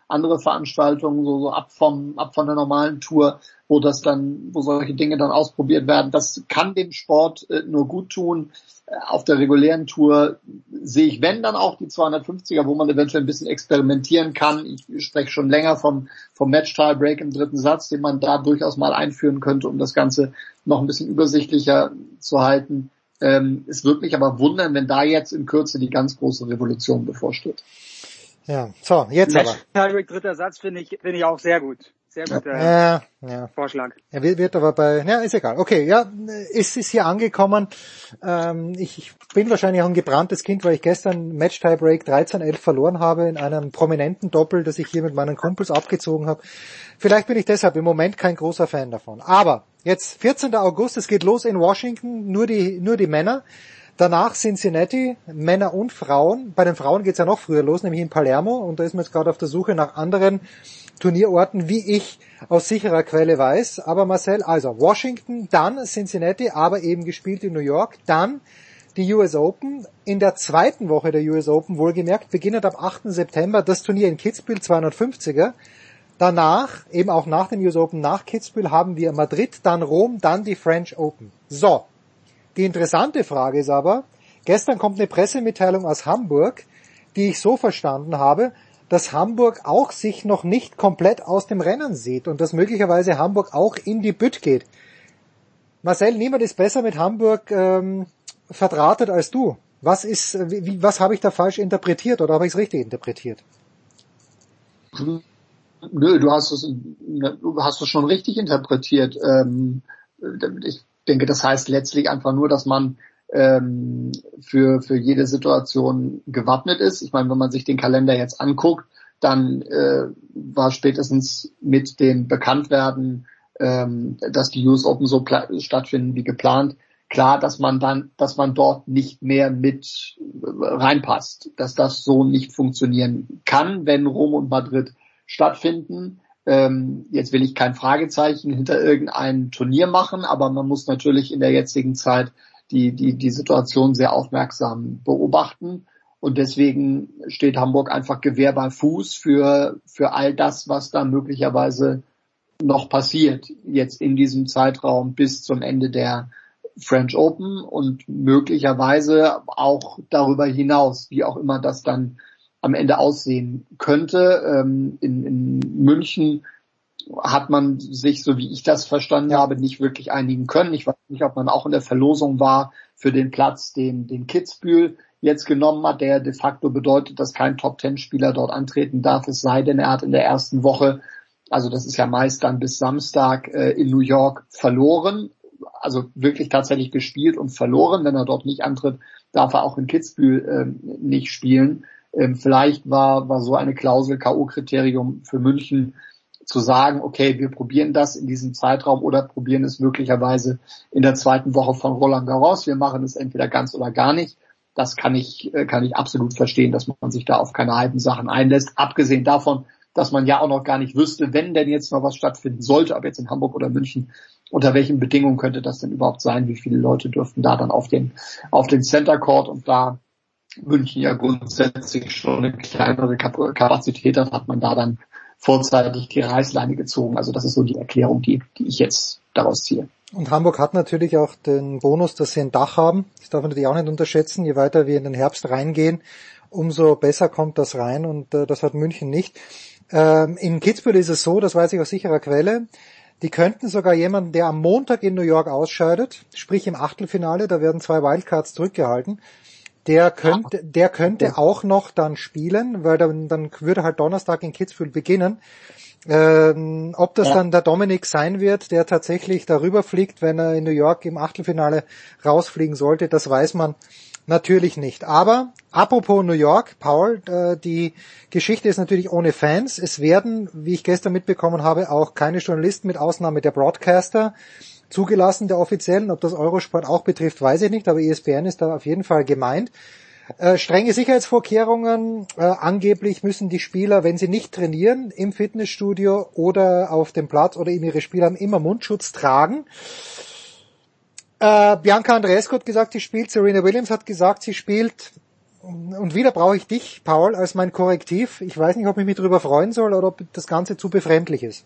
andere Veranstaltungen, so, so ab vom, ab von der normalen Tour, wo das dann, wo solche Dinge dann ausprobiert werden. Das kann dem Sport äh, nur gut tun. Auf der regulären Tour sehe ich, wenn, dann auch die zweihundertfünfziger, wo man eventuell ein bisschen experimentieren kann. Ich spreche schon länger vom, vom Match-Tie-Break im dritten Satz, den man da durchaus mal einführen könnte, um das Ganze noch ein bisschen übersichtlicher zu halten. Ähm, es würde mich aber wundern, wenn da jetzt in Kürze die ganz große Revolution bevorsteht. Ja, so, jetzt aber. Match-Tie-Break, dritter Satz finde ich, finde ich auch sehr gut. Sehr guter ja, ja. Vorschlag. Er wird, wird aber bei, ja, ist egal. Okay, ja, es ist hier angekommen. Ähm, ich, ich bin wahrscheinlich auch ein gebranntes Kind, weil ich gestern Match-Tie-Break dreizehn elf verloren habe in einem prominenten Doppel, das ich hier mit meinen Kumpels abgezogen habe. Vielleicht bin ich deshalb im Moment kein großer Fan davon. Aber jetzt vierzehnten August, es geht los in Washington, nur die, nur die Männer. Danach Cincinnati, Männer und Frauen. Bei den Frauen geht's ja noch früher los, nämlich in Palermo. Und da ist man jetzt gerade auf der Suche nach anderen Turnierorten, wie ich aus sicherer Quelle weiß. Aber Marcel, also Washington, dann Cincinnati, aber eben gespielt in New York, dann die U S Open. In der zweiten Woche der U S Open, wohlgemerkt, beginnt ab achten September das Turnier in Kitzbühel, zweihundertfünfziger. Danach, eben auch nach den U S Open, nach Kitzbühel haben wir Madrid, dann Rom, dann die French Open. So, die interessante Frage ist aber, gestern kommt eine Pressemitteilung aus Hamburg, die ich so verstanden habe, dass Hamburg auch sich noch nicht komplett aus dem Rennen sieht und dass möglicherweise Hamburg auch in die Bütt geht. Marcel, niemand ist besser mit Hamburg ähm, verdrahtet als du. Was ist, wie, was habe ich da falsch interpretiert oder habe ich es richtig interpretiert? Nö, du hast es, du hast es schon richtig interpretiert. Ähm, ich denke, das heißt letztlich einfach nur, dass man ähm, für für jede Situation gewappnet ist. Ich meine, wenn man sich den Kalender jetzt anguckt, dann äh, war spätestens mit dem Bekanntwerden, ähm, dass die U S Open so stattfinden wie geplant, klar, dass man dann, dass man dort nicht mehr mit reinpasst, dass das so nicht funktionieren kann, wenn Rom und Madrid stattfinden. Ähm, jetzt will ich kein Fragezeichen hinter irgendein Turnier machen, aber man muss natürlich in der jetzigen Zeit die, die, die Situation sehr aufmerksam beobachten. Und deswegen steht Hamburg einfach Gewehr bei Fuß für, für all das, was da möglicherweise noch passiert, jetzt in diesem Zeitraum bis zum Ende der French Open und möglicherweise auch darüber hinaus, wie auch immer das dann am Ende aussehen könnte. Ähm, in, in München hat man sich, so wie ich das verstanden habe, nicht wirklich einigen können. Ich weiß nicht, ob man auch in der Verlosung war für den Platz, den, den Kitzbühel jetzt genommen hat, der de facto bedeutet, dass kein Top-Ten-Spieler dort antreten darf, es sei denn, er hat in der ersten Woche, also das ist ja meist dann bis Samstag, äh, in New York verloren, also wirklich tatsächlich gespielt und verloren. Wenn er dort nicht antritt, darf er auch in Kitzbühel äh, nicht spielen. Ähm, vielleicht war, war so eine Klausel K O-Kriterium für München, zu sagen, okay, wir probieren das in diesem Zeitraum oder probieren es möglicherweise in der zweiten Woche von Roland Garros. Wir machen es entweder ganz oder gar nicht. Das kann ich, kann ich absolut verstehen, dass man sich da auf keine halben Sachen einlässt. Abgesehen davon, dass man ja auch noch gar nicht wüsste, wenn denn jetzt noch was stattfinden sollte, ob jetzt in Hamburg oder München, unter welchen Bedingungen könnte das denn überhaupt sein? Wie viele Leute dürften da dann auf den, auf den Center Court? Und da München ja grundsätzlich schon eine kleinere Kapazität hat, hat man da dann vorzeitig die Reißleine gezogen. Also das ist so die Erklärung, die, die ich jetzt daraus ziehe. Und Hamburg hat natürlich auch den Bonus, dass sie ein Dach haben. Das darf man natürlich auch nicht unterschätzen. Je weiter wir in den Herbst reingehen, umso besser kommt das rein. Und äh, das hat München nicht. Ähm, in Kitzbühel ist es so, das weiß ich aus sicherer Quelle, die könnten sogar jemanden, der am Montag in New York ausscheidet, sprich im Achtelfinale, da werden zwei Wildcards zurückgehalten, der könnte, der könnte auch noch dann spielen, weil dann, dann würde halt Donnerstag in Kitzbühel beginnen. Ähm, ob das ja. dann der Dominik sein wird, der tatsächlich darüber fliegt, wenn er in New York im Achtelfinale rausfliegen sollte, das weiß man natürlich nicht. Aber apropos New York, Paul, äh, die Geschichte ist natürlich ohne Fans. Es werden, wie ich gestern mitbekommen habe, auch keine Journalisten mit Ausnahme der Broadcaster zugelassen, der offiziellen. Ob das Eurosport auch betrifft, weiß ich nicht, aber E S P N ist da auf jeden Fall gemeint. Äh, strenge Sicherheitsvorkehrungen. Äh, angeblich müssen die Spieler, wenn sie nicht trainieren, im Fitnessstudio oder auf dem Platz oder eben ihre Spieler haben, immer Mundschutz tragen. Äh, Bianca Andreescu hat gesagt, sie spielt. Serena Williams hat gesagt, sie spielt. und wieder brauche ich dich, Paul, als mein Korrektiv. Ich weiß nicht, ob ich mich darüber freuen soll oder ob das Ganze zu befremdlich ist.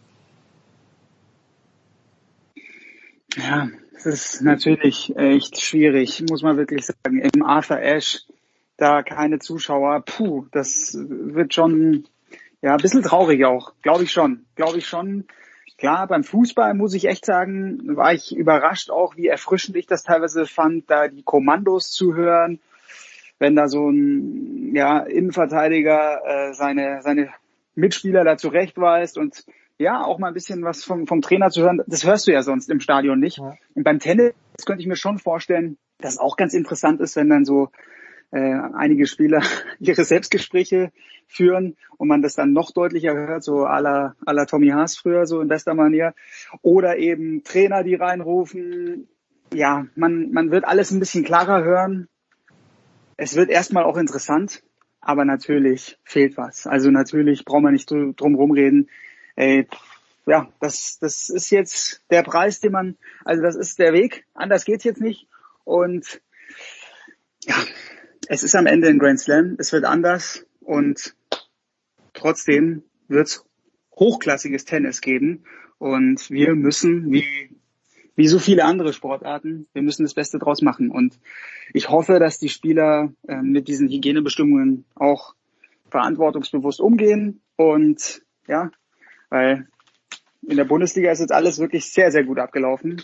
Ja, es ist natürlich echt schwierig, muss man wirklich sagen. Im Arthur Ashe, da keine Zuschauer, puh, das wird schon, ja, ein bisschen traurig auch, glaube ich schon, glaube ich schon. Klar, beim Fußball muss ich echt sagen, war ich überrascht auch, wie erfrischend ich das teilweise fand, da die Kommandos zu hören, wenn da so ein, ja, Innenverteidiger äh, seine, seine Mitspieler da zurechtweist und ja, auch mal ein bisschen was vom, vom Trainer zu hören, das hörst du ja sonst im Stadion nicht. Ja. Und beim Tennis könnte ich mir schon vorstellen, dass auch ganz interessant ist, wenn dann so äh, einige Spieler ihre Selbstgespräche führen und man das dann noch deutlicher hört, so à la, à la Tommy Haas früher, so in bester Manier. Oder eben Trainer, die reinrufen. Ja, man, man wird alles ein bisschen klarer hören. Es wird erstmal auch interessant, aber natürlich fehlt was. Also natürlich braucht man nicht drum rumreden. Ey, ja, das, das ist jetzt der Preis, den man, also das ist der Weg, anders geht's jetzt nicht. Und ja, es ist am Ende ein Grand Slam, es wird anders und trotzdem wird's hochklassiges Tennis geben. Und wir müssen, wie, wie so viele andere Sportarten, wir müssen das Beste draus machen. Und ich hoffe, dass die Spieler äh, mit diesen Hygienebestimmungen auch verantwortungsbewusst umgehen und ja, weil in der Bundesliga ist jetzt alles wirklich sehr, sehr gut abgelaufen.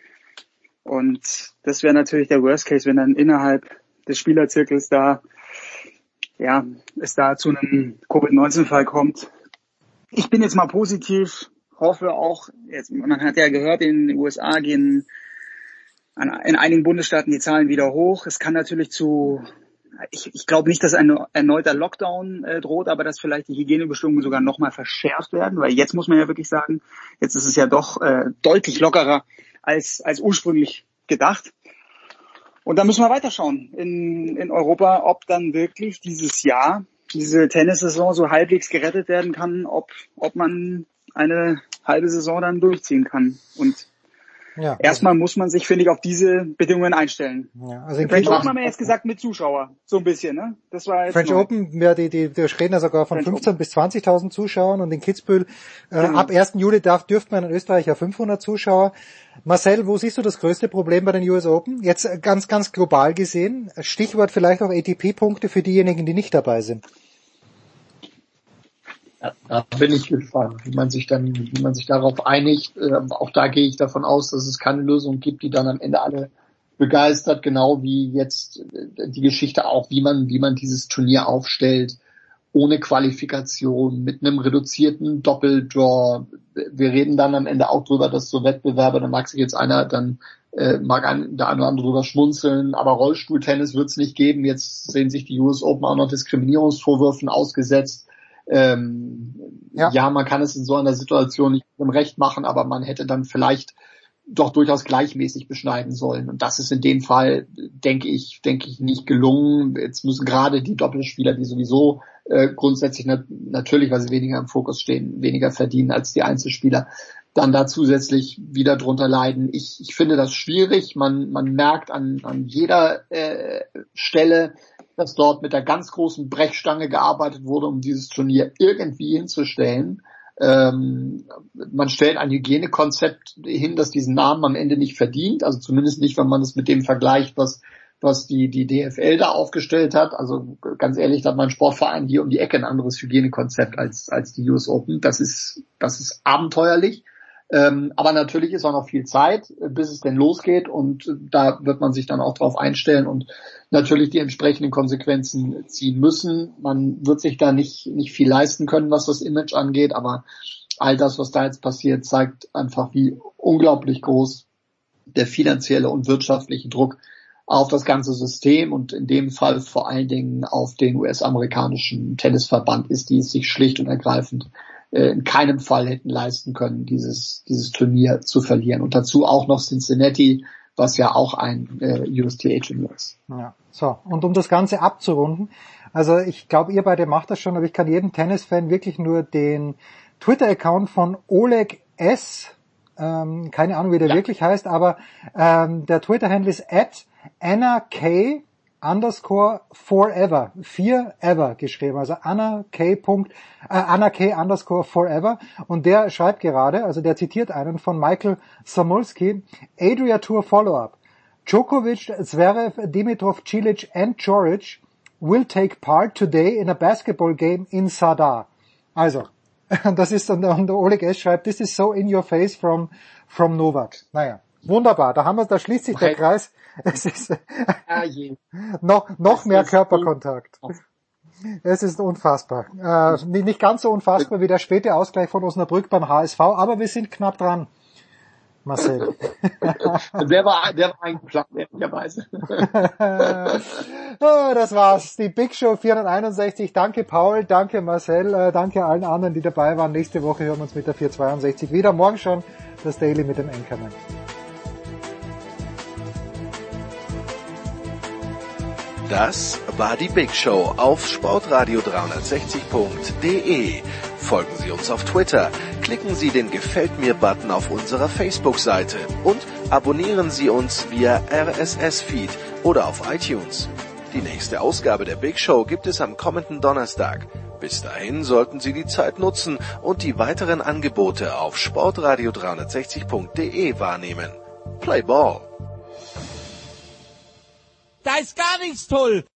Und das wäre natürlich der Worst Case, wenn dann innerhalb des Spielerzirkels da, ja, es da zu einem Covid neunzehn Fall kommt. Ich bin jetzt mal positiv, hoffe auch, jetzt, man hat ja gehört, in den U S A gehen an, in einigen Bundesstaaten die Zahlen wieder hoch. Es kann natürlich zu Ich, ich glaube nicht, dass ein erneuter Lockdown äh, droht, aber dass vielleicht die Hygienebestimmungen sogar nochmal verschärft werden, weil jetzt muss man ja wirklich sagen, jetzt ist es ja doch äh, deutlich lockerer als als ursprünglich gedacht. Und da müssen wir weiterschauen in, in Europa, ob dann wirklich dieses Jahr diese Tennissaison so halbwegs gerettet werden kann, ob ob man eine halbe Saison dann durchziehen kann. Und ja, erstmal muss man sich, finde ich, auf diese Bedingungen einstellen. Ja, also in French Open haben wir jetzt gesagt mit Zuschauer, so ein bisschen, ne? Das war jetzt French neu. Open, ja, die, die, die reden ja sogar von French fünfzehntausend Open bis zwanzigtausend Zuschauern und in Kitzbühel äh, genau. Ab ersten Juli darf, dürften wir in Österreich ja fünfhundert Zuschauer. Marcel, wo siehst du das größte Problem bei den U S Open? Jetzt ganz, ganz global gesehen, Stichwort vielleicht auch A T P-Punkte für diejenigen, die nicht dabei sind. Ja, da bin ich gespannt, wie man sich dann, wie man sich darauf einigt. Ähm, auch da gehe ich davon aus, dass es keine Lösung gibt, die dann am Ende alle begeistert, genau wie jetzt die Geschichte auch, wie man, wie man dieses Turnier aufstellt, ohne Qualifikation, mit einem reduzierten Doppeldraw. Wir reden dann am Ende auch drüber, dass so Wettbewerbe, da mag sich jetzt einer, dann äh, mag ein, der eine oder andere drüber schmunzeln, aber Rollstuhltennis wird es nicht geben. Jetzt sehen sich die U S Open auch noch Diskriminierungsvorwürfen ausgesetzt. Ähm, ja. ja, man kann es in so einer Situation nicht im Recht machen, aber man hätte dann vielleicht doch durchaus gleichmäßig beschneiden sollen. Und das ist in dem Fall, denke ich, denke ich, nicht gelungen. Jetzt müssen gerade die Doppelspieler, die sowieso äh, grundsätzlich nat- natürlich, weil sie weniger im Fokus stehen, weniger verdienen als die Einzelspieler, dann da zusätzlich wieder drunter leiden. Ich, ich finde das schwierig. Man, man merkt an, an jeder äh, Stelle, dass dort mit der ganz großen Brechstange gearbeitet wurde, um dieses Turnier irgendwie hinzustellen. Ähm, man stellt ein Hygienekonzept hin, das diesen Namen am Ende nicht verdient, also zumindest nicht, wenn man es mit dem vergleicht, was was die die D F L da aufgestellt hat. Also ganz ehrlich, da hat mein Sportverein hier um die Ecke ein anderes Hygienekonzept als als die U S Open. Das ist das ist abenteuerlich. Ähm, aber natürlich ist auch noch viel Zeit, bis es denn losgeht, und da wird man sich dann auch drauf einstellen und natürlich die entsprechenden Konsequenzen ziehen müssen. Man wird sich da nicht nicht viel leisten können, was das Image angeht, aber all das, was da jetzt passiert, zeigt einfach, wie unglaublich groß der finanzielle und wirtschaftliche Druck auf das ganze System und in dem Fall vor allen Dingen auf den U S-amerikanischen Tennisverband ist, die es sich schlicht und ergreifend in keinem Fall hätten leisten können, dieses dieses Turnier zu verlieren. Und dazu auch noch Cincinnati, was ja auch ein äh, U S T A-Turnier ist. Ja, so. Und um das Ganze abzurunden, also ich glaube, ihr beide macht das schon, aber ich kann jedem Tennisfan wirklich nur den Twitter-Account von Oleg S., ähm, keine Ahnung, wie der ja. wirklich heißt, aber ähm, der Twitter-Handle ist at Anna K. underscore forever, vier ever geschrieben, also Anna K. Punkt, äh, Anna K. underscore forever, und der schreibt gerade, also der zitiert einen von Michael Samulski, Adria Tour Follow-up. Djokovic, Zverev, Dimitrov, Cilic and Djoric will take part today in a basketball game in Sadar. Also, das ist, und der Oleg S. schreibt, this is so in your face from, from Novak. Naja, wunderbar, da haben wir, da schließt sich der Kreis. Es ist noch, noch mehr Körperkontakt. Es ist unfassbar. Äh, nicht ganz so unfassbar wie der späte Ausgleich von Osnabrück beim H S V, aber wir sind knapp dran. Marcel. der war, der war eingeplant, ehrlicherweise. Oh, das war's. Die Big Show vierhunderteinundsechzig. Danke Paul, danke Marcel, äh, danke allen anderen, die dabei waren. Nächste Woche hören wir uns mit der vierhundertzweiundsechzig wieder. Morgen schon das Daily mit dem Anchorman. Das war die Big Show auf sportradio dreihundertsechzig punkt de. Folgen Sie uns auf Twitter, klicken Sie den Gefällt mir-Button auf unserer Facebook-Seite und abonnieren Sie uns via R S S-Feed oder auf iTunes. Die nächste Ausgabe der Big Show gibt es am kommenden Donnerstag. Bis dahin sollten Sie die Zeit nutzen und die weiteren Angebote auf sportradio dreihundertsechzig punkt de wahrnehmen. Play Ball! Da ist gar nichts toll.